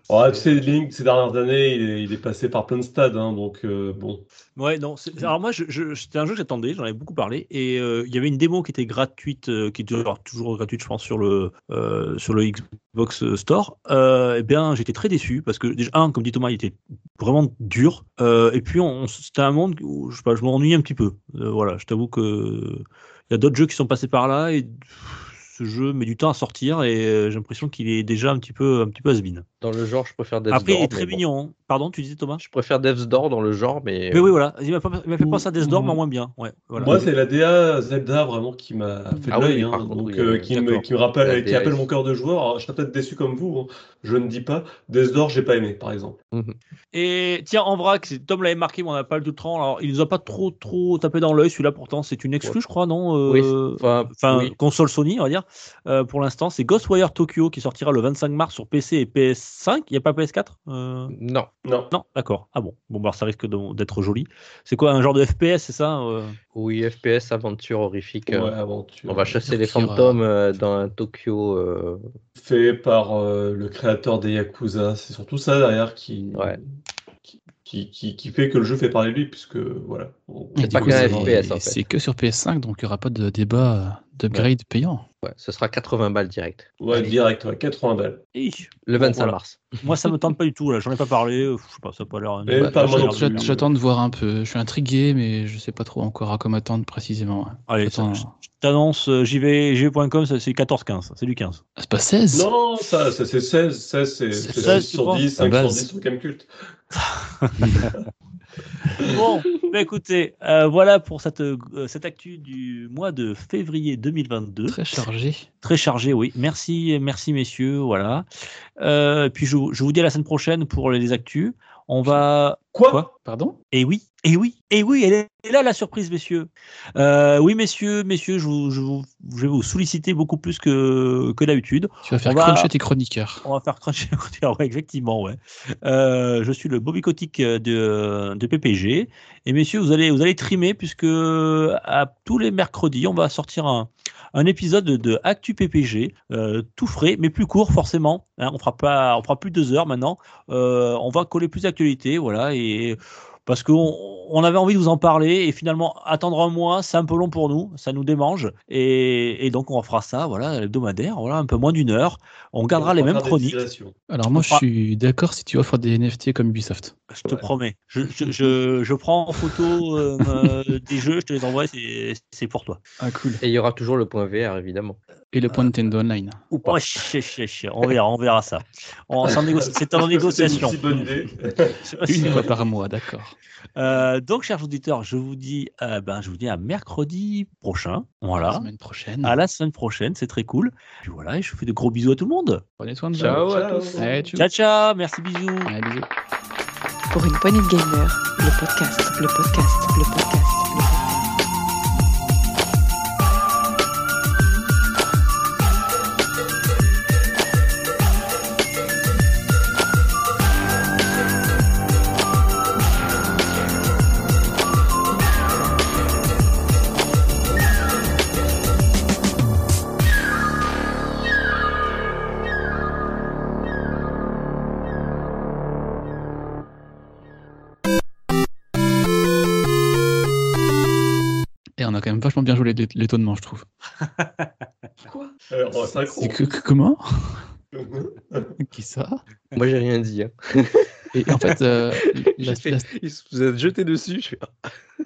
Speaker 5: Ouais, tu sais, Link, ces dernières années, il est, il est passé par plein de stades, hein, donc euh, bon.
Speaker 2: Ouais, non. c'est- Alors moi, je, je- c'était un jeu que j'attendais, j'en avais beaucoup parlé, et euh, il y avait une démo qui était gratuite, euh, qui est toujours, toujours gratuite, je pense, sur le euh, sur le Xbox Store. Euh, eh bien, j'étais très déçu parce que déjà, un, comme dit Thomas, il était vraiment dur, euh, et puis on, on- c'était un monde où je sais pas, je m'ennuyais un petit peu. Euh, voilà, je t'avoue que il y a d'autres jeux qui sont passés par là et pff, ce jeu met du temps à sortir et euh, j'ai l'impression qu'il est déjà un petit peu un petit peu has-been.
Speaker 4: Dans le genre, je préfère Death's
Speaker 2: Après, il
Speaker 4: Door.
Speaker 2: est très
Speaker 4: mais bon.
Speaker 2: mignon. Hein. Pardon, tu disais Thomas?
Speaker 4: Je préfère Death's Door dans le genre, mais.
Speaker 2: Mais oui,
Speaker 4: euh,
Speaker 2: voilà. Il m'a, pas- il m'a fait
Speaker 5: Ou-
Speaker 2: penser à Death Door, mais en
Speaker 5: ou-
Speaker 2: moins bien. Ouais, voilà.
Speaker 5: Moi, c'est la D A Zelda vraiment qui m'a fait de
Speaker 4: Ah oui,
Speaker 5: l'œil,
Speaker 4: oui,
Speaker 5: hein,
Speaker 4: par contre,
Speaker 5: donc
Speaker 4: oui,
Speaker 5: euh,
Speaker 4: oui,
Speaker 5: qui me,
Speaker 4: d'accord.
Speaker 5: qui me rappelle,
Speaker 4: La
Speaker 5: qui appelle
Speaker 4: D A,
Speaker 5: mon cœur de joueur. Alors, je serais peut-être déçu comme vous, hein, je ne dis pas. Death Door, j'ai pas aimé, par exemple.
Speaker 4: Mhm.
Speaker 2: Et tiens, en vrac, c'est- Tom l'avait marqué, mais on n'a pas le tout temps. Alors, il nous a pas trop, trop tapé dans l'œil. Celui-là, pourtant, c'est une exclue,
Speaker 4: Ouais.
Speaker 2: je crois, non euh,
Speaker 4: Oui, enfin,
Speaker 2: Enfin,
Speaker 4: oui.
Speaker 2: console Sony, on va dire. Euh, pour l'instant, c'est Ghostwire Tokyo qui sortira le vingt-cinq mars sur P C et P S cinq. Il n'y a pas P S quatre euh...
Speaker 4: Non.
Speaker 5: Non.
Speaker 2: Non, d'accord. Ah bon. Bon, bah, ça risque de- d'être joli. C'est quoi, un genre de F P S, c'est ça euh
Speaker 4: Oui, F P S, aventure horrifique.
Speaker 5: Ouais,
Speaker 4: euh,
Speaker 5: aventure.
Speaker 4: On va chasser les
Speaker 3: Kira.
Speaker 4: fantômes euh, dans un Tokyo. euh,
Speaker 5: Fait par euh, le créateur des Yakuza. C'est surtout ça derrière qui,
Speaker 4: Ouais.
Speaker 5: qui, qui, qui- qui fait que le jeu fait parler de lui, puisque voilà. On-
Speaker 3: Et
Speaker 4: C'est
Speaker 3: du
Speaker 4: pas
Speaker 3: coup,
Speaker 4: qu'un
Speaker 3: c'est-
Speaker 4: F P S, en fait.
Speaker 3: c'est que sur P S cinq, donc il n'y aura pas de débat d'upgrade payant.
Speaker 4: Ouais, ce sera quatre-vingts balles direct.
Speaker 5: Ouais,
Speaker 3: Allez.
Speaker 5: direct, ouais, quatre-vingts balles.
Speaker 2: Hi.
Speaker 4: Le
Speaker 2: Bon,
Speaker 4: vingt-cinq
Speaker 2: voilà.
Speaker 4: mars.
Speaker 2: Moi, ça me tente pas du tout. Là, j'en ai pas parlé. euh, Je sais pas, ça a pas l'air.
Speaker 5: Mais
Speaker 2: Ouais,
Speaker 5: pas
Speaker 2: ça
Speaker 5: moi
Speaker 2: a
Speaker 5: non
Speaker 2: l'air
Speaker 3: J'attends
Speaker 2: de-
Speaker 5: plus.
Speaker 3: j'attends de voir un peu. Je suis intrigué, mais je sais pas trop encore à quoi m'attendre précisément.
Speaker 2: Allez, ça-
Speaker 3: J'attends-
Speaker 2: je je t'annonce, euh, j'y vais, j'y vais point com, ça, c'est quatorze quinze, c'est du quinze.
Speaker 3: Ah, c'est pas seize.
Speaker 5: Non, ça, ça c'est seize. seize, c'est
Speaker 3: C'est
Speaker 5: c'est
Speaker 2: seize,
Speaker 5: six
Speaker 2: tu
Speaker 5: sur
Speaker 2: crois
Speaker 5: dix, cinq
Speaker 3: La
Speaker 5: sur
Speaker 3: base.
Speaker 5: dix sur Gamecult.
Speaker 2: Bon, bah écoutez, euh, voilà pour cette, euh, cette actu du mois de février deux mille vingt-deux.
Speaker 3: Très chargé.
Speaker 2: Très chargé, oui. Merci, merci messieurs, voilà. Euh, puis je, je vous dis à la semaine prochaine pour les actus. On va...
Speaker 5: Quoi,
Speaker 3: Pardon?
Speaker 2: Et oui, et oui, et oui, elle est là la surprise, messieurs. Euh, oui, messieurs, messieurs, je, vous, je, vous, je vais vous solliciter beaucoup plus que, que d'habitude.
Speaker 3: Tu vas faire
Speaker 2: On va-
Speaker 3: cruncher tes chroniqueurs.
Speaker 2: On va faire cruncher. Ouais, effectivement, ouais. Euh, je suis le Bobby Kotick de, de P P G. Et messieurs, vous allez, vous allez trimer puisque à tous les mercredis, on va sortir un, un épisode de Actu P P G, euh, tout frais, mais plus court forcément. Hein, on fera pas, on fera plus de deux heures maintenant. Euh, on va coller plus d'actualités, voilà, et parce qu'on on avait envie de vous en parler et finalement attendre un mois, c'est un peu long pour nous, ça nous démange et, et donc on fera ça, voilà, hebdomadaire, voilà, un peu moins d'une heure. On gardera
Speaker 5: On
Speaker 2: les
Speaker 5: fera
Speaker 2: mêmes
Speaker 5: faire des
Speaker 2: chroniques.
Speaker 5: digressions.
Speaker 3: Alors moi,
Speaker 2: On
Speaker 3: je
Speaker 2: fera-
Speaker 3: suis d'accord si tu offres des N F T comme Ubisoft.
Speaker 2: Je te
Speaker 5: Ouais.
Speaker 2: promets. Je, je, je, je prends en photo euh, euh, des jeux, je te les envoie, c'est, c'est pour toi.
Speaker 3: Ah cool.
Speaker 4: Et il y aura toujours le point V R, évidemment.
Speaker 3: Et le point Nintendo Online.
Speaker 4: Ou pas.
Speaker 2: Ouais, chut, chut, chut, on verra, on verra ça. On, c'est en, négo- c'est en négociation.
Speaker 5: C'est une si bonne idée.
Speaker 3: Une fois par mois, d'accord.
Speaker 2: Euh, donc, chers auditeurs, je vous dis, euh, ben, je vous dis à mercredi prochain.
Speaker 3: La
Speaker 2: Voilà.
Speaker 3: semaine prochaine.
Speaker 2: À la semaine prochaine, c'est très cool. Puis voilà, et je vous fais de gros bisous à tout le monde.
Speaker 3: Prenez soin de vous.
Speaker 4: Ciao à
Speaker 5: Ciao.
Speaker 4: tous.
Speaker 3: Allez, tchou.
Speaker 2: Ciao, ciao, merci, bisous.
Speaker 3: Allez, bisous.
Speaker 1: Pour une poignée de gamers, le podcast, le podcast, le podcast, le podcast.
Speaker 3: Et on a quand même vachement bien joué l'é- l'étonnement, je trouve.
Speaker 5: Quoi euh, en synchro.
Speaker 3: C'est que- que- comment? Qui ça?
Speaker 4: Moi, j'ai rien dit. Hein.
Speaker 3: Et en fait, euh, la-
Speaker 4: J'ai fait-
Speaker 3: la-
Speaker 4: Ils se- Vous êtes jeté dessus. Je fais, ah.